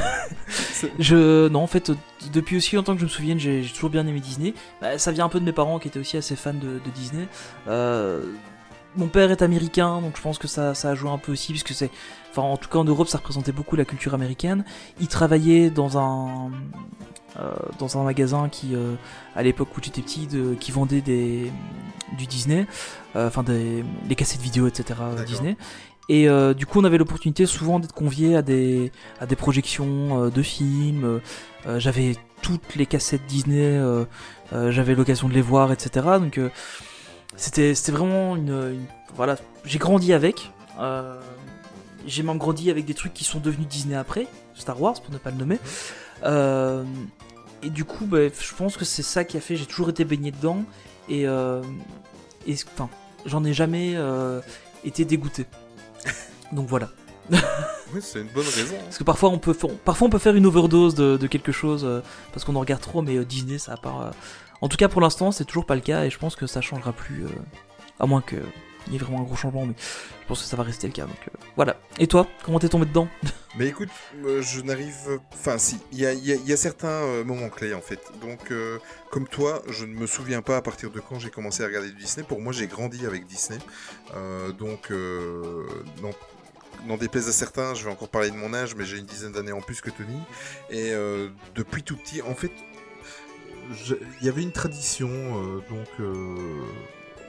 je, non, en fait, euh, depuis aussi longtemps que je me souvienne, j'ai, j'ai toujours bien aimé Disney. Bah, ça vient un peu de mes parents qui étaient aussi assez fans de, de Disney. Euh, mon père est américain, donc je pense que ça, ça a joué un peu aussi, puisque c'est, enfin, en tout cas en Europe, ça représentait beaucoup la culture américaine. Il travaillait dans un, euh, dans un magasin qui, euh, à l'époque où j'étais petit, de, qui vendait des, du Disney, euh, enfin des, les cassettes vidéo, et cetera. euh, D'accord. Disney. Et euh, du coup, on avait l'opportunité souvent d'être conviés à des, à des projections euh, de films. Euh, euh, j'avais toutes les cassettes Disney, euh, euh, j'avais l'occasion de les voir, et cetera. Donc, euh, c'était, c'était vraiment une, une- voilà, j'ai grandi avec. Euh, j'ai même grandi avec des trucs qui sont devenus Disney après, Star Wars pour ne pas le nommer. Euh, et du coup, bah, je pense que c'est ça qui a fait. J'ai toujours été baigné dedans et, euh, et enfin, j'en ai jamais euh, été dégoûté. Donc voilà. Oui, c'est une bonne raison. Parce que parfois on peut, fa- parfois on peut faire une overdose de, de quelque chose euh, parce qu'on en regarde trop, mais euh, Disney, ça a pas. euh, En tout cas, pour l'instant, c'est toujours pas le cas et je pense que ça changera plus, euh, à moins que il y ait vraiment un gros changement, mais je pense que ça va rester le cas. Donc euh, voilà. Et toi, comment t'es tombé dedans ? Mais écoute, euh, je n'arrive... Enfin si, il y a, il y a- il y a certains euh, moments clés en fait. Donc euh, comme toi, je ne me souviens pas à partir de quand j'ai commencé à regarder du Disney. Pour moi, j'ai grandi avec Disney. Euh, donc euh, non, n'en déplaise à certains, je vais encore parler de mon âge, mais j'ai une dizaine d'années en plus que Tony. Et euh, depuis tout petit, en fait, je- il y avait une tradition, euh, donc... euh, pour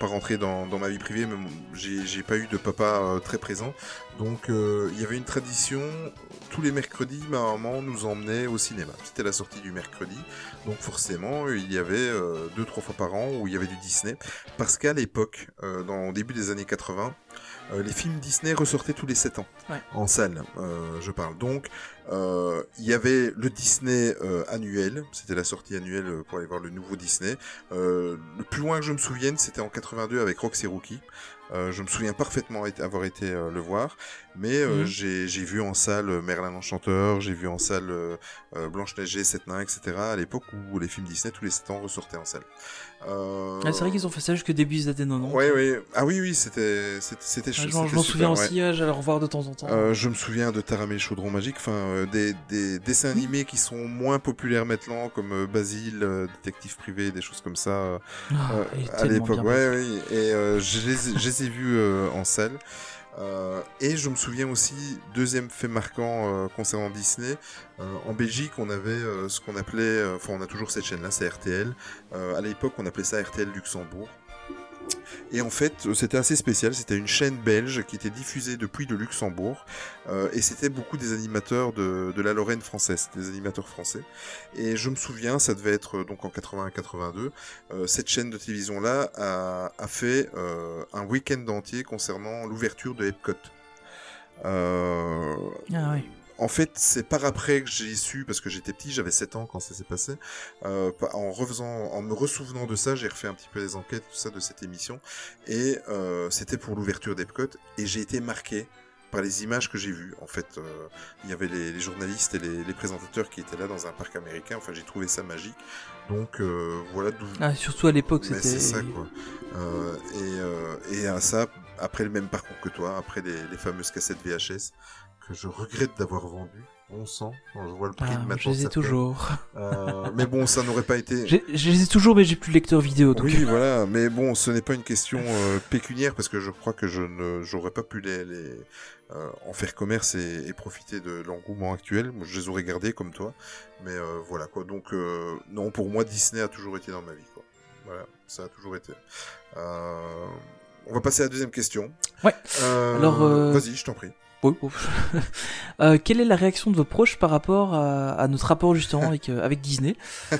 pas rentrer dans, dans ma vie privée, mais j'ai, j'ai pas eu de papa euh, très présent. Donc euh, il y avait une tradition, tous les mercredis, ma maman nous emmenait au cinéma. C'était la sortie du mercredi, donc forcément il y avait euh, deux trois fois par an où il y avait du Disney, parce qu'à l'époque, euh, dans au début des années quatre-vingts, euh, les films Disney ressortaient tous les sept ans, Ouais. en salle, euh, je parle. Donc euh, il y avait le Disney euh, annuel, c'était la sortie annuelle pour aller voir le nouveau Disney. Euh, le plus loin que je me souvienne, c'était en quatre-vingt-deux avec Rox et Rookie. Euh, je me souviens parfaitement avoir été euh, le voir, mais euh, Mhm. j'ai, j'ai vu en salle euh, Merlin l'Enchanteur, j'ai vu en salle euh, euh, Blanche-Neige et Sept Nains, et cetera, à l'époque où les films Disney, tous les sept ans, ressortaient en salle. Euh... Ah, c'est vrai qu'ils ont fait ça jusque début des années quatre-vingt-dix. Ouais, ouais. Ah oui, oui, c'était, c'était, c'était, Ah, c'était je m'en- je m'en super, souviens ouais. aussi, euh, j'allais le revoir de temps en temps. Euh, je me souviens de Taram et le Chaudron Magique, enfin euh, des, des dessins Oui. animés qui sont moins populaires maintenant, comme euh, Basile, euh, Détective Privé, des choses comme ça. euh, Ah, euh, il est à tellement l'époque, bien ouais, oui. Et euh, je les ai- je les ai vus euh, en salle. Euh, et je me souviens aussi, deuxième fait marquant euh, concernant Disney, euh, en Belgique, on avait euh, ce qu'on appelait, euh, enfin, on a toujours cette chaîne-là, c'est R T L. Euh, à l'époque, on appelait ça R T L Luxembourg. Et en fait, euh, c'était assez spécial. C'était une chaîne belge qui était diffusée depuis le Luxembourg. Euh, et c'était beaucoup des animateurs de, de la Lorraine française, des animateurs français. Et je me souviens, ça devait être euh, donc en quatre-vingt-un quatre-vingt-deux, euh, cette chaîne de télévision-là a, a fait euh, un week-end entier concernant l'ouverture de Epcot. Euh, Ah oui. En fait, c'est par après que j'ai su, parce que j'étais petit, j'avais sept ans quand ça s'est passé. Euh, en refaisant, en me ressouvenant de ça, j'ai refait un petit peu les enquêtes, tout ça, de cette émission. Et euh, c'était pour l'ouverture d'Epcot. Et j'ai été marqué par les images que j'ai vues. En fait, euh, il y avait les, les journalistes et les, les présentateurs qui étaient là dans un parc américain. Enfin, j'ai trouvé ça magique. Donc, euh, voilà d'où... Ah, surtout à l'époque, Mais c'était. c'est ça, quoi. Euh, et, euh, et à ça, après le même parcours que toi, après les, les fameuses cassettes V H S, que je regrette d'avoir vendues, bon sang, quand je vois le prix Ah, de maintenant. je les ai ça fait. toujours. Euh, mais bon, ça n'aurait pas été... J'ai- Je les ai toujours, mais j'ai plus de lecteur vidéo. Donc... Oui, voilà, mais bon, ce n'est pas une question euh, pécuniaire, parce que je crois que je ne, j'aurais pas pu les, les euh, en faire commerce et, et profiter de l'engouement actuel. Moi, je les aurais gardés comme toi, mais euh, voilà, quoi. Donc, euh, non, pour moi, Disney a toujours été dans ma vie, quoi. Voilà, ça a toujours été. Euh, on va passer à la deuxième question. Ouais. Euh, Alors, euh, Vas-y, je t'en prie. Oui, bon. Euh, quelle est la réaction de vos proches par rapport à, à notre rapport justement avec, euh, avec Disney?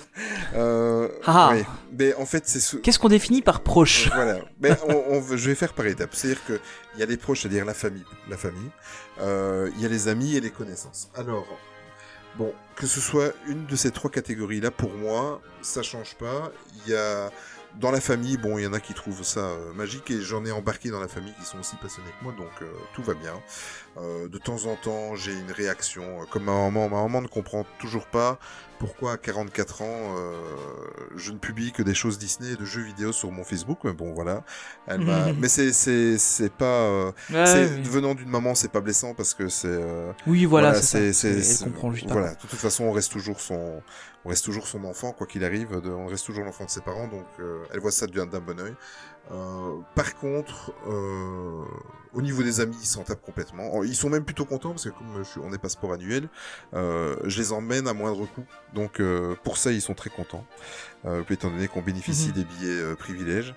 Euh, Ah. oui. Mais en fait, c'est ce... Qu'est-ce qu'on définit par proche? Voilà. Mais on, on, je vais faire par étapes. C'est-à-dire que il y a les proches, c'est-à-dire la famille, la famille. Euh, il y a les amis et les connaissances. Alors, bon, que ce soit une de ces trois catégories-là, pour moi, ça change pas. Il y a dans la famille, bon, il y en a qui trouvent ça euh, magique, et j'en ai embarqué dans la famille qui sont aussi passionnés que moi, donc euh, tout va bien. Euh, de temps en temps, j'ai une réaction, euh, comme ma maman. Ma maman ne comprend toujours pas pourquoi à quarante-quatre ans, euh, je ne publie que des choses Disney et de jeux vidéo sur mon Facebook. Mais bon, voilà. Elle m'a... Mais c'est, c'est, c'est pas... euh, Ouais, c'est, oui. venant d'une maman, c'est pas blessant, parce que c'est... euh, Oui, voilà, voilà, c'est, c'est, ça. c'est, Elle c'est- comprend juste voilà, après. de toute façon, on reste toujours son, on reste toujours son enfant, quoi qu'il arrive. De, on reste toujours l'enfant de ses parents, donc euh, elle voit ça d'un, d'un bon oeil. Euh, par contre, euh, au niveau des amis, ils s'en tapent complètement. Ils sont même plutôt contents parce que comme je suis, on est pas sport annuel, euh, je les emmène à moindre coût. Donc euh, pour ça, ils sont très contents. Euh, étant donné qu'on bénéficie Mhm. des billets euh, privilèges.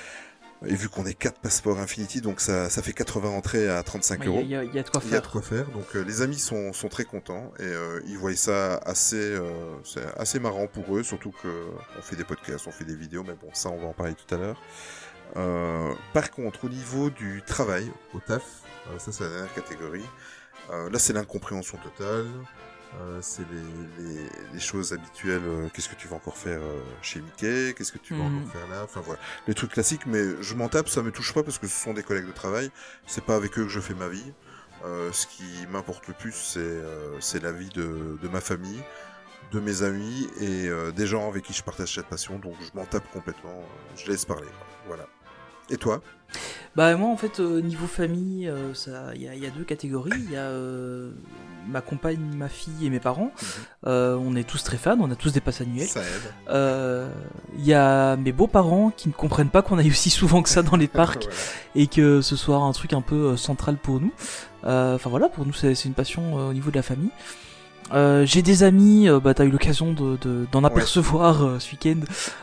Et vu qu'on est quatre passeports Infinity, donc ça, ça fait quatre-vingts entrées à trente-cinq Ouais, euros. Il y, a- il y a de quoi Il y a de faire. quoi faire, donc euh, les amis sont, sont très contents et euh, ils voient ça assez, euh, c'est assez marrant pour eux, surtout que on fait des podcasts, on fait des vidéos, mais bon, ça on va en parler tout à l'heure. Euh, par contre, au niveau du travail, au taf, euh, ça c'est la dernière catégorie, euh, là c'est l'incompréhension totale, euh, c'est les, les, les choses habituelles, euh, qu'est-ce que tu vas encore faire euh, chez Mickey, qu'est-ce que tu vas Mhm. encore faire là, enfin voilà, les trucs classiques, mais je m'en tape, ça me touche pas parce que ce sont des collègues de travail, c'est pas avec eux que je fais ma vie. Euh, ce qui m'importe le plus, c'est euh, c'est la vie de, de ma famille, de mes amis et euh, des gens avec qui je partage cette passion. Donc je m'en tape complètement, euh, je laisse parler. quoi. Voilà. Et toi? Bah moi en fait euh, niveau famille, euh, ça, il y, a- il y a deux catégories. Il y a euh, ma compagne, ma fille et mes parents. Euh, on est tous très fans, on a tous des passes annuelles. Ça aide. Euh, Il y a mes beaux-parents qui ne comprennent pas qu'on aille aussi souvent que ça dans les parcs Voilà. et que ce soit un truc un peu euh, central pour nous. Euh, Enfin voilà, pour nous c'est c'est une passion euh, au niveau de la famille. Euh, j'ai des amis, euh, bah t'as eu l'occasion de, de, d'en apercevoir euh, ce week-end,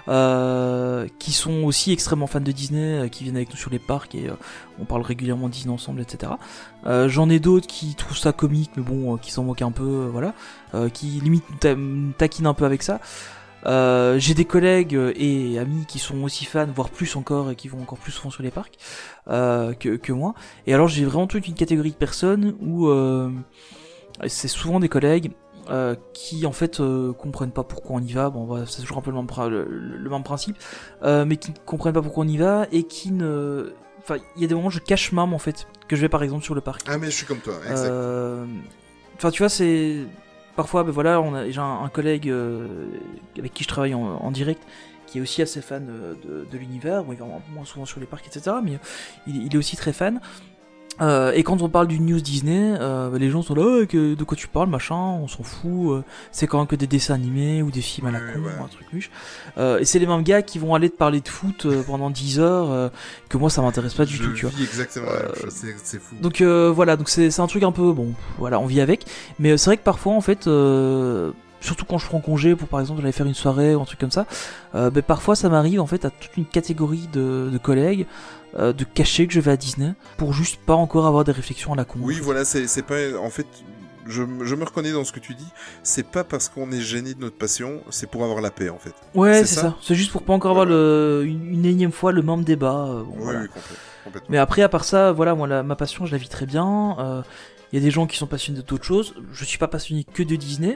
euh, qui sont aussi extrêmement fans de Disney, euh, qui viennent avec nous sur les parcs et euh, on parle régulièrement de Disney ensemble, et cetera. Euh, j'en ai d'autres qui trouvent ça comique, mais bon, euh, qui s'en moquent un peu, euh, voilà, euh, qui limite ta- taquinent un peu avec ça. Euh, j'ai des collègues et amis qui sont aussi fans, voire plus encore, et qui vont encore plus souvent sur les parcs euh, que, que moi. Et alors j'ai vraiment toute une catégorie de personnes où euh, c'est souvent des collègues euh, qui en fait euh, comprennent pas pourquoi on y va. Bon, voilà, c'est toujours un peu le même, pra- le, le même principe, euh, mais qui comprennent pas pourquoi on y va et qui ne. Enfin, il y a des moments où je cache même en fait que je vais par exemple sur le parc. Ah, mais je suis comme toi, exact. Euh, Enfin, tu vois, c'est parfois, ben voilà, on a j'ai un, un collègue euh, avec qui je travaille en, en direct, qui est aussi assez fan de, de, de l'univers. Bon, il va moins souvent sur les parcs, et cetera. Mais il, il est aussi très fan. Euh, et quand on parle du news Disney, euh, les gens sont là, oh, que, de quoi tu parles, machin, on s'en fout, euh, c'est quand même que des dessins animés ou des films à la Ouais, con, ouais. un truc muche. Euh, et c'est les mêmes gars qui vont aller te parler de foot euh, pendant dix heures, euh, que moi ça m'intéresse pas du je tout, tu vois. vis exactement la même Euh, chose, c'est, c'est fou. Donc euh, voilà, donc c'est, c'est un truc un peu, bon, voilà, on vit avec. Mais euh, c'est vrai que parfois, en fait, euh, surtout quand je prends congé pour par exemple aller faire une soirée ou un truc comme ça, euh, ben, parfois ça m'arrive en fait à toute une catégorie de, de collègues euh, de cacher que je vais à Disney pour juste pas encore avoir des réflexions à la con. Oui, en fait. voilà, c'est, c'est pas. En fait, je, je me reconnais dans ce que tu dis. C'est pas parce qu'on est gêné de notre passion, c'est pour avoir la paix, en fait. Ouais, c'est c'est ça ça. C'est juste pour pas encore avoir le, une, une énième fois le même débat. euh, bon, Oui, voilà. oui, complètement. complètement. Mais après, à part ça, voilà, moi, la, ma passion, je la vis très bien. Euh, Il y a des gens qui sont passionnés d'autres choses. Je suis pas passionné que de Disney.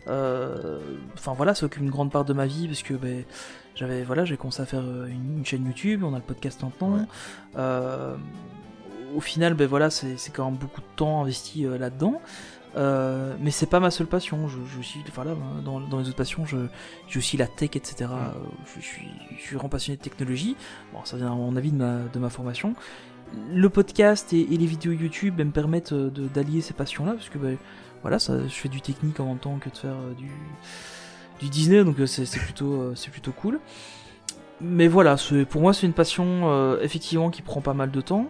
Euh, Enfin voilà, ça occupe une grande part de ma vie parce que ben, j'avais voilà, j'ai commencé à faire euh, une, une chaîne YouTube. On a le podcast maintenant. Ouais. Euh, au final, ben voilà, c'est c'est quand même beaucoup de temps investi euh, là-dedans. Euh, mais c'est pas ma seule passion. Je, je suis, enfin là, dans, dans les autres passions, je, j'ai aussi la tech, et cetera. Mm. Euh, Je, je suis, je suis vraiment passionné de technologie. Bon, ça vient à mon avis de ma, de ma formation. Le podcast et, et les vidéos YouTube ben, me permettent euh, de, d'allier ces passions-là, parce que ben, voilà, ça, je fais du technique en même temps que de faire euh, du, du Disney, donc euh, c'est, c'est plutôt, euh, c'est plutôt cool. Mais voilà, c'est, pour moi, c'est une passion euh, effectivement qui prend pas mal de temps.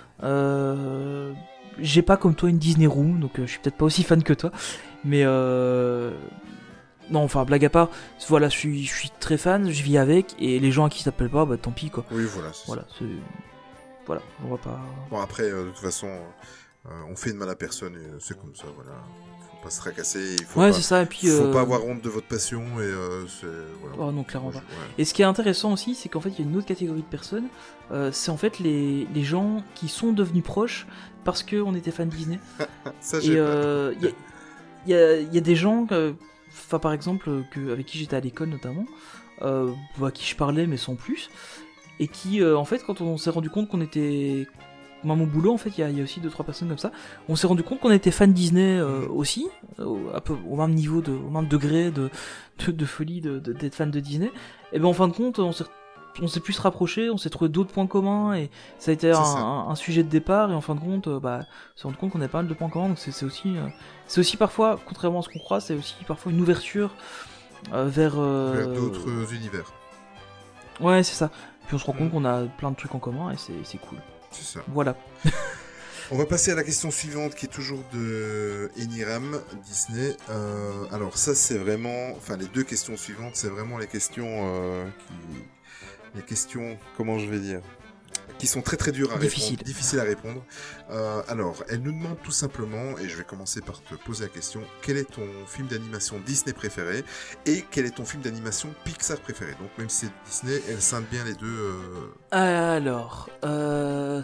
Euh, j'ai pas comme toi une Disney Room, donc euh, je suis peut-être pas aussi fan que toi, mais euh, non, enfin blague à part, voilà, je suis, je suis très fan, je vis avec, et les gens à qui ça t'appellent pas, bah tant pis quoi. Oui, voilà. C'est Voilà, c'est, voilà, on va pas. Bon, après, euh, de toute façon, euh, on fait de mal à personne, et euh, c'est comme ça, voilà. Faut pas se tracasser, il faut, Ouais, pas, c'est ça, et puis. faut euh, pas avoir honte de votre passion, et euh, c'est. Voilà. Oh non, clairement Moi, pas. je- ouais. Et ce qui est intéressant aussi, c'est qu'en fait, il y a une autre catégorie de personnes, euh, c'est en fait les, les gens qui sont devenus proches parce qu'on était fan Disney. Ça, j'ai Et pas. euh, il y, a, y a- y a des gens, euh, enfin par exemple, que, avec qui j'étais à l'école notamment, euh, à qui je parlais mais sans plus, et qui, euh, en fait, quand on s'est rendu compte qu'on était... Moi, mon boulot, en fait, il y, a- y a aussi deux trois personnes comme ça. On s'est rendu compte qu'on était fan Disney euh, aussi, euh, au, un peu, au même niveau, de, au même degré de, de, de folie de, de- d'être fan de Disney. Et ben en fin de compte, on s'est, on s'est plus rapprochés, on s'est trouvé d'autres points communs, et ça a été un, C'est ça. un- un sujet de départ. Et en fin de compte, euh, bah, on s'est rendu compte qu'on avait pas mal de points communs. Donc c'est, c'est aussi, euh, c'est aussi parfois, contrairement à ce qu'on croit, c'est aussi parfois une ouverture euh, vers, euh, Vers d'autres univers. Ouais, c'est ça. Puis on se rend compte Mm. qu'on a plein de trucs en commun et c'est, c'est cool. C'est ça. Voilà. On va passer à la question suivante qui est toujours de Eniram Disney. Euh, alors ça c'est vraiment, enfin les deux questions suivantes c'est vraiment les questions euh, qui, les questions, comment je vais dire, qui sont très très dures à Difficile. répondre, difficiles à répondre. Euh, alors elle nous demande tout simplement, et je vais commencer par te poser la question, quel est ton film d'animation Disney préféré et quel est ton film d'animation Pixar préféré. Donc même si c'est Disney, elle scinde bien les deux. Euh... Alors, euh...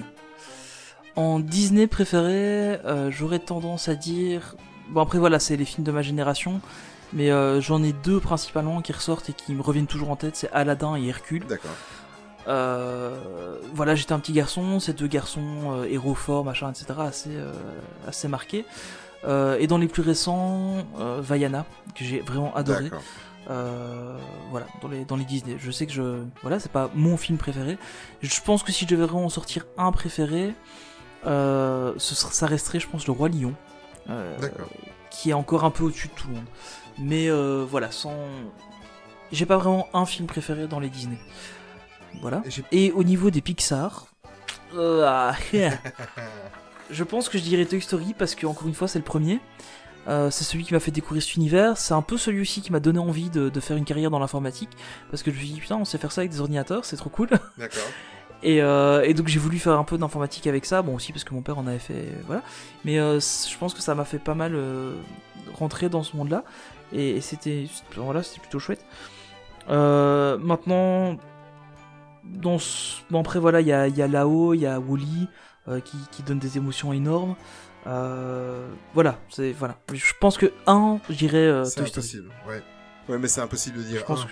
en Disney préféré, euh, j'aurais tendance à dire... Bon après voilà, c'est les films de ma génération, mais euh, j'en ai deux principalement qui ressortent et qui me reviennent toujours en tête, c'est Aladdin et Hercule. D'accord. Euh, voilà, j'étais un petit garçon, ces deux garçons euh, héros forts, machin, et cetera, assez, euh, assez marqués. Euh, et dans les plus récents, euh, Vaiana, que j'ai vraiment adoré. D'accord. Euh, voilà, dans les, dans les Disney. Je sais que je. Voilà, c'est pas mon film préféré. Je pense que si je devais vraiment en sortir un préféré, euh, ce sera- ça resterait, je pense, Le Roi Lion. Euh, D'accord. qui est encore un peu au-dessus de tout le monde. Mais euh, voilà, sans. J'ai pas vraiment un film préféré dans les Disney. Voilà. Et j'ai- Et au niveau des Pixar, euh, ah, je pense que je dirais Toy Story parce que encore une fois c'est le premier. Euh, c'est celui qui m'a fait découvrir cet univers. C'est un peu celui aussi qui m'a donné envie de, de faire une carrière dans l'informatique. Parce que je me suis dit, putain, on sait faire ça avec des ordinateurs, c'est trop cool. D'accord. Et, euh, et donc j'ai voulu faire un peu d'informatique avec ça. Bon, aussi parce que mon père en avait fait. euh, Voilà. Mais euh, c- je pense que ça m'a fait pas mal euh, rentrer dans ce monde-là. Et, et c'était. Voilà, c'était plutôt chouette. Euh, maintenant. Dans ce- Bon, après, voilà, il y a, il y a Lao, il y a Wall-E euh, qui, qui donne des émotions énormes. Euh, voilà, c'est voilà. Je pense que un, je dirais euh, C'est Toy Story. impossible, ouais. Ouais, mais c'est impossible de dire Je pense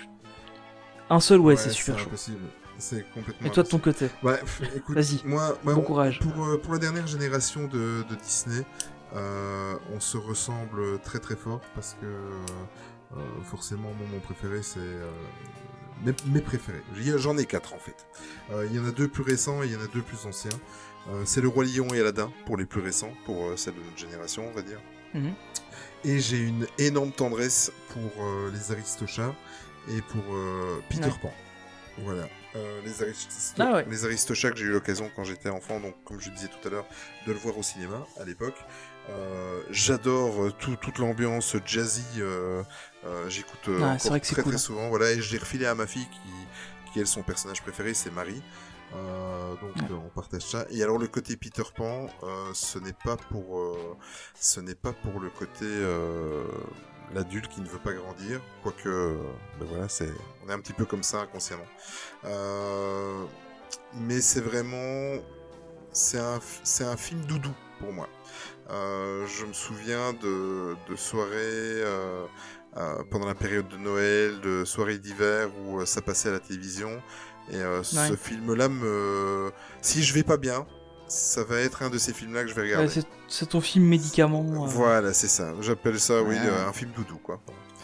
un. que un seul, ouais, c'est super c'est chaud. impossible. C'est complètement Et toi de ton impossible. côté, Ouais, pff, écoute, Vas-y, moi, moi, bon on- courage. Pour, euh, pour la dernière génération de, de Disney, euh, on se ressemble très très fort parce que euh, forcément, mon, mon préféré, c'est euh, mes, mes préférés. J'y- J'en ai quatre en fait. Euh, Il y en a deux plus récents et il y en a deux plus anciens. Euh, c'est le Roi Lion et Aladdin pour les plus récents, pour euh, celle de notre génération, on va dire. Mhm. Et j'ai une énorme tendresse pour euh, les Aristochats et pour euh, Peter Ouais. Pan. Voilà. Euh, les, Aristo- Ah ouais. les Aristochats que j'ai eu l'occasion quand j'étais enfant, donc comme je disais tout à l'heure, de le voir au cinéma à l'époque. Euh, J'adore euh, tout- toute l'ambiance jazzy. Euh, euh, J'écoute euh, Ouais, encore c'est vrai que c'est très cool, très hein. souvent. Voilà, et je l'ai refilé à ma fille qui, qui elle, son personnage préféré, c'est Marie. Euh, donc Ouais. euh, on partage ça. Et alors le côté Peter Pan, euh, ce n'est pas pour, euh, ce n'est pas pour le côté euh, l'adulte qui ne veut pas grandir, quoique, euh, ben voilà, c'est, on est un petit peu comme ça inconsciemment. Euh, mais c'est vraiment, c'est un, c'est un film doudou pour moi. Euh, je me souviens de, de soirées euh, euh, pendant la période de Noël, de soirées d'hiver où euh, ça passait à la télévision. Et euh, ce Ouais. film-là, me... si je vais pas bien, ça va être un de ces films-là que je vais regarder. Ouais, c'est, c'est ton film médicament. euh. Voilà, c'est ça. J'appelle ça, oui, Ouais. euh, un film doudou, quoi.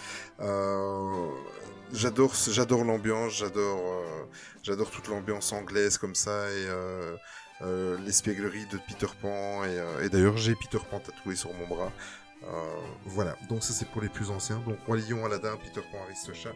Euh, j'adore, ce- j'adore l'ambiance, j'adore, euh, j'adore toute l'ambiance anglaise comme ça et euh, euh, l'espièglerie de Peter Pan. Et, euh, et d'ailleurs, j'ai Peter Pan tatoué sur mon bras. Euh, voilà. Donc ça, c'est pour les plus anciens. Donc Roi Lion, Aladdin, Peter Pan, Aristochats.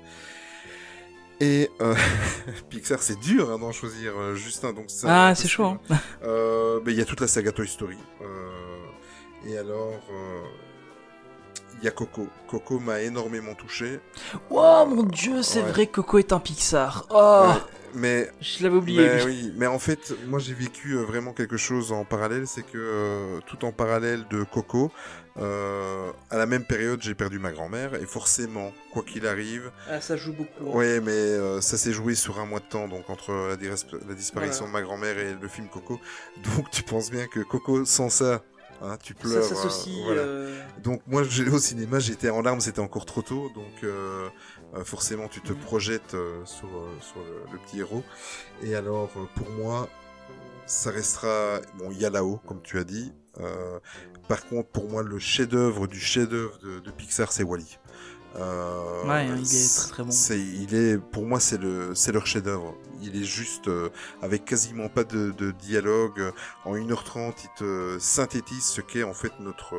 Et euh, Pixar, c'est dur hein, d'en choisir euh, juste un. Donc ça, Ah, impossible. c'est chaud, hein. Euh, mais il y a toute la saga Toy Story. Euh, et alors, euh, il y a Coco. Coco m'a énormément touché. Oh mon dieu, c'est Ouais. vrai que Coco est un Pixar. Oh, Ouais, mais je l'avais oublié. mais lui. oui, mais en fait, moi j'ai vécu euh, vraiment quelque chose en parallèle, c'est que euh, tout en parallèle de Coco, euh, à la même période, j'ai perdu ma grand-mère et forcément, quoi qu'il arrive, Ah, ça joue beaucoup. hein. ouais, mais euh, ça s'est joué sur un mois de temps, donc entre la, dis- la disparition Voilà. de ma grand-mère et le film Coco, donc tu penses bien que Coco sans ça, hein, tu Ça pleures. s'associe. euh, voilà. euh, Donc moi j'allais au cinéma, j'étais en larmes, c'était encore trop tôt, donc euh, euh, forcément tu te Mhm. projettes euh, sur, euh, sur le, le petit héros. Et alors euh, pour moi, ça restera... Bon, il y a là-haut, comme tu as dit. Euh, par contre, pour moi, le chef-d'œuvre du chef-d'œuvre de, de Pixar, c'est Wall-E. Euh, Ouais, hein, il est très, très bon. c'est- il est, pour moi, c'est le, c'est leur chef-d'œuvre. Il est juste euh, avec quasiment pas de, de dialogue. En une heure trente, il te synthétise ce qu'est en fait notre,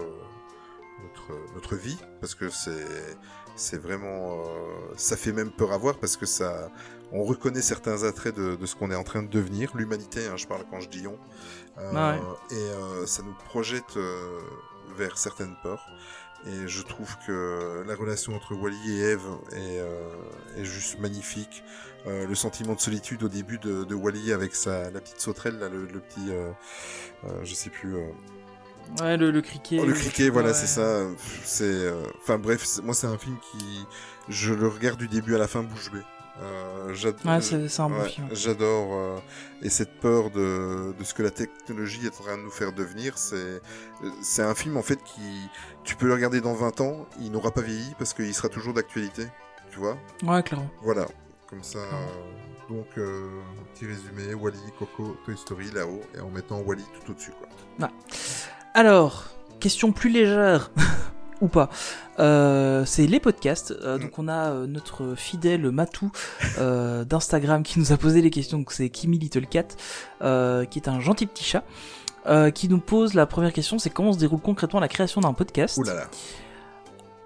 notre, notre vie, parce que c'est, c'est vraiment, euh, ça fait même peur à voir parce que ça, on reconnaît certains attraits de, de ce qu'on est en train de devenir, l'humanité. Hein, je parle quand je dis on, Euh, Ah ouais. et euh, ça nous projette euh, vers certaines peurs. Et je trouve que la relation entre Wall-E et Eve est, euh, est juste magnifique. Euh, le sentiment de solitude au début de, de Wall-E avec sa, la petite sauterelle, là, le, le petit, euh, euh, je sais plus. Euh... Ouais, le, le criquet. Oh, le criquet, voilà, ouais. c'est ça. C'est, enfin euh... bref, c'est... moi c'est un film qui, je le regarde du début à la fin bouche bée. Euh, j'adore, Ouais, c'est, c'est un bon ouais, film. j'adore euh, et cette peur de, de ce que la technologie est en train de nous faire devenir, c'est c'est un film en fait qui, tu peux le regarder dans vingt ans, il n'aura pas vieilli parce qu'il sera toujours d'actualité, tu vois. Ouais, clairement. Voilà, comme ça. Euh, donc euh, petit résumé, Wall-E, Coco, Toy Story là-haut et en mettant Wall-E tout au-dessus quoi. Ouais. Alors, question plus légère. Ou pas. Euh, c'est les podcasts. Euh, Mm. donc on a euh, notre fidèle Matou euh, d'Instagram qui nous a posé les questions. Donc c'est Kimi Little Cat, euh, qui est un gentil petit chat, euh, qui nous pose la première question. C'est comment se déroule concrètement la création d'un podcast. Ouh là là.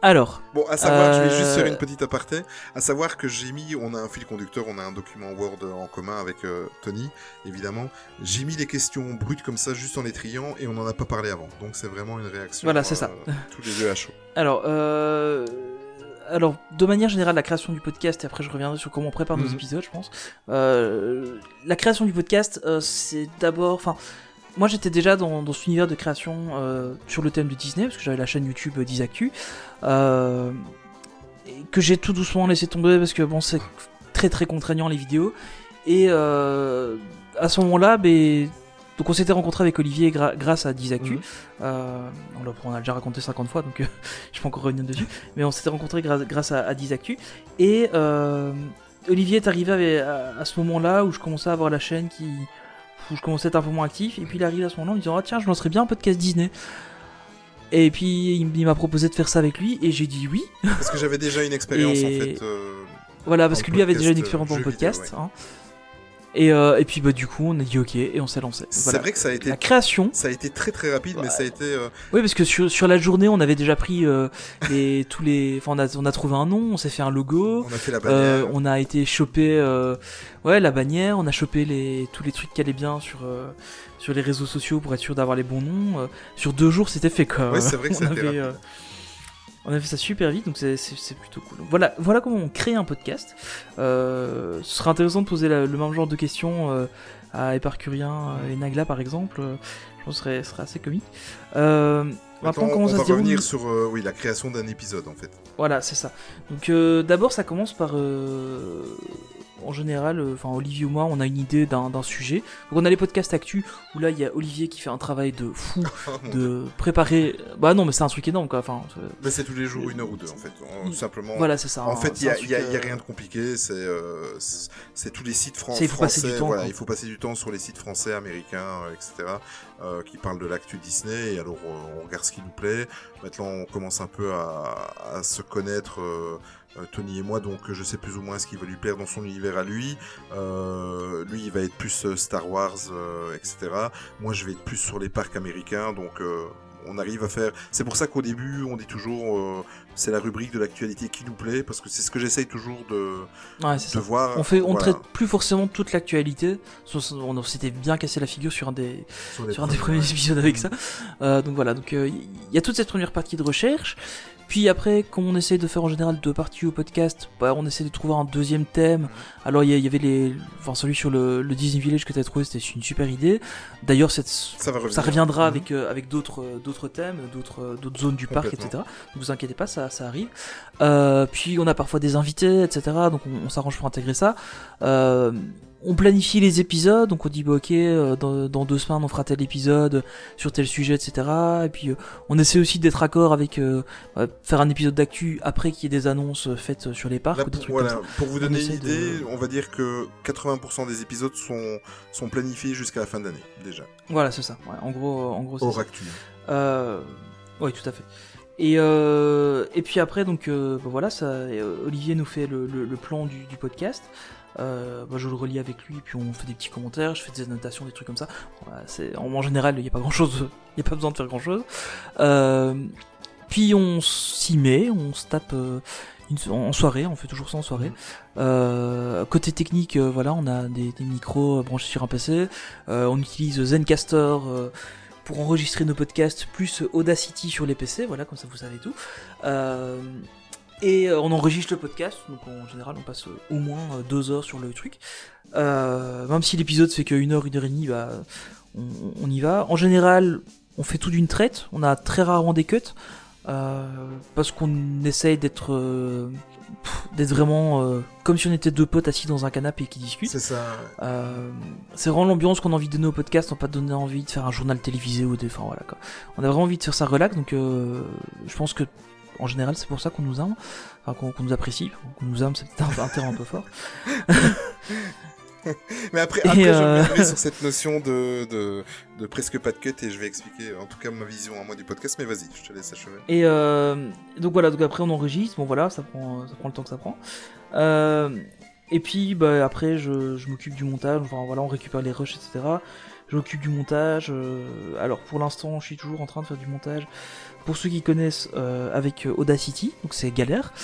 Alors, Bon, à savoir, je vais Euh, juste faire une petite aparté, à savoir que j'ai mis, on a un fil conducteur, on a un document Word en commun avec euh, Tony, évidemment. J'ai mis les questions brutes comme ça, juste en les triant, et on n'en a pas parlé avant. Donc c'est vraiment une réaction. Voilà, c'est ça. Tous les deux à chaud. alors, euh... alors, de manière générale, la création du podcast, et après je reviendrai sur comment on prépare nos Mhm. épisodes, je pense. Euh, la création du podcast, euh, c'est d'abord... Enfin, moi j'étais déjà dans, dans cet univers de création euh, sur le thème de Disney, parce que j'avais la chaîne YouTube euh, d'Isactu, euh, et que j'ai tout doucement laissé tomber, parce que bon, c'est très très contraignant les vidéos. Et euh, à ce moment-là, ben... donc on s'était rencontré avec Olivier gra- grâce à Disactu. Mhm. Euh, on, l'a, on a déjà raconté cinquante fois, donc euh, je peux encore revenir dessus. Mais on s'était rencontré gra- grâce à, à Disactu. Et euh, Olivier est arrivé avec- à, à ce moment-là où je commençais à avoir la chaîne qui, où je commençais à être un peu moins actif. Et puis il arrive à ce moment-là en me disant, ah tiens, je lancerais bien un podcast Disney. Et puis il, il m'a proposé de faire ça avec lui, et j'ai dit oui. Parce que j'avais déjà une expérience Et- en fait. euh, Voilà, parce Dans que le lui avait déjà une podcast, expérience dans euh, le jeux vidéo, podcast. ouais. hein. Et, euh, et puis bah du coup on a dit ok et on s'est lancé. C'est Voilà. vrai que ça a été, La création. ça a été très très rapide, mais Ouais. ça a été. euh, Oui, parce que sur, sur la journée, on avait déjà pris euh, les, tous les. Enfin, on a, on a trouvé un nom, on s'est fait un logo, on a fait la bannière. euh, on a été choper euh, ouais, la bannière, on a chopé les, tous les trucs qui allaient bien sur, euh, sur les réseaux sociaux pour être sûr d'avoir les bons noms. euh. Sur deux jours, c'était fait quoi. Ouais, c'est vrai que on ça a été avait, rapide. euh, on a fait ça super vite, donc c'est, c'est, c'est plutôt cool. Voilà, voilà comment on crée un podcast. Euh, ce serait intéressant de poser la- le même genre de questions euh, à Éparcurien euh, et Nagla par exemple. Euh, je pense que ce serait, ce serait assez comique. Euh, Maintenant, comment on ça va se déroule revenir sur euh, oui, la création d'un épisode en fait. Voilà, c'est ça. Donc euh, d'abord, ça commence par... euh, en général, euh, enfin Olivier ou moi, on a une idée d'un, d'un sujet. Donc on a les podcasts actu, où là, il y a Olivier qui fait un travail de fou Oh, mon Dieu. de préparer... Bah non, mais c'est un truc énorme, quoi. Enfin, c'est- Mais c'est tous les jours une heure ou deux en fait. En- Simplement. voilà, c'est ça. En hein, fait, il c'est n'y un a, truc, y a- y a euh, rien de compliqué, c'est euh, c'est- c'est tous les sites fran- C'est- il faut français, passer du temps, voilà, quoi. il faut passer du temps sur les sites français, américains, euh, et cetera, euh, qui parlent de l'actu Disney, et alors euh, on regarde ce qui nous plaît. Maintenant, on commence un peu à, à se connaître, euh, euh, Tony et moi, donc je sais plus ou moins ce qui va lui plaire dans son univers à lui. Euh, lui, il va être plus euh, Star Wars, euh, et cetera. Moi, je vais être plus sur les parcs américains, donc... euh, on arrive à faire. C'est pour ça qu'au début, on dit toujours, euh, c'est la rubrique de l'actualité qui nous plaît, parce que c'est ce que j'essaye toujours de, Ouais, c'est de ça. voir. On fait, on voilà, traite plus forcément toute l'actualité. On, on s'était bien cassé la figure sur un des, sur, les sur un des premiers épisodes avec ça. Euh, donc voilà, donc il euh, y, y a toute cette première partie de recherche. Puis après, comme on essaie de faire en général deux parties au podcast, bah, on essaie de trouver un deuxième thème. Alors il y, y avait les, enfin celui sur le, le Disney Village que tu as trouvé, c'était une super idée. D'ailleurs, cette, Ça va revenir. ça reviendra Mhm. avec euh, avec d'autres euh, d'autres thèmes, d'autres euh, d'autres zones du parc, et Complètement. cetera. Donc vous inquiétez pas, ça ça arrive. Euh, puis on a parfois des invités, et cetera. Donc on, on s'arrange pour intégrer ça. Euh, on planifie les épisodes, donc on dit bah ok, euh, dans, dans deux semaines on fera tel épisode sur tel sujet, et cetera. Et puis euh, on essaie aussi d'être raccord avec euh, euh, faire un épisode d'actu après qu'il y ait des annonces euh, faites sur les parcs Là, ou des pour, trucs voilà, comme ça. pour vous donner une essaie de- idée, on va dire que quatre-vingts pour cent des épisodes sont, sont planifiés jusqu'à la fin de l'année, déjà. Voilà, c'est ça. Ouais, en gros, en gros, c'est Hors ça. actu. Euh, oui, tout à fait. Et, euh, et puis après, donc, euh, bah voilà, ça, euh, Olivier nous fait le, le- le plan du, du podcast. Euh, bah, je le relis avec lui, puis on fait des petits commentaires, je fais des annotations, des trucs comme ça. Voilà, c'est, en, en général, il n'y a pas grand chose, il n'y a pas besoin de faire grand chose. Euh, puis on s'y met, on se tape euh, une, en soirée, on fait toujours ça en soirée. Euh, côté technique, euh, voilà, on a des, des micros euh, branchés sur un P C, euh, on utilise Zencastr euh, pour enregistrer nos podcasts, plus Audacity sur les P C, voilà, comme ça vous savez tout. Euh, et euh, on enregistre le podcast, donc en général on passe euh, au moins euh, deux heures sur le truc. Euh, même si l'épisode fait qu'une heure, une heure et demie, bah, on, on y va. En général, on fait tout d'une traite, on a très rarement des cuts, euh, parce qu'on essaye d'être, euh, pff, d'être vraiment euh, comme si on était deux potes assis dans un canapé qui discutent. C'est ça. Euh, c'est vraiment l'ambiance qu'on a envie de donner au podcast, on n'a pas donné envie de faire un journal télévisé ou des, enfin voilà quoi. On a vraiment envie de faire ça relax, donc euh, je pense que en général c'est pour ça qu'on nous aime, enfin qu'on, qu'on nous apprécie, qu'on nous aime, c'est peut-être un, un terme un peu fort. Mais après, Et après je euh, reviendrai sur cette notion de, de, de presque pas de cut et je vais expliquer en tout cas ma vision à moi du podcast. Mais vas-y, je te laisse achever. Et euh, donc voilà, donc après on enregistre, bon voilà, ça prend, ça prend le temps que ça prend. Euh, et puis bah, après je, je m'occupe du montage, enfin voilà, on récupère les rushs, et cetera. je m'occupe du montage. Euh, alors pour l'instant, je suis toujours en train de faire du montage. Pour ceux qui connaissent, euh, avec Audacity, donc c'est galère.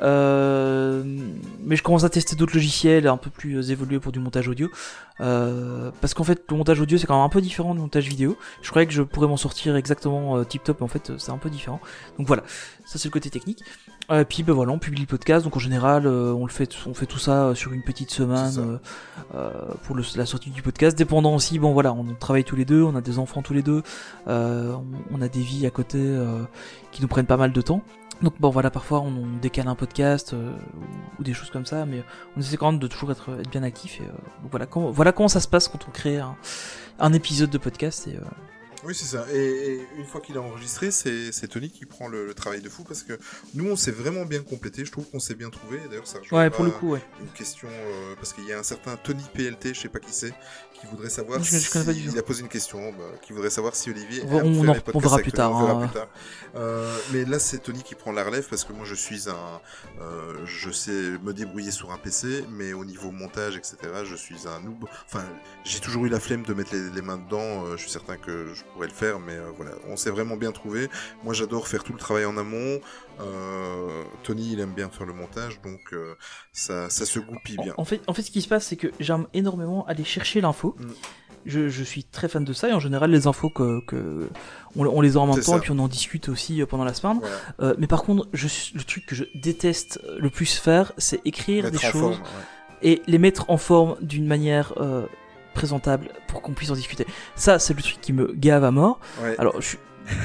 Euh, mais je commence à tester d'autres logiciels un peu plus évolués pour du montage audio. Euh, parce qu'en fait, le montage audio c'est quand même un peu différent du montage vidéo. Je croyais que je pourrais m'en sortir exactement euh, tip top, mais en fait, c'est un peu différent. Donc voilà, ça c'est le côté technique. Et euh, puis ben voilà, on publie le podcast. Donc en général, euh, on le fait, on fait tout ça sur une petite semaine euh, euh, pour le, la sortie du podcast. Dépendant aussi, bon voilà, on travaille tous les deux, on a des enfants tous les deux, euh, on, on a des vies à côté. Euh, qui nous prennent pas mal de temps. Donc bon voilà, parfois on, on décale un podcast euh, ou, ou des choses comme ça, mais on essaie quand même de toujours être, être bien actif. Et, euh, donc voilà, quand, voilà comment ça se passe quand on crée un, un épisode de podcast. Et, euh... Oui, c'est ça. Et, et une fois qu'il est enregistré, c'est, c'est Tony qui prend le, le travail de fou parce que nous, on s'est vraiment bien complété. Je trouve qu'on s'est bien trouvé. D'ailleurs, ça rejoint ouais, pour le coup, ouais. une question euh, parce qu'il y a un certain Tony P L T, je sais pas qui c'est, qui voudrait savoir. Je, je connais pas du tout. Il a posé une question, bah, qui voudrait savoir si Olivier. On, on, en, on verra plus tard. On verra hein. plus tard. Euh, mais là, c'est Tony qui prend la relève parce que moi, je suis un, euh, je sais me débrouiller sur un P C, mais au niveau montage, et cetera, je suis un noob. Enfin, j'ai toujours eu la flemme de mettre les, les mains dedans. Euh, je suis certain que je pourrais le faire, mais euh, voilà, on s'est vraiment bien trouvé. Moi, j'adore faire tout le travail en amont. Euh, Tony, il aime bien faire le montage, donc euh, ça, ça se goupille bien. En, en fait, en fait, ce qui se passe, c'est que j'aime énormément aller chercher l'info. Mm. Je, je suis très fan de ça, et en général, les infos que, que on, on les a en même c'est temps, ça. Et puis on en discute aussi pendant la semaine. Voilà. Euh, mais par contre, je, le truc que je déteste le plus faire, c'est écrire mettre des choses forme, ouais. Et les mettre en forme d'une manière euh, présentable pour qu'on puisse en discuter. Ça, c'est le truc qui me gave à mort. Ouais. Alors, je suis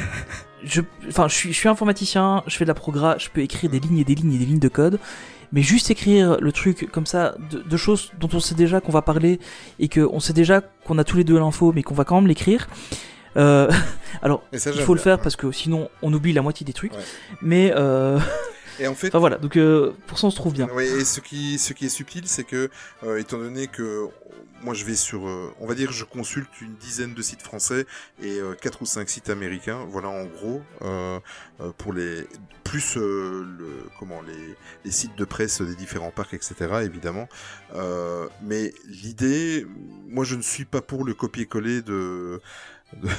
je, enfin, je suis, je suis informaticien, je fais de la progra, je peux écrire des lignes et des lignes et des lignes de code, mais juste écrire le truc comme ça, de, de choses dont on sait déjà qu'on va parler et qu'on sait déjà qu'on a tous les deux l'info, mais qu'on va quand même l'écrire. Euh, alors, ça, il faut le faire ouais. Parce que sinon on oublie la moitié des trucs, ouais. Mais euh... Et en fait, enfin voilà, donc euh, pour ça on se trouve bien. Oui, et ce qui, ce qui est subtil, c'est que, euh, étant donné que moi je vais sur, euh, on va dire, je consulte une dizaine de sites français et euh, quatre ou cinq sites américains, voilà en gros, euh, euh, pour les, plus euh, le, comment, les, les sites de presse des différents parcs, et cetera, évidemment. Euh, mais l'idée, moi je ne suis pas pour le copier-coller de... De,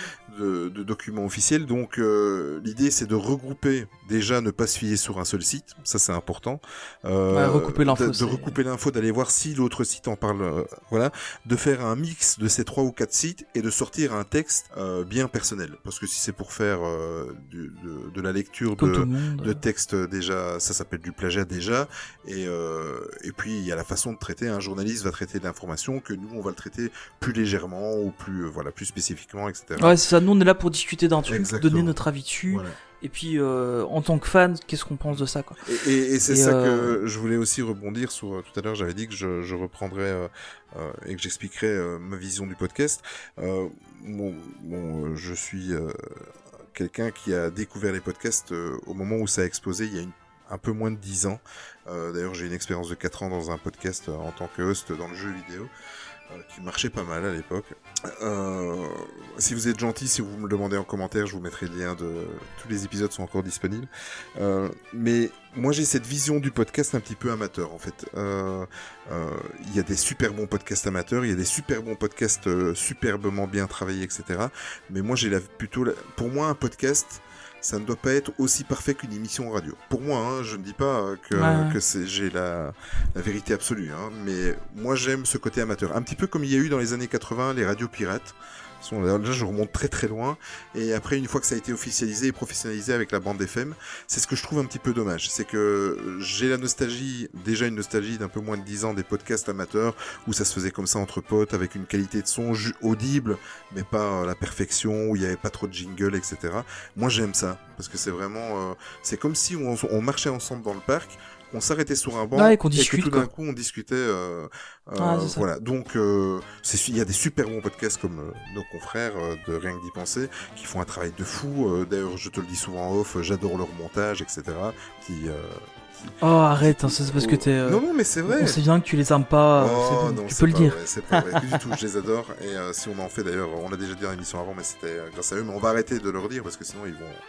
de, de documents officiels, donc euh, l'idée c'est de regrouper, déjà ne pas se fier sur un seul site, ça c'est important, euh, ouais, recouper l'info, de, de recouper l'info, d'aller voir si l'autre site en parle, euh, voilà, de faire un mix de ces trois ou quatre sites et de sortir un texte euh, bien personnel, parce que si c'est pour faire euh, du, de, de la lecture de, de texte, déjà ça s'appelle du plagiat déjà, et, euh, et puis il y a la façon de traiter, un journaliste va traiter de l'information que nous on va le traiter plus légèrement ou plus, euh, voilà, plus spécifiquement, et cetera. Ouais, c'est ça, nous on est là pour discuter d'un truc, exactement. Donner notre avis dessus, voilà. Et puis euh, en tant que fan, qu'est-ce qu'on pense de ça, quoi. Et, et, et c'est et ça euh... que je voulais aussi rebondir sur, euh, tout à l'heure j'avais dit que je, je reprendrais euh, euh, et que j'expliquerais euh, ma vision du podcast. Euh, bon, bon, je suis euh, quelqu'un qui a découvert les podcasts euh, au moment où ça a explosé, il y a une un peu moins de dix ans. Euh, d'ailleurs, j'ai une expérience de quatre ans dans un podcast euh, en tant que host dans le jeu vidéo. Euh, qui marchait pas mal à l'époque. Euh, si vous êtes gentil, si vous me le demandez en commentaire, je vous mettrai le lien de... Tous les épisodes sont encore disponibles. Euh, mais moi, j'ai cette vision du podcast un petit peu amateur, en fait. Il euh, euh, y a des super bons podcasts amateurs, il y a des super bons podcasts euh, superbement bien travaillés, et cetera. Mais moi, j'ai la... plutôt... La... Pour moi, un podcast... ça ne doit pas être aussi parfait qu'une émission radio. Pour moi, hein, je ne dis pas que, ouais. que c'est, j'ai la, la vérité absolue, hein, mais moi j'aime ce côté amateur. Un petit peu comme il y a eu dans les années quatre-vingts les radios pirates. Là, je remonte très très loin. Et après, une fois que ça a été officialisé et professionnalisé avec la bande F M, c'est ce que je trouve un petit peu dommage. C'est que j'ai la nostalgie, déjà une nostalgie d'un peu moins de dix ans des podcasts amateurs, où ça se faisait comme ça entre potes, avec une qualité de son audible, mais pas la perfection, où il n'y avait pas trop de jingle, et cetera. Moi, j'aime ça, parce que c'est vraiment... Euh, c'est comme si on, on marchait ensemble dans le parc, on s'arrêtait sur un banc, ouais, et, qu'on discute, et que tout d'un quoi. coup on discutait. Euh, euh, ah, voilà. Donc euh, il y a des super bons podcasts comme euh, nos confrères euh, de Rien que d'y penser qui font un travail de fou. Euh, d'ailleurs, je te le dis souvent en off, j'adore leur montage, et cetera. Qui, euh, qui... Oh arrête, hein, c'est parce que t'es. Euh... Non non mais c'est vrai. On sait bien que tu les aimes pas. Oh, bon, non, tu peux le dire. Vrai, c'est pas vrai du tout. Je les adore et euh, si on en fait d'ailleurs, on l'a déjà dit dans l'émission avant, mais c'était grâce à eux. Mais on va arrêter de leur dire parce que sinon ils vont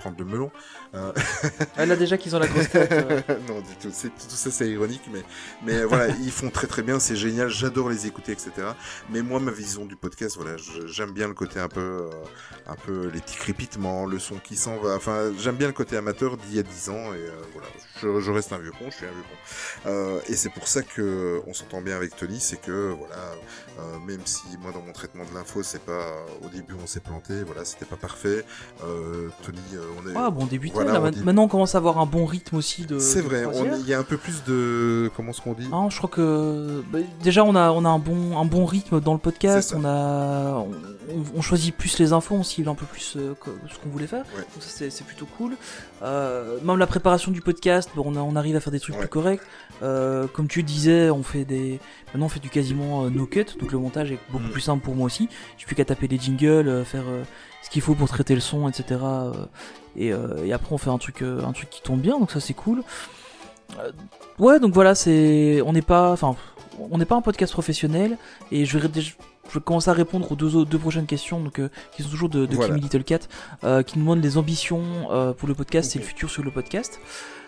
prendre le melon. Euh... Ah, là déjà qu'ils ont la grosse tête. Euh... non, du tout. C'est, tout ça, c'est ironique, mais, mais voilà, ils font très très bien. C'est génial. J'adore les écouter, et cetera. Mais moi, ma vision du podcast, voilà, j'aime bien le côté un peu, euh, un peu les petits crépitements, le son qui s'en va. Enfin, j'aime bien le côté amateur d'il y a dix ans. Et euh, voilà, je, je reste un vieux con. Je suis un vieux con. Euh, et c'est pour ça que on s'entend bien avec Tony, c'est que voilà, euh, même si moi dans mon traitement de l'info, c'est pas au début on s'est planté, voilà, c'était pas parfait. Euh, Tony, euh, on est. Ah bon, débuté. Voilà, là, on ma- dit- Maintenant, on commence à avoir un bon rythme aussi de. C'est de vrai, on- croisière. il y a un peu plus de, comment est-ce qu'on dit? Non, je crois que bah, déjà on a on a un bon un bon rythme dans le podcast. C'est ça. On a on, on choisit plus les infos, on cible un peu plus euh, que- ce qu'on voulait faire. Ouais. Donc ça c'est, c'est plutôt cool. Euh, même la préparation du podcast, bon, on a, on arrive à faire des trucs Ouais. plus corrects. Euh, comme tu disais, on fait des maintenant on fait du quasiment euh, no cut, donc le montage est beaucoup Mm. plus simple pour moi aussi. J'ai plus qu'à taper les jingles, euh, faire euh, ce qu'il faut pour traiter le son, et cetera. euh, et, euh, et après on fait un truc euh, un truc qui tombe bien, donc ça c'est cool. Euh, ouais, donc voilà, c'est on n'est pas enfin on n'est pas un podcast professionnel et je vais déjà je vais commencer à répondre aux deux, autres- deux prochaines questions donc, euh, qui sont toujours de, de Voilà. Kimi Little Cat euh, qui nous demandent les ambitions euh, pour le podcast et Ok. le futur sur le podcast.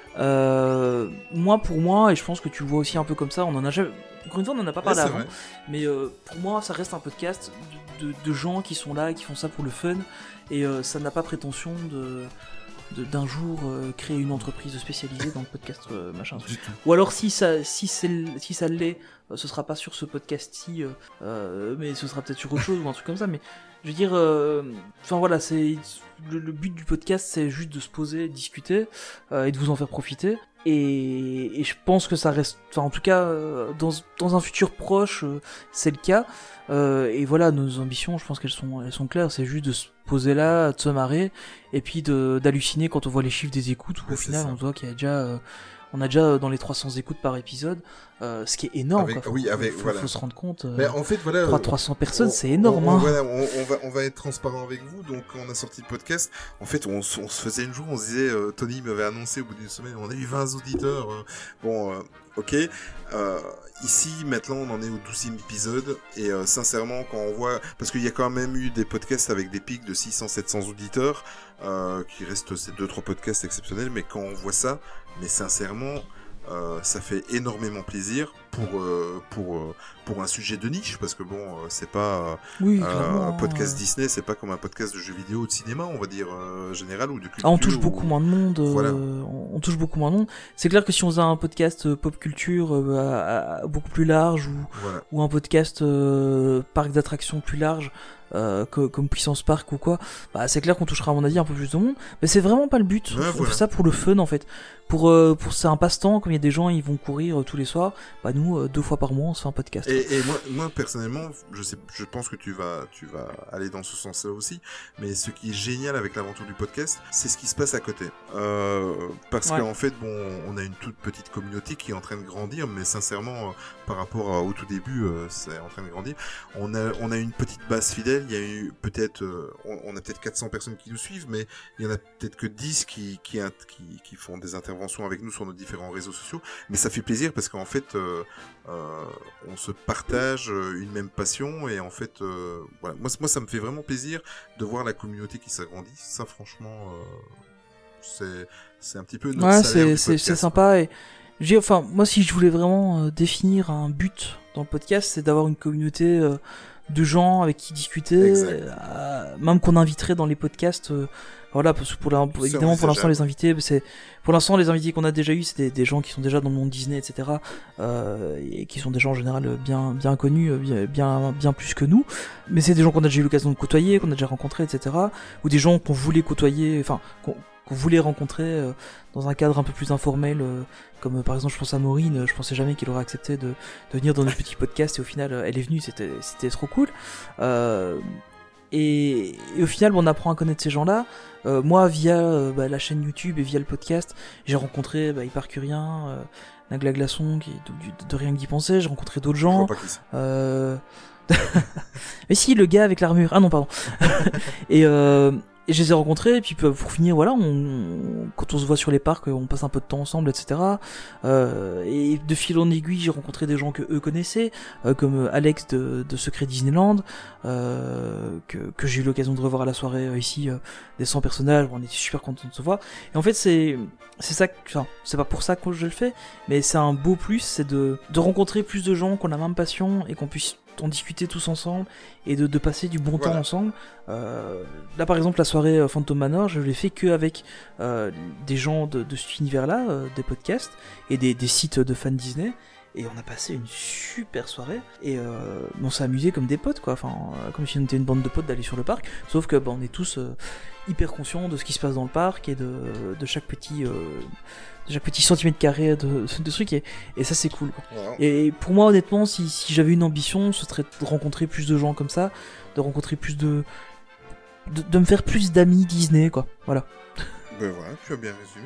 Euh, moi pour moi, et je pense que tu le vois aussi un peu comme ça, on en a jamais... Encore une fois on n'en a pas Ouais, parlé c'est avant, vrai. mais euh, pour moi ça reste un podcast de, de- de gens qui sont là, qui font ça pour le fun et euh, ça n'a pas prétention de... de- d'un jour euh, créer une entreprise spécialisée dans le podcast euh, machin. Du tout. Ou alors si ça si c'est l- si ça l'est, euh, ce sera pas sur ce podcast-ci, euh, euh, mais ce sera peut-être sur autre chose ou un truc comme ça. Mais je veux dire, euh, enfin voilà, c'est le, le but du podcast, c'est juste de se poser, de discuter euh, et de vous en faire profiter. Et, et je pense que ça reste, enfin en tout cas euh, dans dans un futur proche, euh, c'est le cas. Euh, et voilà, nos ambitions, je pense qu'elles sont elles sont claires. C'est juste de se poser là, de se marrer, et puis de d'halluciner quand on voit les chiffres des écoutes. Où Ouais, au c'est final, ça. on voit qu'il y a déjà euh, on a déjà dans les trois cents écoutes par épisode, euh, ce qui est énorme. Avec- quoi. Faut, oui, faut- avec- faut, voilà. faut se rendre compte. Euh, Mais en fait, voilà. trois euh, trois cents personnes, on- c'est énorme. On, hein. voilà, on, on va, on va être transparent avec vous. Donc, quand on a sorti le podcast, en fait, on, s- on se faisait une jour, on se disait, euh, Tony m'avait annoncé au bout d'une semaine, on a eu vingt auditeurs. euh, bon, euh, ok. Euh, ici, maintenant, on en est au douzième épisode. Et euh, sincèrement, quand on voit. Parce qu'il y a quand même eu des podcasts avec des pics de six cents, sept cents auditeurs, euh, qui restent ces deux trois podcasts exceptionnels. Mais quand on voit ça, mais sincèrement. Euh, ça fait énormément plaisir pour euh, pour euh, pour un sujet de niche parce que bon euh, c'est pas Oui, euh, clairement. un podcast euh. Disney, c'est pas comme un podcast de jeux vidéo ou de cinéma, on va dire euh, général ou de culture. Ah, on touche ou- beaucoup moins de monde. euh, Voilà. on, on touche beaucoup moins de monde. C'est clair que si on faisait un podcast euh, pop culture euh, à- à- beaucoup plus large ou, Voilà. ou un podcast euh, parc d'attractions plus large, euh, que- comme Puissance Park ou quoi, bah, c'est clair qu'on touchera à mon avis un peu plus de monde. Mais c'est vraiment pas le but. Ouais, on voilà. fait ça pour le fun en fait. Pour, euh, pour c'est un passe-temps, comme il y a des gens ils vont courir euh, tous les soirs, bah nous euh, deux fois par mois on se fait un podcast. Et, et moi, moi personnellement, je sais, je pense que tu vas, tu vas aller dans ce sens-là aussi. Mais ce qui est génial avec l'aventure du podcast, c'est ce qui se passe à côté. Euh, parce Ouais. qu'en fait, bon, on a une toute petite communauté qui est en train de grandir, mais sincèrement, euh, par rapport à- au tout début, euh, c'est en train de grandir. On a, on a une petite base fidèle. Il y a eu peut-être, euh, on, on a peut-être quatre cents personnes qui nous suivent, mais il y en a peut-être que dix qui, qui, int- qui, qui font des interventions avec nous sur nos différents réseaux sociaux. Mais ça fait plaisir parce qu'en fait, euh, euh, on se partage euh, une même passion et en fait, euh, voilà. Moi, c- moi, ça me fait vraiment plaisir de voir la communauté qui s'agrandit. Ça, franchement, euh, c'est, c'est un petit peu notre Ouais, salaire c'est, du c'est, podcast. c'est sympa. Et j'ai, enfin, moi, si je voulais vraiment euh, définir un but dans le podcast, c'est d'avoir une communauté euh, de gens avec qui discuter, Exact. euh, même qu'on inviterait dans les podcasts. euh, voilà, parce que pour la, pour- C'est évidemment, pour l'instant, envisageable. les invités, c'est, pour l'instant, les invités qu'on a déjà eu, c'est des, des gens qui sont déjà dans le monde Disney, et cetera, euh, et qui sont des gens en général bien, bien connus, euh, bien, bien, bien plus que nous. Mais c'est des gens qu'on a déjà eu l'occasion de côtoyer, qu'on a déjà rencontrés, et cetera, ou des gens qu'on voulait côtoyer, enfin, qu'on, qu'on voulait rencontrer euh, dans un cadre un peu plus informel, euh, comme euh, par exemple je pense à Maureen, euh, je pensais jamais qu'elle aurait accepté de, de venir dans notre petit podcast et au final euh, elle est venue, c'était, c'était trop cool. Euh, et, et au final bon, on apprend à connaître ces gens-là. Euh, moi via euh, bah, la chaîne YouTube et via le podcast, j'ai rencontré bah, Hypercurien, euh, Nagla Glaçon, qui de, de, de rien que d'y penser, j'ai rencontré d'autres Je vois gens. pas qui c'est. Euh... Mais si, le gars avec l'armure. Ah non, pardon. et, euh, et je les ai rencontrés, et puis pour finir, voilà, on, quand on se voit sur les parcs, on passe un peu de temps ensemble, et cetera. Euh, et de fil en aiguille, j'ai rencontré des gens que eux connaissaient, euh, comme Alex de, de Secret Disneyland, euh, que, que j'ai eu l'occasion de revoir à la soirée euh, ici, euh, des cent personnages, on était super contents de se voir. Et en fait, c'est, c'est ça, enfin, c'est pas pour ça que je le fais, mais c'est un beau plus, c'est de, de rencontrer plus de gens qu'on a la même passion et qu'on puisse en discuter tous ensemble et de, de passer du bon Voilà. temps ensemble. Euh, là par exemple la soirée euh, Phantom Manor, je l'ai fait que avec euh, des gens de, de cet univers-là, euh, des podcasts et des, des sites de fans Disney. Et on a passé une super soirée et euh, on s'est amusé comme des potes quoi, enfin euh, comme si on était une bande de potes d'aller sur le parc. Sauf que bah, on est tous euh, hyper conscients de ce qui se passe dans le parc et de, de chaque petit euh, de chaque petit centimètre carré de, de trucs et, et ça c'est cool quoi. Voilà. Et pour moi, honnêtement, si, si j'avais une ambition, ce serait de rencontrer plus de gens comme ça, de rencontrer plus de. de, de me faire plus d'amis Disney, quoi. Voilà. Ben voilà, tu as bien résumé.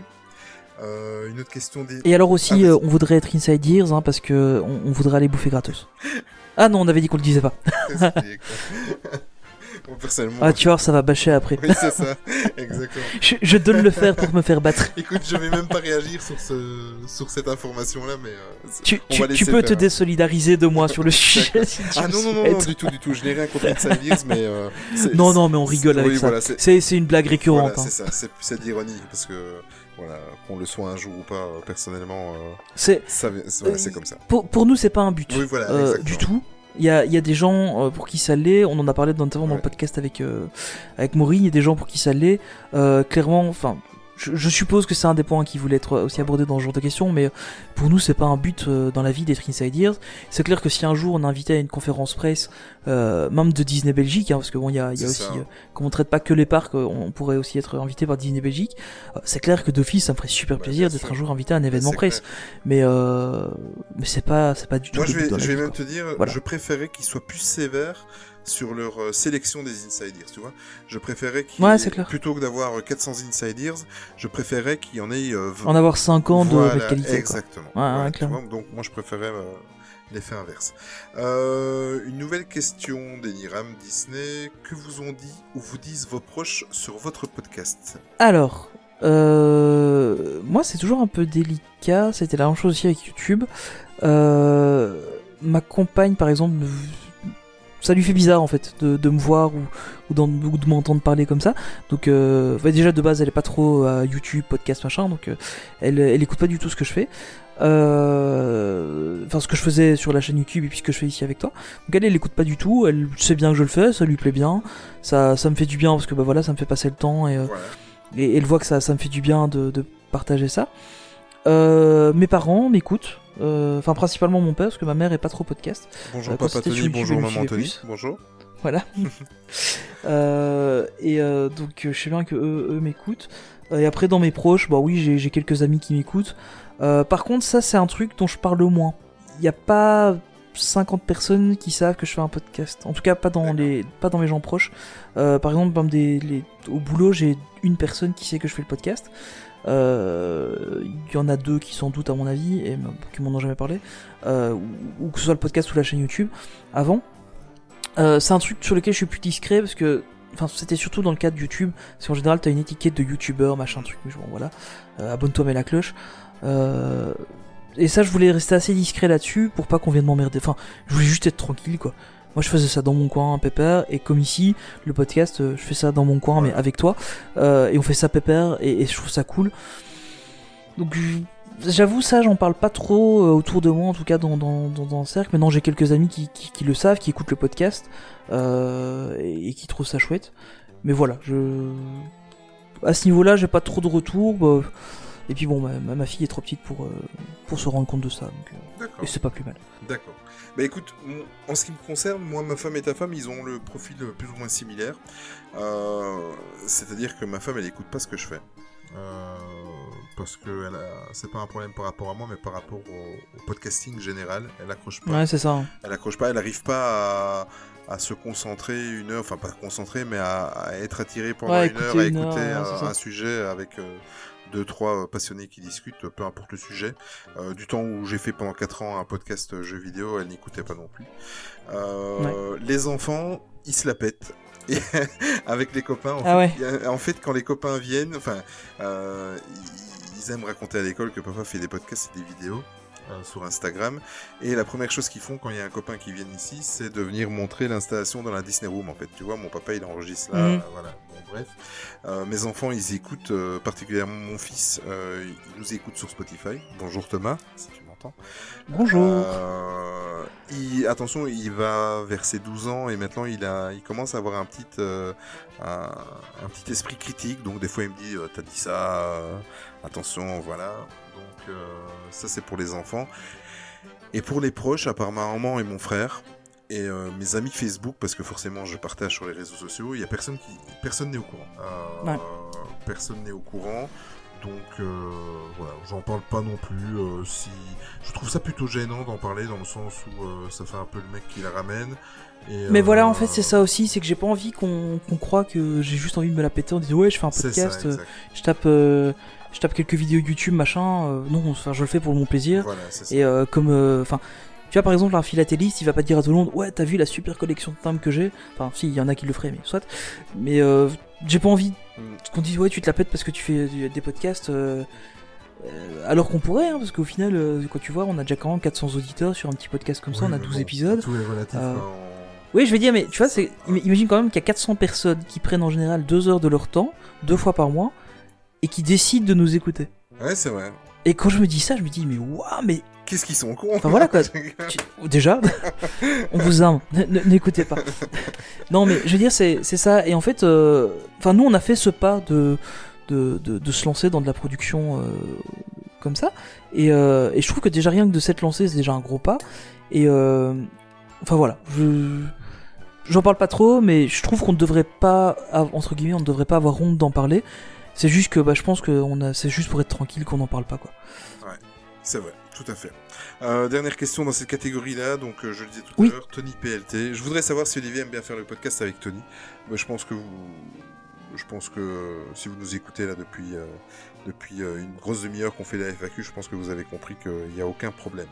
Euh, une autre question des... Et alors aussi, Ah, vas-y. euh, on voudrait être Inside Ears, hein, parce que on, on voudrait aller bouffer gratos. Ah non, on avait dit qu'on le disait pas. Qu'est-ce qu'il y a, quoi. Moi, personnellement... Ah, tu vois, ça va bâcher après. Oui, c'est ça, exactement. Je, je dois le faire pour me faire battre. Écoute, je vais même pas réagir sur, ce... sur cette information-là, mais... Euh, c'est- Tu, on tu, va tu laisser peux te faire. désolidariser de moi sur le sujet si tu Ah le non, non, non, non, souhaites. du tout, du tout. Je n'ai rien contre Inside Ears, mais... Euh, c'est- Non, non, mais on rigole c'est- avec oui, ça. Voilà, c'est... C'est c'est une blague récurrente. Voilà, hein. c'est ça, c'est, c'est de l'ironie, parce que... Voilà, qu'on le soit un jour ou pas, euh, personnellement, euh, C'est ça, c'est, voilà, Euh, c'est comme ça. pour, pour nous, c'est pas un but. Oui, voilà, Euh, exactement. du tout. Il y a, il y a des gens euh, pour qui ça l'est, on en a parlé notamment dans Ouais. le podcast avec, euh, avec Maury, il y a des gens pour qui ça l'est. Euh, clairement, enfin, je, je suppose que c'est un des points qui voulait être aussi abordé dans ce genre de questions, mais pour nous, c'est pas un but euh, dans la vie d'être Inside Ears. C'est clair que si un jour on est invité à une conférence presse, euh, même de Disney Belgique, hein, parce que bon, il y a, il y a C'est aussi, ça. euh, comme on traite pas que les parcs, euh, on pourrait aussi être invité par Disney Belgique. Euh, c'est clair que d'office, ça me ferait super Bah, plaisir bien d'être sûr. un jour invité à un événement C'est presse, clair. mais euh, mais c'est pas, c'est pas du tout Moi, le je but vais, dans la je vais vie, même quoi. te dire, Voilà. je préférais qu'ils soient plus sévères sur leur euh, sélection des Inside Ears, tu vois. Je préférais qu'ils... Ouais, c'est clair. Plutôt que d'avoir euh, quatre cents Inside Ears, je préférais qu'il y en ait... Euh, v- En avoir cinq ans de voilà, belle qualité, quoi. exactement. Ouais, ouais, Voilà, tu clairement. vois, donc moi, je préférais euh, l'effet inverse. Euh, une nouvelle question d'Eniram Disney. Que vous ont dit ou vous disent vos proches sur votre podcast? Alors, euh, moi c'est toujours un peu délicat, c'était la même chose aussi avec YouTube. Euh, ma compagne par exemple, me- ça lui fait bizarre en fait de, de me voir ou, ou, d'en- ou de m'entendre parler comme ça. Donc euh, bah, déjà de base elle est pas trop à YouTube, podcast machin, donc euh, elle, elle écoute pas du tout ce que je fais. Euh, Enfin ce que je faisais sur la chaîne YouTube et puis ce que je fais ici avec toi. Donc elle elle écoute pas du tout, elle sait bien que je le fais, ça lui plaît bien, ça, ça me fait du bien parce que bah voilà ça me fait passer le temps et... euh, Voilà. et elle voit que ça, ça me fait du bien de, de partager ça. Euh, mes parents m'écoutent, euh, enfin principalement mon père, parce que ma mère est pas trop podcast. Bonjour Euh, quand Papa c'était sur Tony, YouTube, bonjour elle me Maman suivait Tony. plus. Bonjour. Voilà. euh, et euh, donc je sais bien que eux, eux m'écoutent. Euh, Et après dans mes proches, bah oui j'ai j'ai quelques amis qui m'écoutent. Euh, par contre ça c'est un truc dont je parle moins. Il n'y a pas cinquante personnes qui savent que je fais un podcast. En tout cas pas dans D'accord. les pas dans mes gens proches. Euh, par exemple même des, les- au boulot j'ai une personne qui sait que je fais le podcast. Euh, Il y en a deux qui sans doute à mon avis et m- qui m'en ont jamais parlé. Euh, ou, ou que ce soit le podcast ou la chaîne YouTube avant. Euh, c'est un truc sur lequel je suis plus discret parce que, enfin, c'était surtout dans le cadre de YouTube, parce qu'en général, t'as une étiquette de YouTuber, machin truc, mais bon, voilà. Euh, abonne-toi, mets la cloche. Euh, et ça, je voulais rester assez discret là-dessus pour pas qu'on vienne m'emmerder. Enfin, je voulais juste être tranquille, quoi. Moi, je faisais ça dans mon coin, pépère, et comme ici, le podcast, euh, je fais ça dans mon coin, mais avec toi, euh, et on fait ça pépère, et, et je trouve ça cool. Donc, je- j'avoue, ça, j'en parle pas trop euh, autour de moi, en tout cas dans, dans, dans, dans le cercle. Maintenant, j'ai quelques amis qui, qui, qui le savent, qui écoutent le podcast, euh, et, et qui trouvent ça chouette. Mais voilà, je... à ce niveau-là, j'ai pas trop de retours. Bah, et puis bon, ma, ma, ma fille est trop petite pour, euh, pour se rendre compte de ça, donc, euh, D'accord. et c'est pas plus mal. D'accord. Bah écoute, mon- en ce qui me concerne, moi, ma femme et ta femme, ils ont le profil plus ou moins similaire. Euh, C'est-à-dire que ma femme, elle écoute pas ce que je fais. Euh, parce que elle a... c'est pas un problème par rapport à moi, mais par rapport au, au podcasting général. Elle accroche pas. Ouais, c'est ça. hein. Elle accroche pas, elle n'arrive pas à, à se concentrer une heure, enfin pas concentrer, mais à, à être attirée pendant Ouais, une heure, écouter à une heure, écouter ouais, un, c'est ça. un sujet avec, euh, deux, trois passionnés qui discutent, peu importe le sujet. Euh, du temps où j'ai fait pendant quatre ans un podcast jeux vidéo, elle n'écoutait pas non plus. Euh, ouais. Les enfants, ils se la pètent. Et avec les copains, en, ah fait, ouais. en fait, quand les copains viennent, enfin, euh, ils aiment raconter à l'école que papa fait des podcasts et des vidéos. Euh, sur Instagram, et la première chose qu'ils font quand il y a un copain qui vient ici, c'est de venir montrer l'installation dans la Disney Room. En fait, tu vois, mon papa il enregistre là, mmh. euh, voilà. Bon, bref, euh, mes enfants ils écoutent, euh, particulièrement mon fils, euh, il nous écoute sur Spotify. Bonjour Thomas, si tu m'entends. Bonjour. Euh, il, attention, il va vers ses douze ans et maintenant il a, il commence à avoir un petit, euh, un, un petit esprit critique. Donc des fois il me dit, euh, t'as dit ça, euh, attention, voilà. Donc euh, ça c'est pour les enfants. Et pour les proches, à part ma maman et mon frère et euh, mes amis Facebook, parce que forcément je partage sur les réseaux sociaux, il y a personne qui, personne n'est au courant. Euh, ouais. Personne n'est au courant. Donc euh, voilà, j'en parle pas non plus. Euh, si je trouve ça plutôt gênant d'en parler dans le sens où euh, ça fait un peu le mec qui la ramène. Et, mais euh, voilà, en fait, c'est ça aussi, c'est que j'ai pas envie qu'on, qu'on croit que j'ai juste envie de me la péter en disant ouais, je fais un podcast, ça, je tape. Euh... Je tape quelques vidéos YouTube, machin. Euh, non, enfin, je le fais pour mon plaisir. Voilà, c'est ça. Et euh, comme, enfin, euh, tu vois, par exemple, un philatéliste, il va pas dire à tout le monde, ouais, t'as vu la super collection de timbres que j'ai. Enfin, si, il y en a qui le feraient, mais soit. Mais euh, j'ai pas envie mm. qu'on dise, ouais, tu te la pètes parce que tu fais des podcasts. Euh, euh, alors qu'on pourrait, hein, parce qu'au final, euh, quand tu vois, on a déjà quand même quatre cents auditeurs sur un petit podcast comme oui, ça, on a douze bon, épisodes. Tout est relatif. Euh... Oui, je vais dire, mais tu vois, c'est... imagine quand même qu'il y a quatre cents personnes qui prennent en général deux heures de leur temps, deux fois par mois, et qui décident de nous écouter. Ouais, c'est vrai. Et quand je me dis ça, je me dis, mais waouh, mais. Qu'est-ce qu'ils sont cons. Enfin voilà quoi. tu... Déjà, on vous aime, n'écoutez pas. Non, mais je veux dire, c'est, c'est ça. Et en fait, euh... enfin, nous, on a fait ce pas de, de, de, de se lancer dans de la production euh, comme ça. Et, euh... et je trouve que déjà, rien que de s'être lancé, c'est déjà un gros pas. Et. Euh... Enfin voilà, je. J'en parle pas trop, mais je trouve qu'on ne devrait pas, entre guillemets, on ne devrait pas avoir honte d'en parler. C'est juste que bah, je pense que on a... c'est juste pour être tranquille qu'on n'en parle pas, quoi. Ouais, c'est vrai, tout à fait. Euh, dernière question dans cette catégorie-là, donc euh, je le disais tout oui. à l'heure, Tony P L T. Je voudrais savoir si Olivier aime bien faire le podcast avec Tony. Moi, je pense que vous... Je pense que euh, si vous nous écoutez là depuis, euh, depuis euh, une grosse demi-heure qu'on fait la F A Q, je pense que vous avez compris qu'il n'y a aucun problème.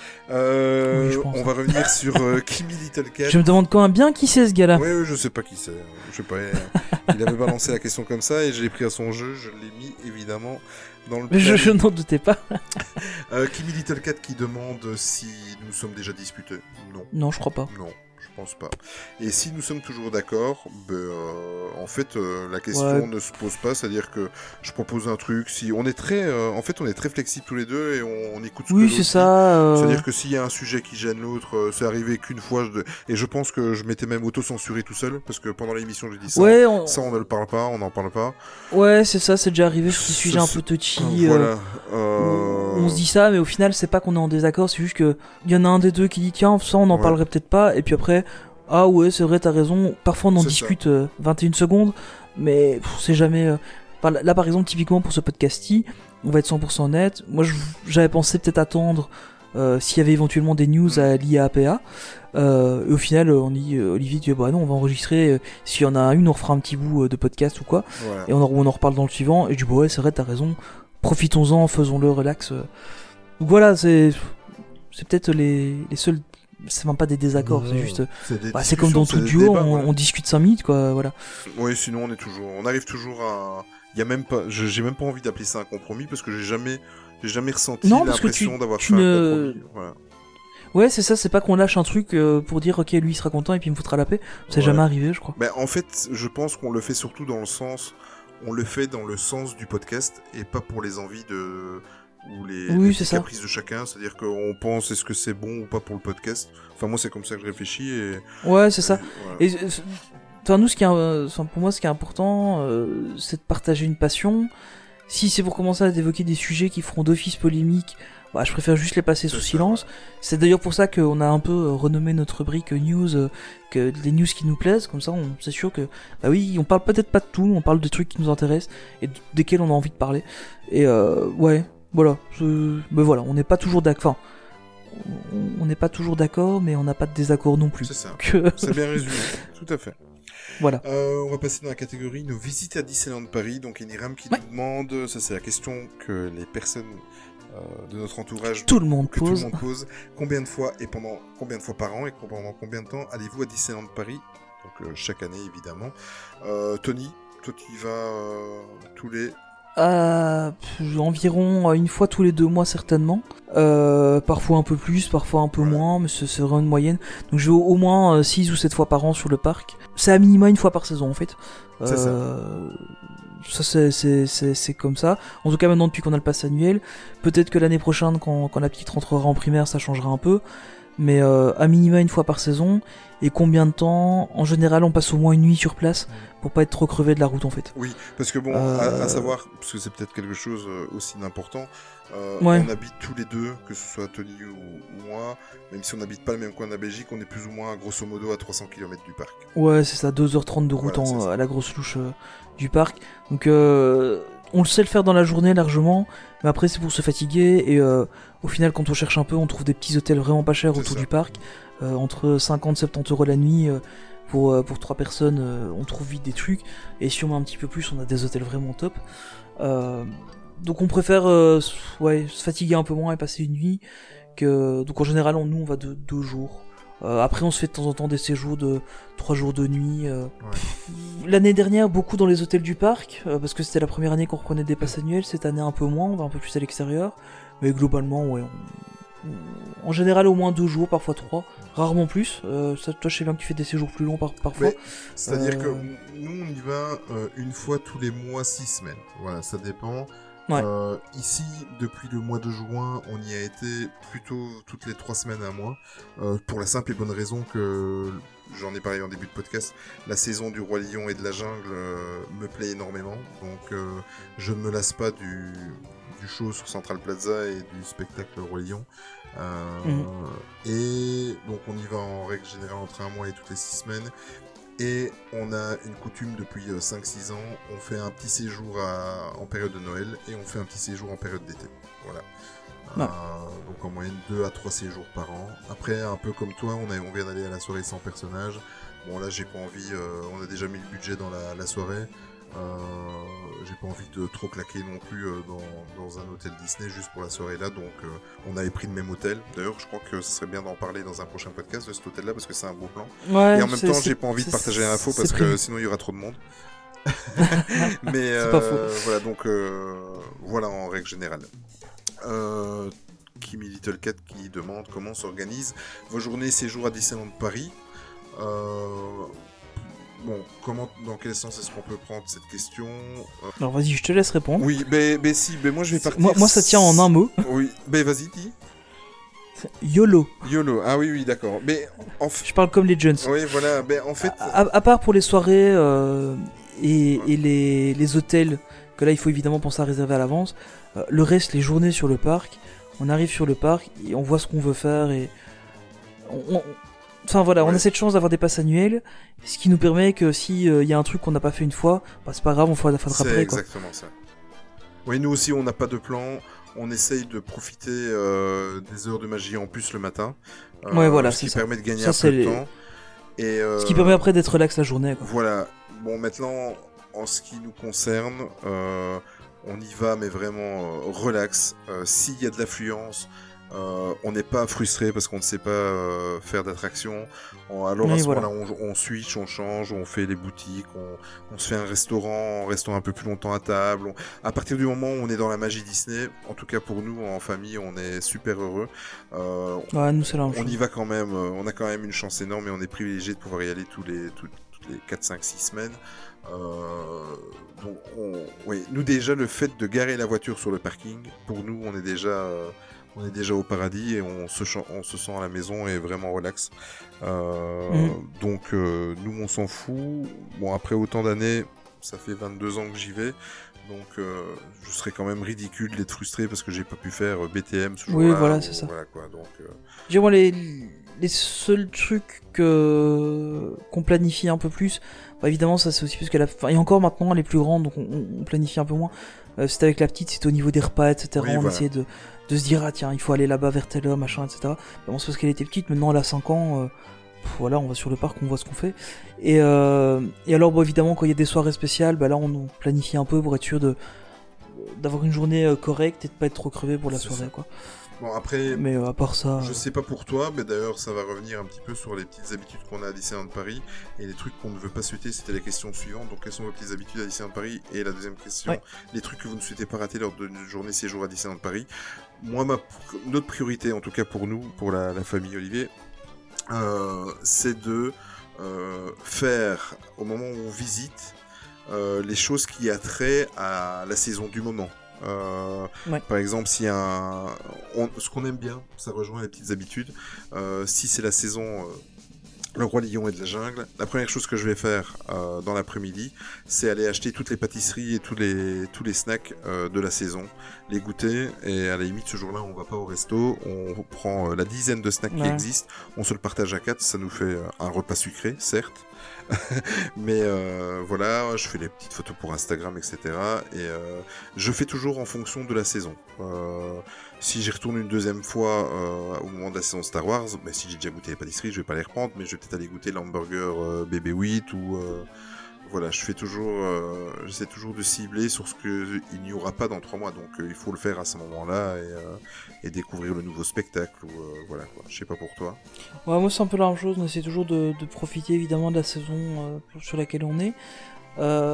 Euh, oui, on va revenir sur euh, Kimi Little Cat. Je me demande quand même bien qui c'est ce gars-là. Oui, oui, je sais pas qui c'est. Je sais pas. Il avait balancé la question comme ça et je l'ai pris à son jeu. Je l'ai mis évidemment dans le. Je, je n'en doutais pas. euh, Kimi Little Cat qui demande si nous sommes déjà disputés. Non. Non, je crois pas. Non. Je pense pas. Et si nous sommes toujours d'accord, ben, euh, en fait, euh, la question ouais. ne se pose pas. C'est-à-dire que je propose un truc. Si on est très, euh, en fait, on est très flexibles tous les deux et on, on écoute ce oui, que l'autre c'est ça. Euh... C'est-à-dire que s'il y a un sujet qui gêne l'autre, euh, c'est arrivé qu'une fois. Je... Et je pense que je m'étais même auto-censuré tout seul parce que pendant l'émission, j'ai dit ça. Ouais, on... Ça, on ne le parle pas, on n'en parle pas. Ouais, c'est ça. C'est déjà arrivé sur des sujets un peu touchy. Voilà. Euh... Euh... On se dit ça, mais au final, c'est pas qu'on est en désaccord. C'est juste que il y en a un des deux qui dit tiens, ça, on n'en ouais. parlerait peut-être pas. Et puis après. Ah ouais, c'est vrai, t'as raison. Parfois, on en c'est discute euh, vingt et une secondes, mais pff, c'est jamais... Euh... Enfin, là, par exemple, typiquement pour ce podcast-ci, on va être cent pour cent net. Moi, j'avais pensé peut-être attendre euh, s'il y avait éventuellement des news à l'I A P A. Euh, et au final, on dit, euh, Olivier dit, bah non, on va enregistrer. Euh, S'il y en a une, on refera un petit bout euh, de podcast ou quoi. Voilà. Et on en, on en reparle dans le suivant. Et je dis, bah ouais, c'est vrai, t'as raison. Profitons-en, faisons-le, relax. Donc voilà, c'est, c'est peut-être les, les seuls... C'est même pas des désaccords, mmh, c'est juste. C'est, bah, c'est comme dans tout duo, débats, on, ouais. on discute cinq minutes, quoi, voilà. Oui, sinon on est toujours. On arrive toujours à. Il y a même pas. J'ai même pas envie d'appeler ça un compromis parce que j'ai jamais. J'ai jamais ressenti non, l'impression tu, d'avoir tu fait ne... un compromis. Voilà. Ouais, c'est ça, c'est pas qu'on lâche un truc euh, pour dire ok, lui il sera content et puis il me foutra la paix. C'est ouais. jamais arrivé, je crois. Ben, en fait, je pense qu'on le fait surtout dans le sens. On le fait dans le sens du podcast et pas pour les envies de. Ou les, oui, les c'est caprices ça. de chacun, c'est-à-dire qu'on pense est-ce que c'est bon ou pas pour le podcast. Enfin, moi, c'est comme ça que je réfléchis. Et... Ouais, c'est et, ça. Voilà. Et, enfin, nous, ce qui est, enfin, pour moi, ce qui est important, euh, c'est de partager une passion. Si c'est pour commencer à évoquer des sujets qui feront d'office polémique, bah, je préfère juste les passer c'est sous ça, silence. Ouais. C'est d'ailleurs pour ça qu'on a un peu renommé notre rubrique news, euh, que les news qui nous plaisent, comme ça on s'assure que, bah oui, on parle peut-être pas de tout, on parle des trucs qui nous intéressent et desquels on a envie de parler. Et euh, ouais. Voilà, je... mais voilà, on n'est pas toujours d'accord. Enfin, on n'est pas toujours d'accord, mais on n'a pas de désaccord non plus. C'est ça. Que... C'est bien résumé, tout à fait. Voilà. Euh, on va passer dans la catégorie nos visites à Disneyland Paris. Donc Eniram qui Ouais. nous demande, ça c'est la question que les personnes euh, de notre entourage, Tout le monde que pose. tout le monde pose, combien de fois et pendant combien de fois par an et pendant combien de temps allez-vous à Disneyland Paris? Donc euh, chaque année évidemment. Euh, Tony, toi tu y vas euh, tous les... Euh, pff, environ euh, une fois tous les deux mois certainement. Euh, parfois un peu plus, parfois un peu Ouais. moins, mais ce serait une moyenne. Donc je vais au, au moins six ou sept fois par an sur le parc. C'est à minima une fois par saison en fait. C'est ça. Euh, ça c'est, c'est, c'est, c'est comme ça. En tout cas maintenant depuis qu'on a le pass annuel. Peut-être que l'année prochaine quand, quand la petite rentrera en primaire ça changera un peu. Mais euh, à minima une fois par saison. Et combien de temps? En général on passe au moins une nuit sur place pour pas être trop crevé de la route en fait. Oui, parce que bon, Euh, à, à savoir, parce que c'est peut-être quelque chose euh, aussi d'important, euh, Ouais. on habite tous les deux, que ce soit Tony ou, ou moi, même si on n'habite pas le même coin de la Belgique, on est plus ou moins grosso modo à trois cents kilomètres du parc. Ouais, c'est ça, deux heures trente de route Voilà, en- c'est ça. à la grosse louche euh, du parc. Donc, euh, on le sait le faire dans la journée largement, mais après, c'est pour se fatiguer. Et euh, au final, quand on cherche un peu, on trouve des petits hôtels vraiment pas chers C'est autour ça. du parc. Euh, entre cinquante et soixante-dix euros la nuit. euh, pour, euh, pour trois personnes, euh, on trouve vite des trucs. Et si on met un petit peu plus, on a des hôtels vraiment top. Euh, donc, on préfère euh, s- ouais, se fatiguer un peu moins et passer une nuit. Que... Donc, en général, on, nous, on va de deux jours. Euh, après, on se fait de temps en temps des séjours de trois jours de nuit. euh. L'année dernière, beaucoup dans les hôtels du parc, euh, parce que c'était la première année qu'on reprenait des passes annuelles. Cette année, un peu moins, on va un peu plus à l'extérieur. Mais globalement, ouais. on- on- En général, au moins deux jours, parfois trois. Rarement plus. Euh, ça, toi, je sais bien que tu fais des séjours plus longs par- parfois. Mais, c'est-à-dire Euh, que nous, on y va euh, une fois tous les mois, six semaines. Voilà, ça dépend. Ouais. Euh, ici, depuis le mois de juin, on y a été plutôt toutes les trois semaines à un mois, euh, pour la simple et bonne raison que, j'en ai parlé en début de podcast, la saison du Roi Lion et de la Jungle euh, me plaît énormément, donc euh, je ne me lasse pas du, du show sur Central Plaza et du spectacle Roi Lion. Euh, Mhm. Et donc on y va en règle générale entre un mois et toutes les six semaines. Et on a une coutume depuis euh, cinq six ans, on fait un petit séjour à- en période de Noël et on fait un petit séjour en période d'été. Voilà. Ouais. Euh, donc en moyenne deux à trois séjours par an. Après, un peu comme toi, on, a, on vient d'aller à la soirée sans personnage. Bon là j'ai pas envie, euh, on a déjà mis le budget dans la, la soirée. Euh, j'ai pas envie de trop claquer non plus euh, dans, dans un hôtel Disney juste pour la soirée là, donc euh, on avait pris le même hôtel. D'ailleurs je crois que ce serait bien d'en parler dans un prochain podcast de cet hôtel là parce que c'est un beau plan. Ouais, Et en même c'est- temps, c'est- j'ai pas envie de c'est- partager l'info c'est parce que prévu. sinon il y aura trop de monde. Mais C'est pas euh, voilà, donc euh, voilà en règle générale. Euh, Kimi Little Cat qui demande comment s'organisent vos journées séjours à Disneyland Paris. Euh, bon, comment, dans quel sens est-ce qu'on peut prendre cette question? Euh, Alors vas-y, je te laisse répondre. Oui, ben ben si, ben moi je vais partir. Moi, moi, ça tient en un mot. Oui, ben vas-y, dis. YOLO. YOLO. Ah oui, oui, d'accord. Mais en fait, Je parle comme les Jones. oui, voilà. Ben en fait, À, à part pour les soirées euh, et, et les, les hôtels, que là il faut évidemment penser à réserver à l'avance, euh, le reste, les journées sur le parc, on arrive sur le parc et on voit ce qu'on veut faire et. on- on- Enfin voilà, on Ouais. a cette chance d'avoir des passes annuelles, ce qui nous permet que si il y a un truc qu'on n'a pas fait une fois, bah, c'est pas grave, on fera la fois de c'est après quoi. exactement ça. Oui, nous aussi, on n'a pas de plan. On essaye de profiter euh, des heures de magie en plus le matin. euh, Ouais, voilà, ce c'est qui ça. permet de gagner Ça, un c'est peu de les- temps. Et, euh, Ce qui permet après d'être relax la journée quoi. Voilà. Bon, maintenant, en ce qui nous concerne, euh, on y va, mais vraiment euh, relax. Euh, S'il y a de l'affluence, euh, on n'est pas frustré parce qu'on ne sait pas euh, faire d'attraction. On- Alors Oui, à ce voilà. moment-là, on, on switch, on change, on fait les boutiques, on, on se fait un restaurant en restant un peu plus longtemps à table. On- À partir du moment où on est dans la magie Disney, en tout cas pour nous, en famille, on est super heureux. Euh, Ouais, nous c'est la même on chose. y va quand même, euh, on a quand même une chance énorme et on est privilégié de pouvoir y aller tous les, tout- toutes les quatre, cinq, six semaines. Euh, donc, on, oui, nous déjà, le fait de garer la voiture sur le parking, pour nous, on est déjà, euh, on est déjà au paradis et on se, chan- on se sent à la maison et vraiment relax. Euh, Mhm. Donc, euh, nous, on s'en fout. Bon, après autant d'années, ça fait vingt-deux ans que j'y vais. Donc, euh, je serais quand même ridicule d'être frustré parce que j'ai pas pu faire euh, B T M ce Oui, jour-là. voilà, ou- c'est ça. Voilà, quoi. Donc, euh, Je dirais, moi, les, les seuls trucs que qu'on planifie un peu plus, bah, évidemment, ça c'est aussi parce qu'elle a. Enfin, et encore maintenant, elle est plus grande, donc on, on planifie un peu moins. Euh, c'était avec la petite, c'était au niveau des repas, et cetera. Oui, on voilà. essayait de, de se dire, ah tiens, il faut aller là-bas vers telle heure, machin, et cetera. Bah, bon, c'est parce qu'elle était petite, maintenant elle a cinq ans. euh, pff, voilà, on va sur le parc, on voit ce qu'on fait. Et, euh, et alors, bon, évidemment, quand il y a des soirées spéciales, bah là, on, on planifie un peu pour être sûr de d'avoir une journée euh, correcte et de pas être trop crevé pour la C'est soirée, ça. quoi. Bon, après, Mais euh, à part ça, je euh, sais pas pour toi, mais d'ailleurs, ça va revenir un petit peu sur les petites habitudes qu'on a à Disneyland Paris et les trucs qu'on ne veut pas souhaiter. C'était la question suivante. Donc, quelles sont vos petites habitudes à Disneyland Paris? Et la deuxième question, Ouais. les trucs que vous ne souhaitez pas rater lors d'une journée séjour à Disneyland Paris. Moi, ma, notre priorité, en tout cas pour nous, pour la, la famille Olivier, euh, c'est de euh, faire, au moment où on visite, euh, les choses qui a trait à la saison du moment. Euh, Ouais. Par exemple, s'il y a un... on- ce qu'on aime bien, ça rejoint les petites habitudes. Euh, si c'est la saison euh, Le Roi Lion et de la Jungle, la première chose que je vais faire euh, dans l'après-midi, c'est aller acheter toutes les pâtisseries et tous les, tous les snacks euh, de la saison, les goûter, et à la limite, ce jour-là, on va pas au resto, on prend euh, la dizaine de snacks qui Ouais. existent, on se le partage à quatre, ça nous fait euh, un repas sucré, certes, mais euh, voilà, je fais les petites photos pour Instagram, et cetera. Et euh, je fais toujours en fonction de la saison. Euh, si j'y retourne une deuxième fois euh, au moment de la saison Star Wars, bah, si j'ai déjà goûté les pâtisseries, je vais pas les reprendre, mais je vais peut-être aller goûter l'hamburger euh, B B huit ou euh, voilà, je fais toujours, euh, j'essaie toujours de cibler sur ce que il n'y aura pas dans trois mois, donc euh, il faut le faire à ce moment-là et, euh, et découvrir le nouveau spectacle ou euh, voilà quoi. Je sais pas pour toi. ouais, moi c'est un peu la même chose, on essaie toujours de, de profiter évidemment de la saison euh, sur laquelle on est. Euh,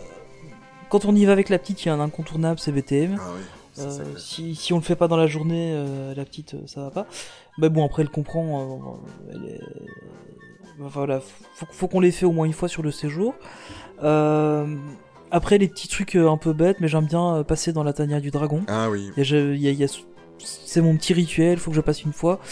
quand on y va avec la petite, il y a un incontournable, c'est B T M. Ah oui. Ça, c'est Euh, clair. si, si on le fait pas dans la journée, euh, la petite, euh, ça va pas. Mais bon, après, elle comprend. euh, elle est... Enfin, voilà, faut, faut qu'on les fait au moins une fois sur le séjour. Euh, après, les petits trucs euh, un peu bêtes, mais j'aime bien euh, passer dans la tanière du dragon. Ah oui. Il y a- je- il y a- il y a- c'est mon petit rituel, faut que je passe une fois.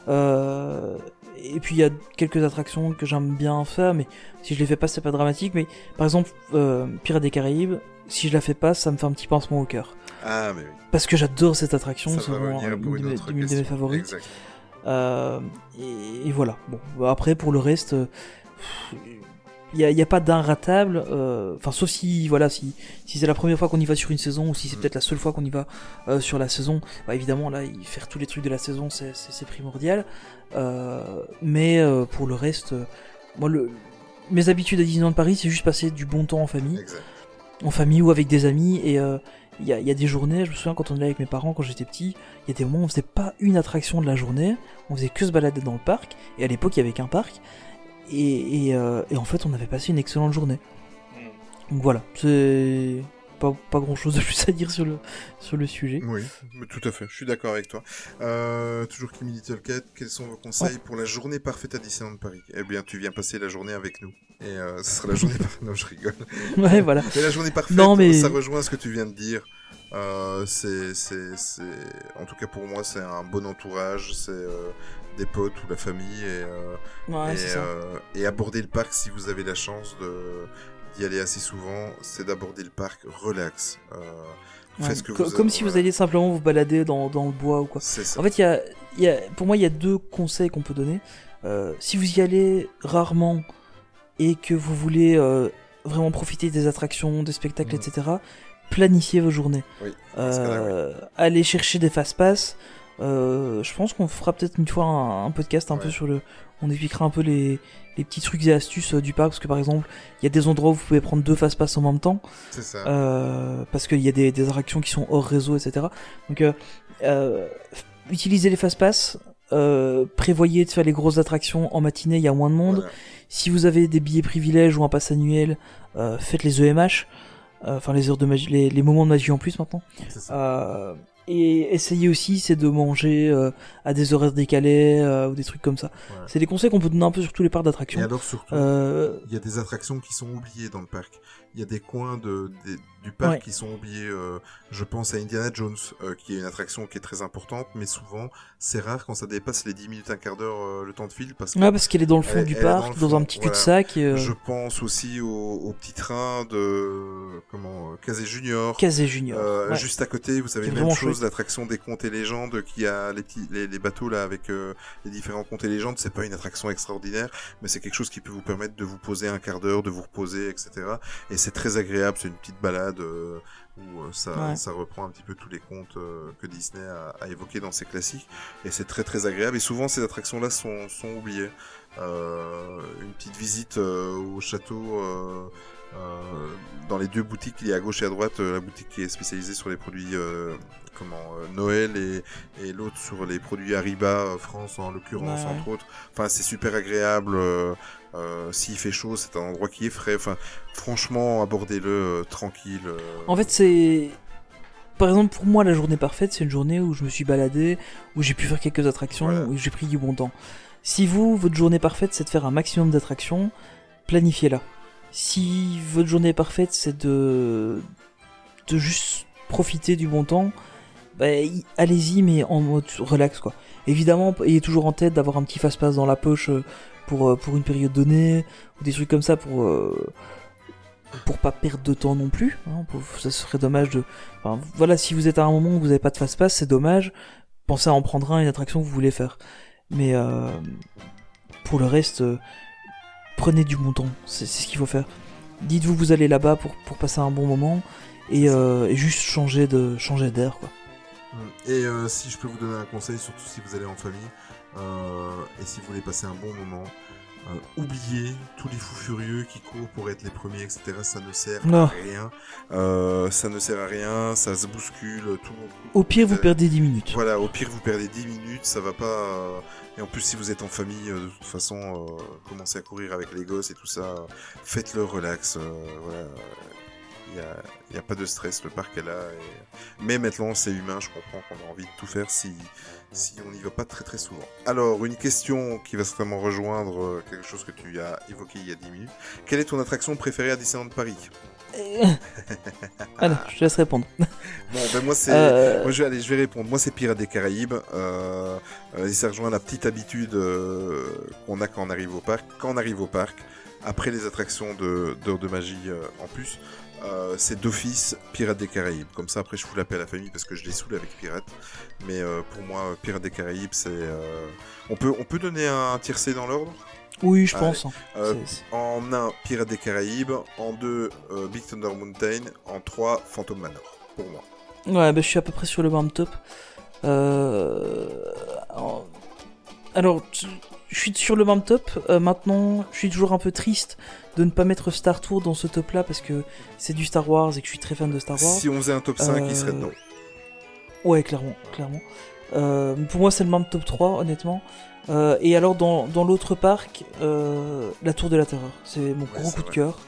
Euh, et puis il y a quelques attractions que j'aime bien faire, mais si je les fais pas, c'est pas dramatique. Mais par exemple, euh, Pirates des Caraïbes, si je la fais pas, ça me fait un petit pincement au cœur. Ah mais oui. Parce que j'adore cette attraction, Ça c'est va vraiment revenir pour une, une de mes- autre une de mes question. favorites. Exact. Euh, et, et voilà. Bon, bah, après pour le reste, euh, il n'y a, il y a pas d'inratable. euh, Enfin, sauf si voilà, si, si c'est la première fois qu'on y va sur une saison ou si c'est Mm. peut-être la seule fois qu'on y va euh, sur la saison. Bah, évidemment, là, y faire tous les trucs de la saison, c'est c'est- c'est primordial. Euh, mais euh, pour le reste, euh, moi, le, mes habitudes à Disneyland Paris, c'est juste passer du bon temps en famille Exact. en famille ou avec des amis. Et euh, il y, a, il y a des journées, je me souviens quand on allait avec mes parents quand j'étais petit, il y a des moments où on faisait pas une attraction de la journée, on faisait que se balader dans le parc. Et à l'époque, il y avait qu'un parc. Et, et, euh, et en fait, on avait passé une excellente journée. Donc voilà, c'est pas, pas grand chose de plus à dire sur le, sur le sujet. Oui, mais tout à fait, je suis d'accord avec toi. Euh, toujours Kimi Little Cat, quels sont vos conseils pour la journée parfaite à Disneyland Paris? Eh bien, tu viens passer la journée avec nous. Et euh, ce sera la journée parfaite. Non, je rigole. Ouais, voilà. Mais la journée parfaite, Non, mais- ça rejoint ce que tu viens de dire. Euh, c'est, c'est, c'est... En tout cas, pour moi, c'est un bon entourage, c'est euh, des potes ou la famille. Et, euh, Ouais, et, c'est ça. euh, et aborder le parc, si vous avez la chance de... d'y aller assez souvent, c'est d'aborder le parc relax. Euh, Ouais. faites ce que Co- vous Comme avez- si vous voilà. alliez simplement vous balader dans, dans le bois ou quoi. C'est ça. En fait, il y a, il y a, pour moi, il y a deux conseils qu'on peut donner. Euh, si vous y allez rarement et que vous voulez euh, vraiment profiter des attractions, des spectacles, Mhm. et cetera, planifiez vos journées. Oui, dans ce cas-là, oui. Euh, allez chercher des fast-pass. Euh, je pense qu'on fera peut-être une fois un, un podcast un Ouais. peu sur le... On expliquera un peu les, les petits trucs et astuces euh, du parc, parce que par exemple, il y a des endroits où vous pouvez prendre deux fast-pass en même temps. C'est ça. Euh, parce qu'il y a des, des attractions qui sont hors réseau, et cetera. Donc, euh, euh, utilisez les fast-pass, euh, prévoyez de faire les grosses attractions en matinée, il y a moins de monde. Voilà. Si vous avez des billets privilèges ou un pass annuel, euh, faites les E M H, euh, enfin les heures de magie, les, les moments de magie en plus maintenant. C'est ça. Euh, et essayez aussi, c'est de manger euh, à des horaires décalés euh, ou des trucs comme ça. Voilà. C'est des conseils qu'on peut donner un peu sur tous les parcs Et d'attractions. alors surtout, Euh, il y a des attractions qui sont oubliées dans le parc. Il y a des coins de, des- du parc Ouais. qui sont oubliés. euh, je pense à Indiana Jones, euh, qui est une attraction qui est très importante, mais souvent, c'est rare quand ça dépasse les dix minutes, un quart d'heure, euh, le temps de fil. Parce que ouais, parce qu'elle est dans le fond Elle- du elle est dans parc, le dans, fond, un petit voilà. cul-de-sac. et, Euh, je pense aussi au, au petit train de comment euh, Casey Junior. Casey Junior. Euh, ouais. Juste à côté, vous avez Qui est même vraiment chose, chouette. l'attraction des contes et légendes, qui a les petits, les, les bateaux là avec euh, les différents contes et légendes. C'est pas une attraction extraordinaire, mais c'est quelque chose qui peut vous permettre de vous poser un quart d'heure, de vous reposer, et cetera. Et c'est très agréable, c'est une petite balade euh, où euh, ça, Ouais. ça reprend un petit peu tous les contes euh, que Disney a, a évoqués dans ses classiques, et c'est très très agréable, et souvent ces attractions-là sont, sont oubliées. Euh, une petite visite euh, au château, euh, euh, dans les deux boutiques, il y a à gauche et à droite, euh, la boutique qui est spécialisée sur les produits euh, comment euh, Noël, et, et l'autre sur les produits Hariba euh, France en l'occurrence, Ouais. entre autres. Enfin, c'est super agréable. Euh, euh, s'il fait chaud, c'est un endroit qui est frais. Enfin, franchement, abordez-le euh, tranquille. euh. En fait, c'est. Par exemple, pour moi, la journée parfaite, c'est une journée où je me suis baladé, où j'ai pu faire quelques attractions, Voilà. où j'ai pris du bon temps. Si vous, votre journée parfaite, c'est de faire un maximum d'attractions, planifiez-la. Si votre journée parfaite, c'est de. de juste profiter du bon temps, bah, y- allez-y, mais en mode relax, quoi. Évidemment, ayez toujours en tête d'avoir un petit fast-pass dans la poche euh, pour, euh, pour une période donnée, ou des trucs comme ça pour. euh, pour pas perdre de temps non plus, hein, pour- ça serait dommage de... Enfin, voilà, si vous êtes à un moment où vous n'avez pas de fast-pass, c'est dommage, pensez à en prendre un, une attraction que vous voulez faire. Mais euh, pour le reste, euh, prenez du bon temps, c'est c'est ce qu'il faut faire. Dites-vous que vous allez là-bas pour, pour passer un bon moment, et, euh, et juste changer de changer d'air, quoi. Et euh, si je peux vous donner un conseil, surtout si vous allez en famille, euh, et si vous voulez passer un bon moment, euh, oubliez tous les fous furieux qui courent pour être les premiers, et cetera. Ça ne sert Non. à rien. Euh, ça ne sert à rien, ça se bouscule, tout le monde. Au pire, vous Euh, perdez dix minutes. Voilà, au pire vous perdez dix minutes, ça va pas... euh, Et en plus si vous êtes en famille, euh, de toute façon, euh, commencez à courir avec les gosses et tout ça, euh, faites-le relax, euh, voilà. Il n'y a, il y a pas de stress, le parc est là. Et... Mais maintenant c'est humain, je comprends qu'on a envie de tout faire si, si on n'y va pas très très souvent. Alors, une question qui va certainement rejoindre euh, quelque chose que tu as évoqué il y a dix minutes. Quelle est ton attraction préférée à Disneyland Paris? Voilà, je te laisse répondre. Bon, ben moi c'est... Euh, Moi je vais aller, je vais répondre. Moi c'est Pirates des Caraïbes. Euh, euh, et ça rejoint la petite habitude euh, qu'on a quand on arrive au parc. Quand on arrive au parc, après les attractions de d'heure de magie euh, en plus, euh, c'est d'office Pirates des Caraïbes. Comme ça après je fous la paix à la famille parce que je les saoule avec Pirates. Mais euh, pour moi Pirates des Caraïbes c'est... euh, On peut on peut donner un tiercé dans l'ordre. oui, je Allez, pense. hein. Euh, C'est- c'est- en un Pirates des Caraïbes, en deux euh, Big Thunder Mountain, en trois Phantom Manor. Pour moi. Ouais, bah, je suis à peu près sur le même top. Euh... en- Alors, tu- je suis sur le même top. Euh, maintenant, je suis toujours un peu triste de ne pas mettre Star Tour dans ce top-là parce que c'est du Star Wars et que je suis très fan de Star Wars. Si on faisait un top cinq, il serait Euh, dedans. Ouais, clairement, clairement. Euh, pour moi, c'est le même top trois, honnêtement. Euh, et alors, dans, dans l'autre parc, euh, la Tour de la Terreur. C'est mon Ouais, gros c'est coup de vrai. cœur.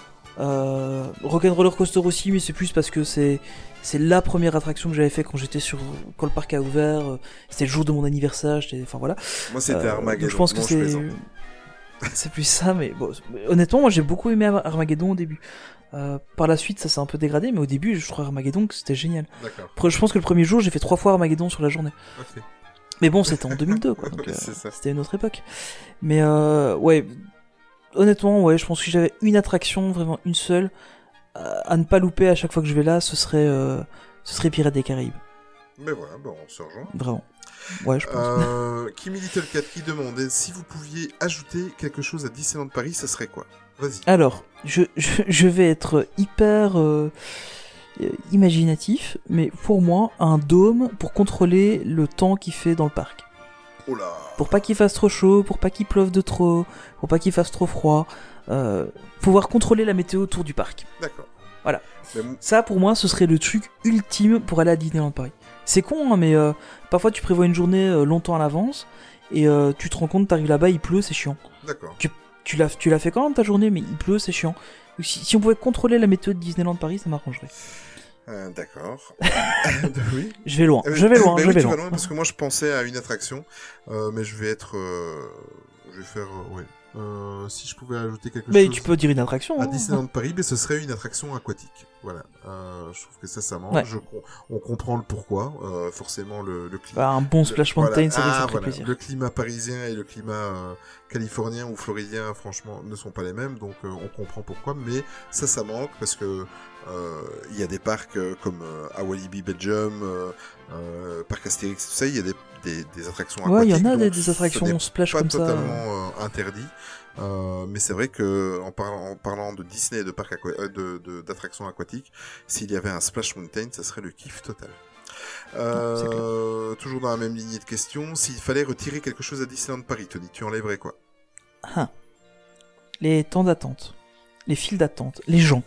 Euh, Rock'n'Roller Coaster aussi, mais c'est plus parce que c'est c'est la première attraction que j'avais fait quand j'étais sur quand le parc a ouvert. euh, C'était le jour de mon anniversaire. j'étais- Enfin voilà. Moi, c'était Euh, Armageddon. donc je pense que Non, c'est plaisante. c'est plus ça, mais bon, c'est- honnêtement, moi j'ai beaucoup aimé Ar- Armageddon au début. Euh, par la suite, ça s'est un peu dégradé, mais au début, je trouvais Armageddon que c'était génial. D'accord. Après, je pense que le premier jour, j'ai fait trois fois Armageddon sur la journée. Ok. Mais bon, c'était en deux mille deux, quoi. Donc, Ouais, euh, c'est ça. c'était une autre époque. Mais euh, ouais, honnêtement, ouais, je pense que si j'avais une attraction, vraiment une seule, à à ne pas louper à chaque fois que je vais là, ce serait, euh, ce serait Pirates des Caraïbes. Mais voilà, bon, on se rejoint. Vraiment. Ouais, je pense. Euh, Kimi Little Cat qui demande si vous pouviez ajouter quelque chose à Disneyland Paris, ça serait quoi? Vas-y. Alors, je, je, je vais être hyper euh, euh, imaginatif, mais pour moi, un dôme pour contrôler le temps qu'il fait dans le parc. Oh là. Pour pas qu'il fasse trop chaud, pour pas qu'il pleuve de trop, pour pas qu'il fasse trop froid. Euh, pouvoir contrôler la météo autour du parc. D'accord. Voilà. Mais m- Ça, pour moi, ce serait le truc ultime pour aller à Disneyland Paris. C'est con, hein, mais euh, parfois tu prévois une journée euh, longtemps à l'avance, et euh, tu te rends compte, t'arrives là-bas, il pleut, c'est chiant. D'accord. Tu l'as, tu l'as fait quand même ta journée, mais il pleut, c'est chiant. Si, si on pouvait contrôler la météo de Disneyland Paris, ça m'arrangerait. Euh, D'accord. oui. Je vais loin, Euh, je vais loin, mais je oui, vais tu vas loin. loin parce que moi je pensais à une attraction, euh, mais je vais être, euh, je vais faire, euh, ouais. Euh, si je pouvais ajouter quelque Mais chose tu peux dire une attraction. à hein. Disneyland Paris, mais ce serait une attraction aquatique. Voilà. Euh, je trouve que ça, ça manque. Ouais. Je com- on comprend le pourquoi. Euh, forcément, le, le climat. Bah, un bon Splash Le- Mountain, voilà. ça, ça Ah, ferait voilà. plaisir. Le climat parisien et le climat euh, californien ou floridien, franchement, ne sont pas les mêmes, donc euh, on comprend pourquoi. Mais ça, ça manque parce que euh, il y a des parcs euh, comme euh, à Walibi Belgium, euh, euh, parc Astérix, tout ça. Il y a des, des, des attractions Ouais, il y aquatiques. en a des, donc des ce attractions n'est splash pas comme ça. totalement euh, interdit. Euh, mais c'est vrai que en, par- en parlant de Disney et de parcs aqua- euh, de, de- d'attractions aquatiques, s'il y avait un Splash Mountain, ça serait le kiff total. Euh, toujours dans la même lignée de questions, s'il fallait retirer quelque chose à Disneyland Paris, Tony, tu enlèverais quoi? Ah. Les temps d'attente, les files d'attente, les gens.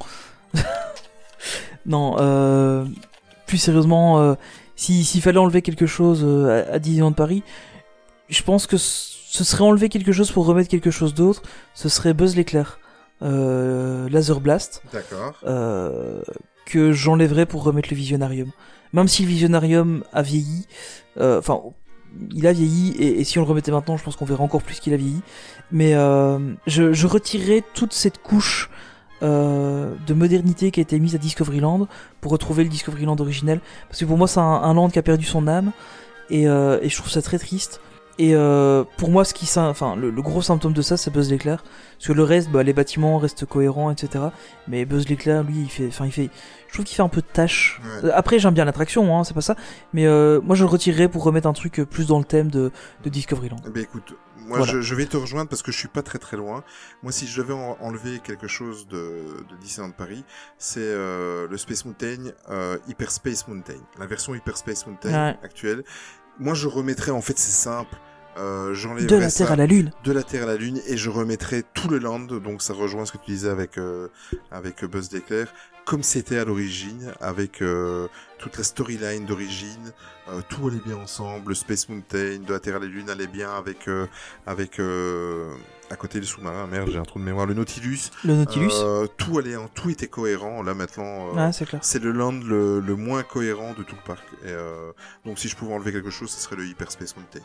Non, euh, plus sérieusement, euh, si, s'il fallait enlever quelque chose euh, à, à Disneyland Paris, je pense que c- ce serait enlever quelque chose pour remettre quelque chose d'autre. Ce serait Buzz l'éclair, euh, Laser Blast, D'accord. euh, que j'enlèverais pour remettre le Visionarium. Même si le Visionarium a vieilli, euh, enfin, il a vieilli, et, et si on le remettait maintenant, je pense qu'on verrait encore plus qu'il a vieilli. Mais euh, je, je retirerais toute cette couche euh, de modernité qui a été mise à Discoveryland pour retrouver le Discoveryland originel. Parce que pour moi, c'est un, un land qui a perdu son âme, et, euh, et je trouve ça très triste. Et euh, pour moi, ce qui, sym- enfin, le, le gros symptôme de ça, c'est Buzz l'éclair. Parce que le reste, bah, les bâtiments restent cohérents, et cetera. Mais Buzz l'éclair, lui, il fait, enfin, il fait, je trouve qu'il fait un peu de tâche. Ouais. Euh, Après, j'aime bien l'attraction, hein, c'est pas ça. Mais euh, moi, je le retirerais pour remettre un truc euh, plus dans le thème de, de Discoveryland. Eh bien, écoute, moi Voilà. je, je vais te rejoindre parce que je suis pas très très loin. Moi, si je devais en- enlever quelque chose de, de Disneyland Paris, c'est euh, le Space Mountain, euh, Hyperspace Mountain, la version Hyperspace Mountain Ouais. actuelle. Moi, je remettrais, en fait, c'est simple. Euh, j'enlèverais De la ça Terre à la Lune. de la Terre à la Lune et je remettrais tout le land, donc ça rejoint ce que tu disais avec euh, avec Buzz l'éclair, comme c'était à l'origine, avec euh, toute la storyline d'origine, euh, tout allait bien ensemble, le Space Mountain, de la Terre à la Lune allait bien avec euh, avec euh, à côté le sous-marin, merde j'ai un trou de mémoire, le Nautilus, Le Nautilus. Euh, tout allait, en, tout était cohérent, là maintenant. Euh, Ouais, c'est clair. c'est le land le, le moins cohérent de tout le parc. Et, euh, donc si je pouvais enlever quelque chose, ce serait le Hyperspace Mountain.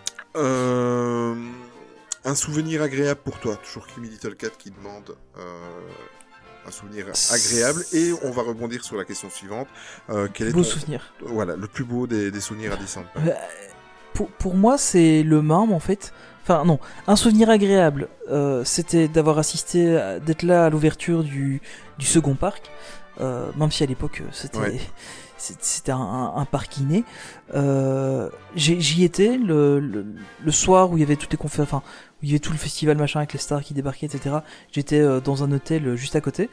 Euh, un souvenir agréable pour toi, toujours Kimi Little Cat qui demande euh, un souvenir agréable. Et on va rebondir sur la question suivante. Euh, quel est Beau ton- souvenir. Voilà, le plus beau des, des souvenirs à Disneyland. Euh, pour, pour moi, c'est le mime en fait. Enfin, non, un souvenir agréable, euh, c'était d'avoir assisté, à- d'être là à l'ouverture du, du second parc. Euh, même si à l'époque, euh, c'était. Ouais. c'est- C'était un, un, un parc inné. Euh, j'ai- J'y étais le, le, le soir où il y avait toutes les conférences, enfin où il y avait tout le festival machin avec les stars qui débarquaient, et cetera. J'étais euh, dans un hôtel euh, juste à côté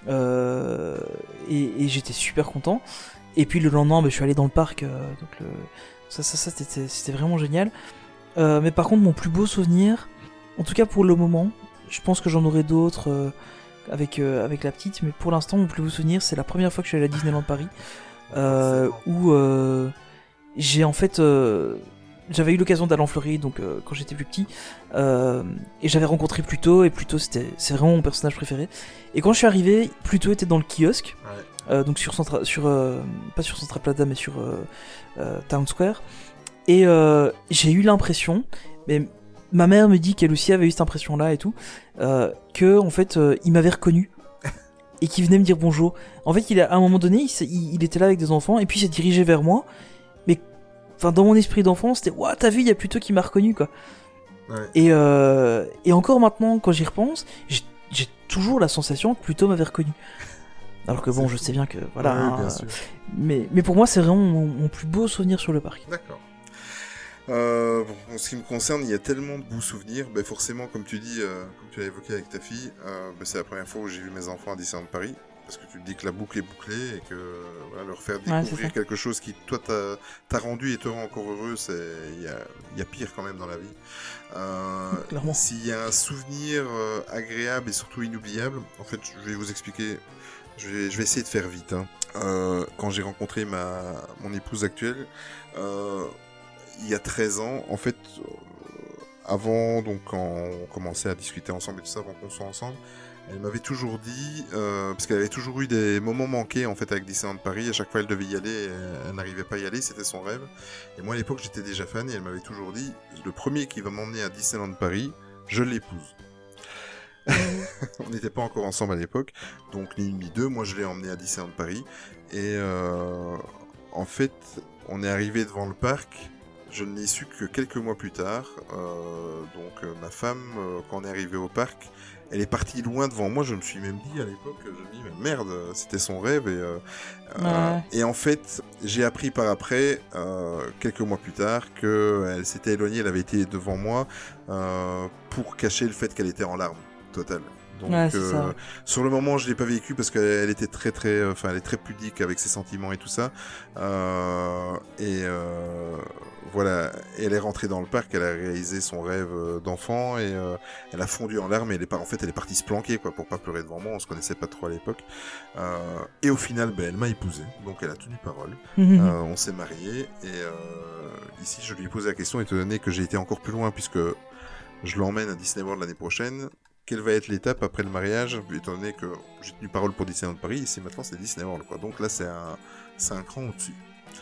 euh, et, et j'étais super content. Et puis le lendemain, bah, je suis allé dans le parc, euh, donc le, ça, ça, ça c'était c'était vraiment génial. Euh, mais par contre, mon plus beau souvenir, en tout cas pour le moment, je pense que j'en aurai d'autres euh, avec euh, avec la petite, mais pour l'instant, mon plus beau souvenir, c'est la première fois que je suis allé à Disneyland Paris. Euh, où euh, j'ai en fait euh, j'avais eu l'occasion d'aller en Floride donc euh, quand j'étais plus petit euh, et j'avais rencontré Pluto et Pluto c'était c'est vraiment mon personnage préféré et quand je suis arrivé Pluto était dans le kiosque Ouais. euh, donc sur Centra, sur euh, pas sur Central Plaza mais sur euh, euh, Town Square et euh, j'ai eu l'impression mais ma mère me dit qu'elle aussi avait eu cette impression là et tout euh, que en fait euh, il m'avait reconnu et qui venait me dire bonjour. En fait, il a, à un moment donné, il, s'est- il, il était là avec des enfants, et puis il s'est dirigé vers moi. Mais, enfin, dans mon esprit d'enfant, c'était ouah, t'as vu, il y a Pluto qui m'a reconnu, quoi. Ouais. Et, euh, et encore maintenant, quand j'y repense, j'ai, j'ai toujours la sensation que Pluto m'avait reconnu. Alors que bon, C'est je fou. sais bien que voilà. Ouais, hein, bien euh, sûr. mais, mais pour moi, c'est vraiment mon, mon plus beau souvenir sur le parc. D'accord. Euh, bon, en ce qui me concerne, il y a tellement de beaux souvenirs. Ben forcément, comme tu dis, euh, comme tu l'as évoqué avec ta fille, euh, ben c'est la première fois où j'ai vu mes enfants à Disneyland Paris. Parce que tu te dis que la boucle est bouclée et que euh, voilà, leur faire Ouais, c'est découvrir ça. quelque chose qui, toi, t'a, t'a rendu et te rend encore heureux, c'est il y a, il y a pire quand même dans la vie. Euh, Clairement. S'il y a un souvenir euh, agréable et surtout inoubliable, en fait, je vais vous expliquer. Je vais, je vais essayer de faire vite. Hein. Euh, quand j'ai rencontré ma, mon épouse actuelle, euh, il y a treize ans, en fait, euh, avant, donc, quand on commençait à discuter ensemble et tout ça, avant qu'on soit ensemble, elle m'avait toujours dit, euh, parce qu'elle avait toujours eu des moments manqués en fait avec Disneyland Paris, à chaque fois elle devait y aller, et elle n'arrivait pas à y aller, c'était son rêve. Et moi à l'époque j'étais déjà fan et elle m'avait toujours dit, le premier qui va m'emmener à Disneyland Paris, je l'épouse. On n'était pas encore ensemble à l'époque, donc ni une ni deux, moi je l'ai emmené à Disneyland Paris. Et euh, en fait, on est arrivé devant le parc, Je ne l'ai su que quelques mois plus tard. Euh, donc euh, ma femme, euh, quand on est arrivé au parc, elle est partie loin devant moi. Je me suis même dit à l'époque, je me dis mais merde, c'était son rêve. Et, euh, Ouais. euh, et en fait, j'ai appris par après, euh, quelques mois plus tard, qu'elle s'était éloignée, elle avait été devant moi euh, pour cacher le fait qu'elle était en larmes totales. Donc, Ouais, c'est euh, ça. sur le moment, je l'ai pas vécu parce qu'elle était très très, enfin, elle est très pudique avec ses sentiments et tout ça. Euh, et euh, voilà, et elle est rentrée dans le parc, elle a réalisé son rêve euh, d'enfant et euh, elle a fondu en larmes. Et elle est pas, en fait, elle est partie se planquer quoi pour pas pleurer devant moi. On se connaissait pas trop à l'époque. Euh, et au final, ben, elle m'a épousé, donc elle a tenu parole. Mhm. Euh, on s'est mariés et euh, ici, je lui ai posé la question étant donné que j'ai été encore plus loin puisque je l'emmène à Disney World l'année prochaine. Quelle va être l'étape après le mariage, étant donné que j'ai tenu parole pour Disneyland Paris, ici maintenant c'est Disney World, quoi. Donc là c'est un, c'est un cran au-dessus.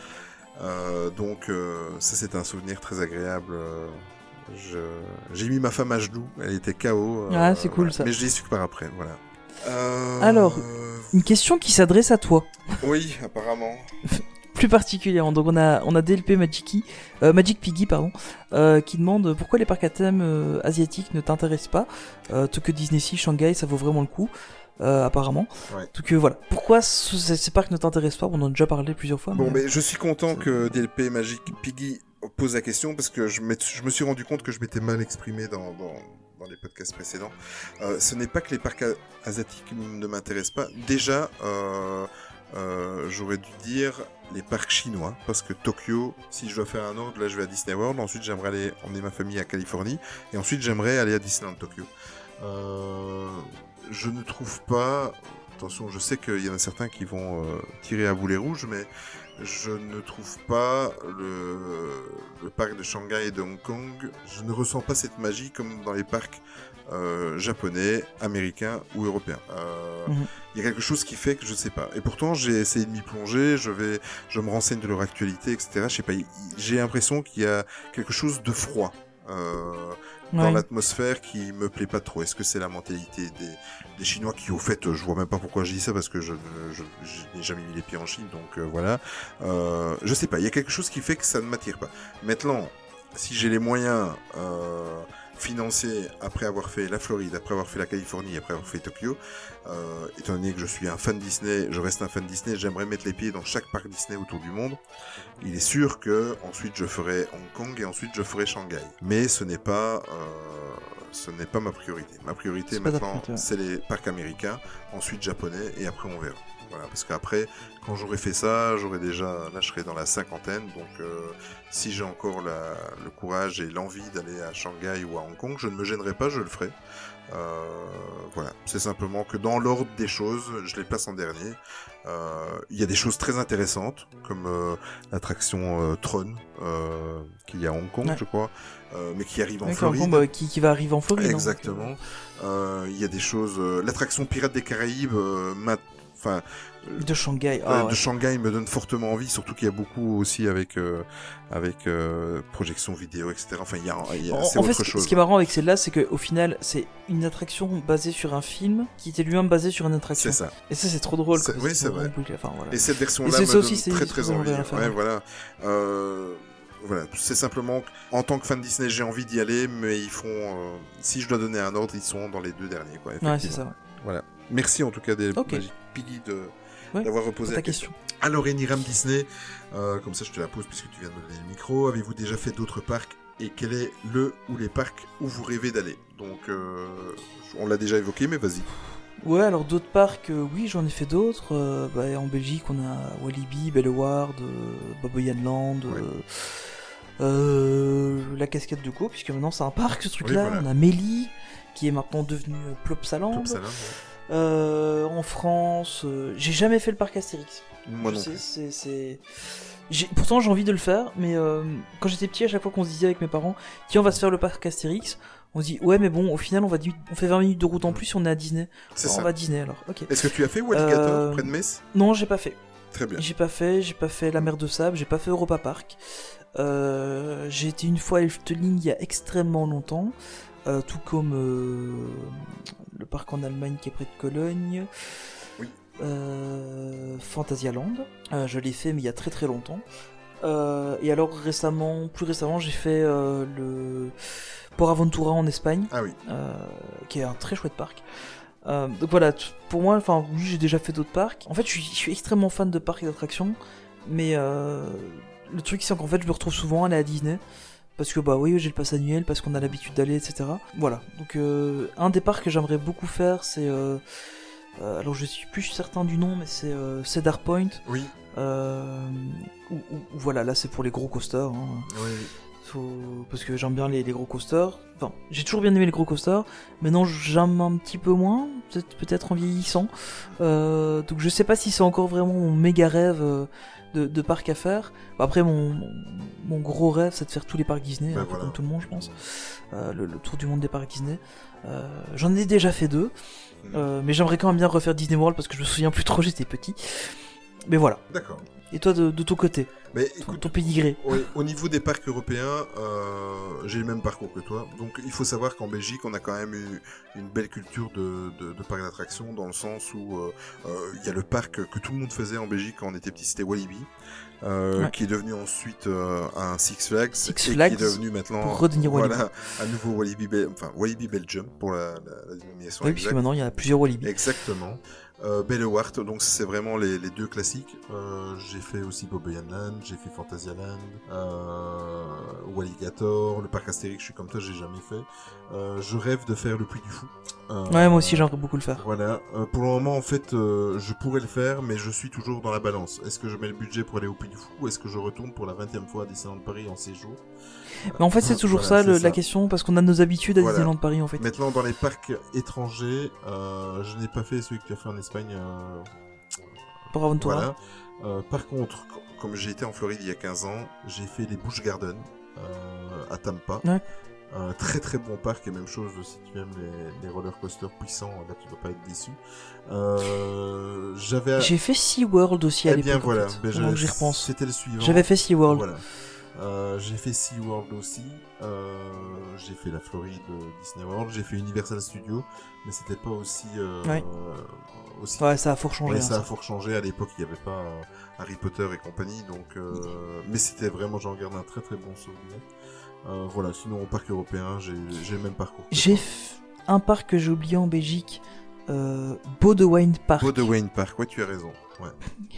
Euh, donc euh, ça c'est un souvenir très agréable. euh, Je... J'ai mis ma femme à genoux, elle était K O. euh, Ah, c'est cool, voilà. ça. Mais je l'ai su que par après, voilà. Euh... Alors, Une question qui s'adresse à toi, Oui, apparemment. plus particulièrement. Donc on a, on a D L P Magiki, euh, Magic Piggy, pardon, euh, qui demande pourquoi les parcs à thème euh, asiatiques ne t'intéressent pas, euh, tout que Disney Sea, Shanghai, ça vaut vraiment le coup. Euh, apparemment. Ouais. Donc que voilà. Pourquoi ce- ces, ces parcs ne t'intéressent pas? On en a déjà parlé plusieurs fois. Bon, mais... mais je suis content que D L P Magic Piggy pose la question parce que je, m'ai- je me suis rendu compte que je m'étais mal exprimé dans, dans, dans les podcasts précédents. Euh, ce n'est pas que les parcs a- asiatiques ne m'intéressent pas. Déjà, euh, euh, j'aurais dû dire les parcs chinois parce que Tokyo, si je dois faire un ordre, là je vais à Disney World. Ensuite, j'aimerais aller emmener ma famille à Californie et ensuite j'aimerais aller à Disneyland Tokyo. Euh, je ne trouve pas. Attention, je sais qu'il y en a certains qui vont euh, tirer à boulet rouge, mais je ne trouve pas le, le parc de Shanghai et de Hong Kong. Je ne ressens pas cette magie comme dans les parcs euh, japonais, américains ou européens. Euh, Il Mhm. y a quelque chose qui fait que je ne sais pas. Et pourtant, j'ai essayé de m'y plonger. Je vais, je me renseigne de leur actualité, et cetera. Je sais pas. y- y- J'ai l'impression qu'il y a quelque chose de froid. Euh, dans Ouais. l'atmosphère qui me plaît pas trop. Est-ce que c'est la mentalité des, des Chinois qui, au fait, euh, je vois même pas pourquoi je dis ça parce que je, ne- je, je n'ai jamais mis les pieds en Chine, donc euh, voilà. Euh, je sais pas, il y a quelque chose qui fait que ça ne m'attire pas. Maintenant, si j'ai les moyens euh, financiers après avoir fait la Floride, après avoir fait la Californie, après avoir fait Tokyo, euh, étant donné que je suis un fan Disney, je reste un fan Disney, j'aimerais mettre les pieds dans chaque parc Disney autour du monde. Il est sûr que ensuite je ferai Hong Kong et ensuite je ferai Shanghai. Mais ce n'est pas, euh, ce n'est pas ma priorité. Ma priorité C'est pas ta maintenant, priorité, ouais. c'est les parcs américains, ensuite japonais et après on verra. Voilà, parce qu'après, quand j'aurai fait ça, j'aurai déjà, là je serai dans la cinquantaine, donc euh, si j'ai encore la, le courage et l'envie d'aller à Shanghai ou à Hong Kong, je ne me gênerai pas, je le ferai. Euh, voilà, c'est simplement que dans l'ordre des choses, je les place en dernier. Euh, Il y a des choses très intéressantes, comme euh, l'attraction euh, Tron, euh, qui est à Hong Kong, Ouais. je crois, euh, mais qui arrive en Ouais, Floride. Hong Kong, bah, qui, qui va arriver en Floride. hein, Exactement. Euh, Il y a des choses. euh, L'attraction Pirates des Caraïbes, euh, ma- enfin, donc, euh, De Shanghai. euh, Ah, de ouais. Shanghai me donne fortement envie, surtout qu'il y a beaucoup aussi avec euh, avec euh, projection vidéo, et cetera. Enfin, il y a, il y a En, c'est en fait, autre ce qui- chose. ce qui est marrant avec celle-là, c'est qu'au final, c'est une attraction basée sur un film qui était lui-même basé sur une attraction. C'est ça. Et ça, c'est trop drôle. C'est- quoi, oui, parce c'est qu'ils vrai. ont bouclé- Enfin, voilà. Et cette version-là Et c'est me ça donne aussi, c'est- très c'est très ce que envie. j'aimerais faire. Ouais, voilà. Euh, voilà. C'est simplement qu'en tant que fan Disney, j'ai envie d'y aller, mais ils font. euh, si je dois donner un ordre, ils sont dans les deux derniers, quoi. Ouais, c'est effectivement. ça. ouais. Voilà. Merci en tout cas des Ok. Magic Piggy de Ouais, d'avoir Pour reposé ta la question. question. Alors, Eniram Disney, euh, comme ça je te la pose puisque tu viens de me donner le micro. Avez-vous déjà fait d'autres parcs et quel est le ou les parcs où vous rêvez d'aller? Donc, euh, on l'a déjà évoqué, mais vas-y. Ouais, alors d'autres parcs, euh, oui, j'en ai fait d'autres. Euh, bah, en Belgique, on a Walibi, Belleward, euh, Boboyan Land, Ouais. euh, euh, la cascade de Co, puisque maintenant c'est un parc ce truc-là. Oui, voilà. On a Méli, qui est maintenant devenu euh, Plopsaland. Top Salam, ouais. Euh, en France, euh, j'ai jamais fait le parc Astérix. Moi Je non sais, plus. c'est, c'est... J'ai... Pourtant, j'ai envie de le faire, mais euh, quand j'étais petit, à chaque fois qu'on se disait avec mes parents, tiens, on va se faire le parc Astérix, on se dit, ouais, mais bon, au final, on va di- on fait vingt minutes de route en plus, on est à Disney. C'est Alors, ça. on va à Disney alors, ok. Est-ce que tu as fait Walligator Euh, près de Metz? Non, j'ai pas fait. Très bien. J'ai pas fait, j'ai pas fait la mer de sable, j'ai pas fait Europa Park. Euh, j'ai été une fois à Efteling il y a extrêmement longtemps, euh, tout comme euh, le parc en Allemagne qui est près de Cologne. Oui. Euh, Phantasialand, Euh, je l'ai fait mais il y a très très longtemps. Euh, et alors récemment, plus récemment, j'ai fait euh, le Port Aventura en Espagne, Ah oui. euh, qui est un très chouette parc. Euh, donc voilà, t- pour moi, enfin, oui, j'ai déjà fait d'autres parcs. En fait, je suis, je suis extrêmement fan de parcs et d'attractions, mais euh, le truc c'est qu'en fait, je me retrouve souvent à aller à Disney. Parce que bah oui, j'ai le pass annuel, parce qu'on a l'habitude d'aller, et cetera. Voilà. Donc euh, un des parcs que j'aimerais beaucoup faire, c'est euh, euh, alors je suis plus certain du nom, mais c'est euh, Cedar Point. Oui. Euh, où, où- où, voilà, là c'est pour les gros coasters. Hein. Oui. Faut- Parce que j'aime bien les, les gros coasters. Enfin, j'ai toujours bien aimé les gros coasters. Maintenant, j'aime un petit peu moins, peut-être peut-être en vieillissant. Euh, donc je sais pas si c'est encore vraiment mon méga rêve euh, de, de parc à faire. Bon, après, mon, mon, mon gros rêve, c'est de faire tous les parcs Disney, Ben un peu voilà. comme tout le monde, je pense. Euh, le, le tour du monde des parcs Disney. Euh, J'en ai déjà fait deux. Mm. Euh, mais j'aimerais quand même bien refaire Disney World parce que je me souviens plus trop, j'étais petit. Mais voilà. D'accord. Et toi, de, de ton côté, Mais ton, écoute, ton pédigré. au, au niveau des parcs européens, euh, j'ai le même parcours que toi. Donc il faut savoir qu'en Belgique, on a quand même eu une belle culture de, de, de parcs d'attractions, dans le sens où euh, euh, il y a le parc que tout le monde faisait en Belgique quand on était petit, c'était Walibi. Euh, Ouais. qui est devenu ensuite euh, un Six Flags, Six et Flags, qui est devenu maintenant pour redevenir Walibi. voilà, à nouveau Walibi, Bel- enfin Walibi Belgium pour la, la, la dénomination Oui, puisque exacte. maintenant il y a plusieurs Walibi. Exactement. Euh, Bellewart, donc c'est vraiment les, les deux classiques. Euh, j'ai fait aussi Boboyan Land, j'ai fait Fantasyland, euh, Walligator, le parc Astérix, je suis comme toi, j'ai jamais fait. Euh, je rêve de faire le Puy du Fou. Euh, Ouais, moi aussi j'aimerais beaucoup le faire. Voilà. Euh, pour le moment, en fait, euh, je pourrais le faire, mais je suis toujours dans la balance. Est-ce que je mets le budget pour aller au Puy du Fou, ou est-ce que je retourne pour la vingtième fois à Disneyland Paris en séjour? Mais en fait, c'est toujours Voilà, ça, le- c'est la ça. question, parce qu'on a nos habitudes à Voilà. Disneyland Paris en fait. Maintenant, dans les parcs étrangers, euh, je n'ai pas fait celui que tu as fait en Espagne. euh, Pour Aventura. Voilà. Euh, par contre, co- comme j'ai été en Floride il y a quinze ans, j'ai fait les Busch Gardens euh, à Tampa. Ouais. Un très très bon parc, et même chose si tu aimes les, les roller coasters puissants, là tu vas pas être déçu. Euh, j'avais. J'ai fait SeaWorld aussi à Eh l'époque. bien voilà, en fait, ben, pendant je- que j'y repense. c'était le suivant. J'avais fait SeaWorld. Voilà. Euh, j'ai fait SeaWorld aussi. Euh, j'ai fait la Floride, euh, Disney World. J'ai fait Universal Studios, mais c'était pas aussi. Euh, Ouais. aussi Ouais, ça a fort changé. Ouais, hein, ça a ça. fort changé. À l'époque, il n'y avait pas euh, Harry Potter et compagnie, donc. Euh, mais c'était vraiment, j'en garde un très très bon souvenir. Euh, voilà. Sinon, au parc européen, j'ai j'ai le même parcours. que J'ai toi. f- un parc que j'ai oublié en Belgique, euh, Bodewine Park, Bodewijn Park. Ouais, tu as raison. Ouais.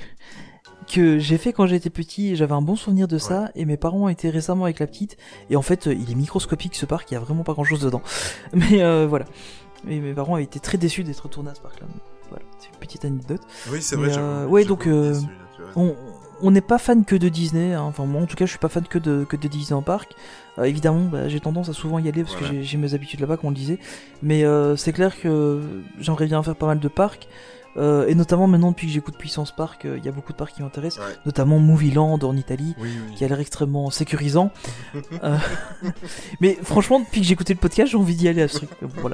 que j'ai fait quand j'étais petit. Et j'avais un bon souvenir de ça, et mes parents ont été récemment avec la petite. Et en fait, euh, il est microscopique ce parc, il y a vraiment pas grand chose dedans. Mais euh, voilà. Et mes parents avaient été très déçus d'être retournés à ce parc-là. Voilà, c'est une petite anecdote. Oui, c'est Mais, vrai. j'ai- euh, j'ai ouais, pas donc, oublié euh, celui-là, tu as raison. On on n'est pas fan que de Disney, hein. Enfin moi en tout cas je suis pas fan que de, que de Disney en parc. Euh, évidemment bah, j'ai tendance à souvent y aller parce Voilà. que j'ai- j'ai mes habitudes là-bas comme on le disait. Mais euh, c'est clair que j'aimerais bien faire pas mal de parcs. Euh, et notamment maintenant depuis que j'écoute Puissance Park, il y a beaucoup de parcs qui m'intéressent. Ouais. Notamment Movieland en Italie, Oui, oui. qui a l'air extrêmement sécurisant. Euh, Mais franchement depuis que j'ai écouté le podcast j'ai envie d'y aller à ce truc. Donc, voilà.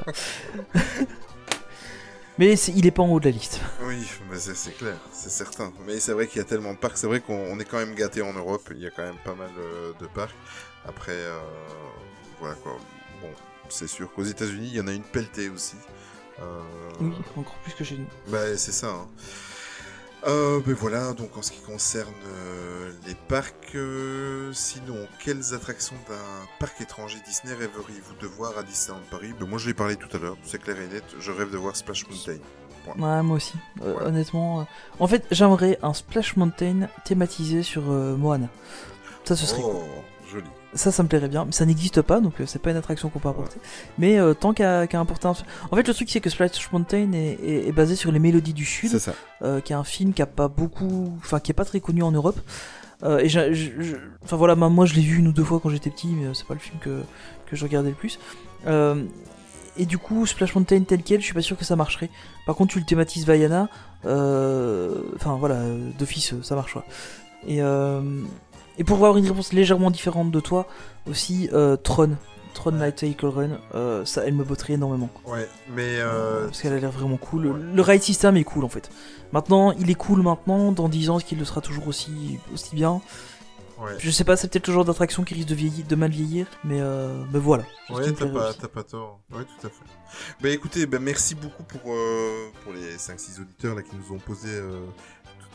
Mais c'est- il est pas en haut de la liste. Oui, mais c'est c'est clair, c'est certain. Mais c'est vrai qu'il y a tellement de parcs. C'est vrai qu'on on est quand même gâté en Europe. Il y a quand même pas mal euh, de parcs. Après, euh, voilà quoi. Bon, c'est sûr qu'aux États-Unis, il y en a une pelletée aussi. Euh, Oui, encore plus que chez nous. Bah, c'est ça. Hein. Euh, ben voilà, donc en ce qui concerne euh, les parcs, euh, sinon, quelles attractions d'un parc étranger Disney rêveriez-vous de voir à Disneyland Paris? Ben moi je l'ai parlé tout à l'heure, c'est clair et net, je rêve de voir Splash Mountain. Ouais, moi aussi. Euh, Ouais. Honnêtement. euh, En fait, j'aimerais un Splash Mountain thématisé sur euh, Moana. Ça, ce serait cool. Oh, joli. Ça, ça me plairait bien. Mais ça n'existe pas, donc euh, c'est pas une attraction qu'on peut apporter. Mais euh, tant qu'à qu'à importer un... En fait, le truc, c'est que Splash Mountain est, est- est basé sur les Mélodies du Sud, C'est ça. euh, qui est un film qui a pas beaucoup... Enfin, qui est pas très connu en Europe. Euh, et j'ai- je- je- Enfin voilà, bah, moi je l'ai vu une ou deux fois quand j'étais petit, mais euh, c'est pas le film que, que je regardais le plus. Euh, et du coup, Splash Mountain tel quel, je suis pas sûr que ça marcherait. Par contre, tu le thématises Vaiana, euh, enfin voilà, euh, d'office, euh, ça marchera. Et, euh, et pour avoir une réponse légèrement différente de toi, aussi, euh, Tron. Tron Night Vehicle Run, euh, ça, elle me botterait énormément. Ouais, mais euh, Parce qu'elle a l'air vraiment cool. Le, le ride system est cool en fait. Maintenant, il est cool maintenant, dans dix ans, est-ce qu'il le sera toujours aussi, aussi bien? ouais, Je sais pas, c'est peut-être le genre d'attraction qui risque de, vieillir, de mal vieillir, mais, euh, mais voilà. C'est ce qui ouais, me t'as plairait pas, aussi. t'as pas tort. Ouais, tout à fait. Bah écoutez, bah, merci beaucoup pour, euh, pour les cinq six auditeurs là, qui nous ont posé euh, toutes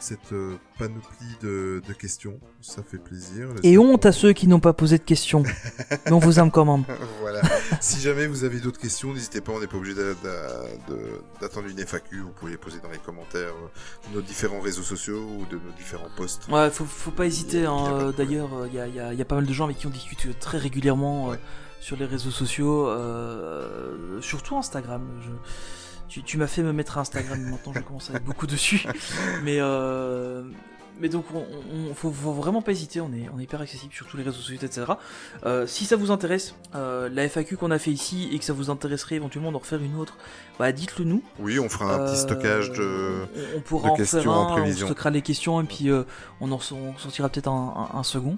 cette euh, panoplie de, de questions. Ça fait plaisir. Et honte à ceux qui n'ont pas posé de questions. Mais on vous aime quand même. Voilà. Si jamais vous avez d'autres questions, n'hésitez pas, on n'est pas obligé d'a- d'a- de- d'attendre une F A Q. Vous pouvez les poser dans les commentaires euh, de nos différents réseaux sociaux ou de nos différents posts. Ouais, faut, faut pas hésiter. Il y a- Hein. il y a pas de euh, problème. D'ailleurs, il y a, y a- y a pas mal de gens avec qui on discute très régulièrement euh, Ouais. sur les réseaux sociaux, euh, surtout Instagram. Je... Tu, tu m'as fait me mettre à Instagram maintenant, je commence à être beaucoup dessus. Mais, euh, mais donc, on, on- faut, faut vraiment pas hésiter, on est, on est hyper accessible sur tous les réseaux sociaux, et cetera. Euh, si ça vous intéresse, euh, la F A Q qu'on a fait ici et que ça vous intéresserait éventuellement d'en refaire une autre, bah dites-le nous. Oui, on fera un petit Euh, stockage de... on, on pourra de en faire questions en un, prévision. on stockera les questions et puis euh, on en on sortira peut-être un, un- un second.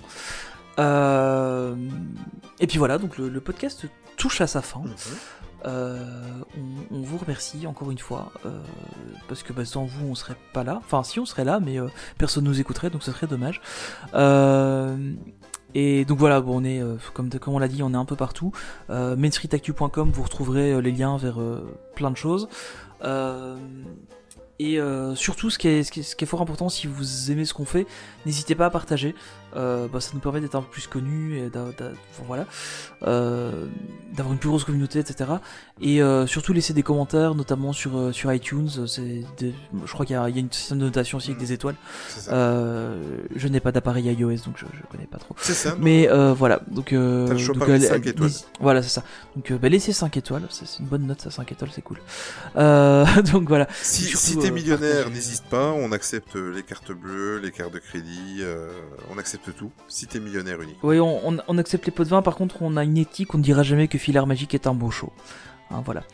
Euh, et puis voilà, donc le, le podcast touche à sa fin. Mhm. Euh, on, on vous remercie encore une fois euh, parce que bah, sans vous on serait pas là. Enfin si on serait là, mais euh, personne nous écouterait, donc ce serait dommage. Euh, Et donc voilà, bon, on est, euh, comme, comme on l'a dit, on est un peu partout. Euh, main street actu point com, vous retrouverez euh, les liens vers euh, plein de choses. Euh, et euh, surtout, ce qui, est, ce, qui est, ce qui est fort important, si vous aimez ce qu'on fait, n'hésitez pas à partager. Euh, bah, ça nous permet d'être un peu plus connus et d'a, d'a, enfin, voilà, euh, d'avoir une plus grosse communauté, et cetera. Et euh, surtout laisser des commentaires, notamment sur, euh, sur iTunes. C'est des, je crois qu'il y a, il y a une système de notation aussi avec des étoiles. C'est ça. Euh, je n'ai pas d'appareil iOS, donc je, je connais pas trop. C'est ça. Mais euh, voilà, donc, euh, T'as le choix donc parmi euh, cinq étoiles. n'hés- voilà, c'est ça. Donc euh, bah, laissez cinq étoiles, c'est, c'est une bonne note, ça, cinq étoiles, c'est cool. Euh, donc voilà. Si, Surtout, si t'es euh, millionnaire, partager. n'hésite pas, on accepte les cartes bleues, les cartes de crédit, euh, on accepte tout. Si t'es millionnaire unique. Oui, on, on, on accepte les pots de vin, par contre, on a une éthique, on ne dira jamais que Filard Magique est un beau show. Hein, voilà.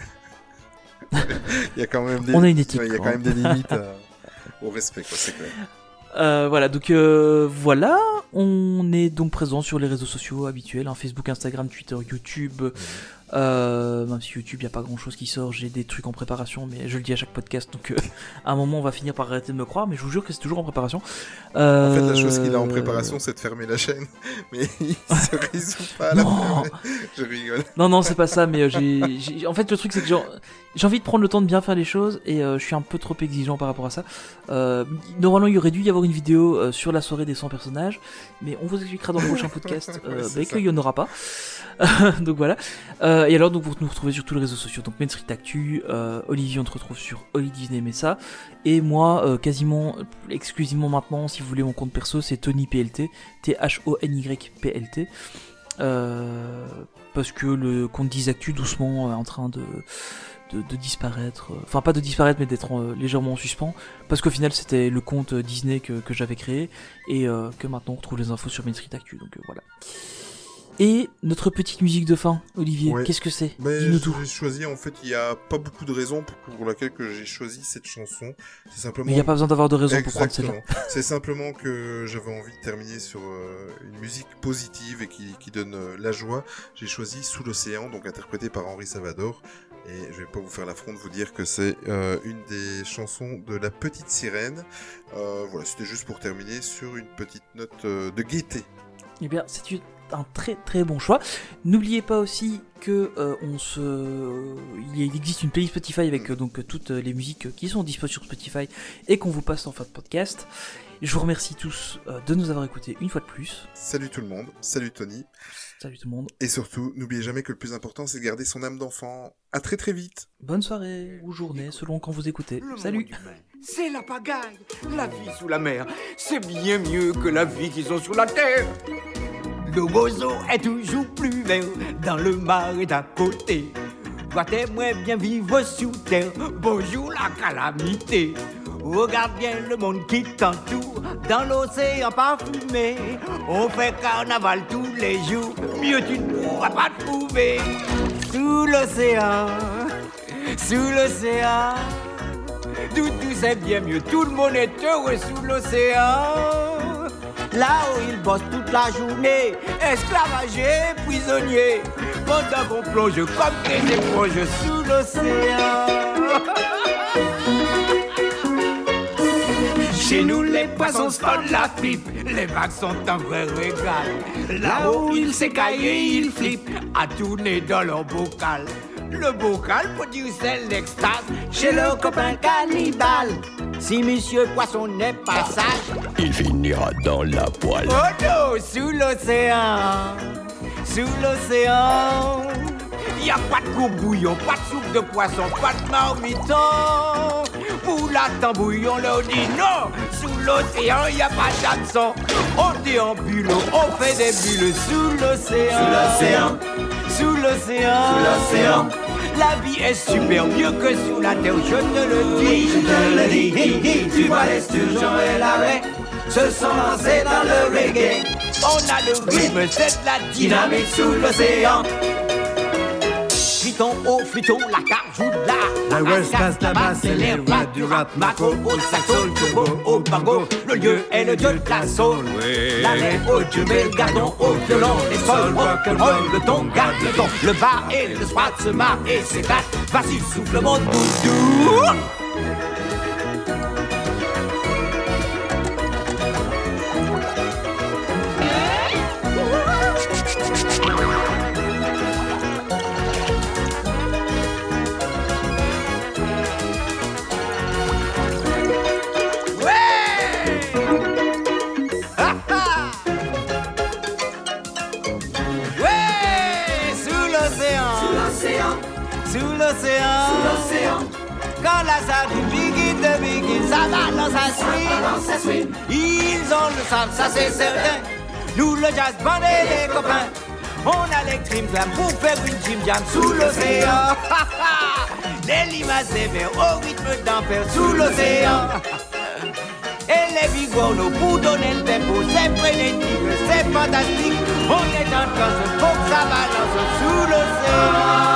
Il y a quand même des, On a une éthique, ouais, il y a hein. quand même des limites à- au respect, quoi, c'est clair. Euh, voilà, donc euh, voilà, on est donc présent sur les réseaux sociaux habituels, hein, Facebook, Instagram, Twitter, YouTube. Euh, même si YouTube, il n'y a pas grand chose qui sort, j'ai des trucs en préparation, mais je le dis à chaque podcast, donc euh, à un moment on va finir par arrêter de me croire, mais je vous jure que c'est toujours en préparation. En fait, la Euh, chose qu'il a en préparation, c'est de fermer la chaîne, mais il se résout pas à la Non. fermer. Je rigole. Non, non, c'est pas ça, mais euh, j'ai, j'ai- en fait, le truc, c'est que genre, j'ai envie de prendre le temps de bien faire les choses et euh, je suis un peu trop exigeant par rapport à ça. Euh, normalement, il y aurait dû y avoir une vidéo euh, sur la soirée des cent personnages, mais on vous expliquera dans le prochain podcast euh, Ouais, c'est bah, ça. qu'il y en aura pas. Donc voilà. Euh, et alors, donc, vous nous retrouvez sur tous les réseaux sociaux. Donc, Main Street Actu, euh, Olivier, on te retrouve sur Oli Disney Messa. Et moi, euh, quasiment, euh, exclusivement maintenant, si vous voulez mon compte perso, c'est Tony P L T. T H O N Y P L T. Euh, parce que le compte Disactu doucement est en train de, de, de disparaître, euh, enfin pas de disparaître mais d'être euh, légèrement en suspens, parce qu'au final c'était le compte euh, Disney que, que j'avais créé et euh, que maintenant on retrouve les infos sur Main Street Actu, donc euh, voilà. Et notre petite musique de fin, Olivier, Ouais. qu'est-ce que c'est? Mais Dis-nous tout. j'ai choisi, en fait, il n'y a pas beaucoup de raisons pour, pour laquelle que j'ai choisi cette chanson. C'est simplement... Mais il n'y a pas besoin d'avoir de raison pour prendre Exactement. celle-là. C'est simplement que j'avais envie de terminer sur euh, une musique positive et qui, qui donne euh, la joie. J'ai choisi Sous l'océan, donc interprété par Henri Salvador. Et je vais pas vous faire l'affront de vous dire que c'est euh, une des chansons de La Petite Sirène. Euh, voilà, c'était juste pour terminer sur une petite note euh, de gaieté. Eh bien, c'est une- un très très bon choix. N'oubliez pas aussi que euh, on se, il y a- il existe une playlist Spotify avec euh, donc euh, toutes euh, les musiques qui sont disponibles sur Spotify et qu'on vous passe en fin de podcast. Je vous remercie tous euh, de nous avoir écoutés une fois de plus. Salut tout le monde, salut Tony. Salut tout le monde. Et surtout, n'oubliez jamais que le plus important, c'est de garder son âme d'enfant. À très très vite. Bonne soirée ou journée selon quand vous écoutez. Le Salut. monde humain, c'est la pagaille. La vie sous la mer, c'est bien mieux que la vie qu'ils ont sur la terre. Le roseau est toujours plus vert dans le marais d'à côté. Toi t'aimerais bien vivre sous terre, bonjour la calamité. Regarde bien le monde qui t'entoure dans l'océan parfumé. On fait carnaval tous les jours, mieux tu ne pourras pas trouver. Sous l'océan, sous l'océan, tout, tout c'est bien mieux, tout le monde est heureux sous l'océan. Là où ils bossent toute la journée, esclavagés, prisonniers, pendant qu'on plonge comme des éponges sous l'océan. Chez nous, les poissons se font de la pipe, les vagues sont un vrai régal. Là-haut, ils s'écaillent et ils flippent, à tourner dans leur bocal. Le bocal produit c'est l'extase chez leurs copains cannibales. Si Monsieur Poisson n'est pas sage, il finira dans la poêle. oh non, sous l'océan, sous l'océan. Y a pas de coupe bouillon, pas de soupe de poisson, pas de marmiton. Pour la tambouillon, leur dit non. Sous l'océan, y a pas d'hameçon. On déambule, on fait des bulles sous l'océan. Sous l'océan, Sous l'océan, sous l'océan. la vie est super mieux que sous la terre, je te le dis. Je te le dis, hi, hi, tu vois les sturgeons et l'arrêt se sont lancés dans le reggae. On a le rythme, c'est de la dynamique. Dynamique sous l'océan. Friton, oh, friton, la carte joue de la. La West Coast, la basse, et les rats du rap, macro, au saxo, turbo, au bango. Le lieu est le dieu de la soul. L'arrêt au dieu, mais le gardon au violon. Les sols, rock'n'roll, le ton, garde le ton. Le bar et le soir se marrent et s'éclatent. Vas-y, souffle mon doudou. Sous l'océan, quand la sardine begin de begin, ça balance à swing. Ils ont le sable, ça c'est certain. Nous le jazz band et les copains, on a les trim jam pour faire une gym jam sous l'océan. Les limaces et verts au rythme d'enfer sous l'océan. Et les bigorneaux pour donner le tempo, c'est frénétique, c'est fantastique. On est en transe, faut que ça balance sous l'océan.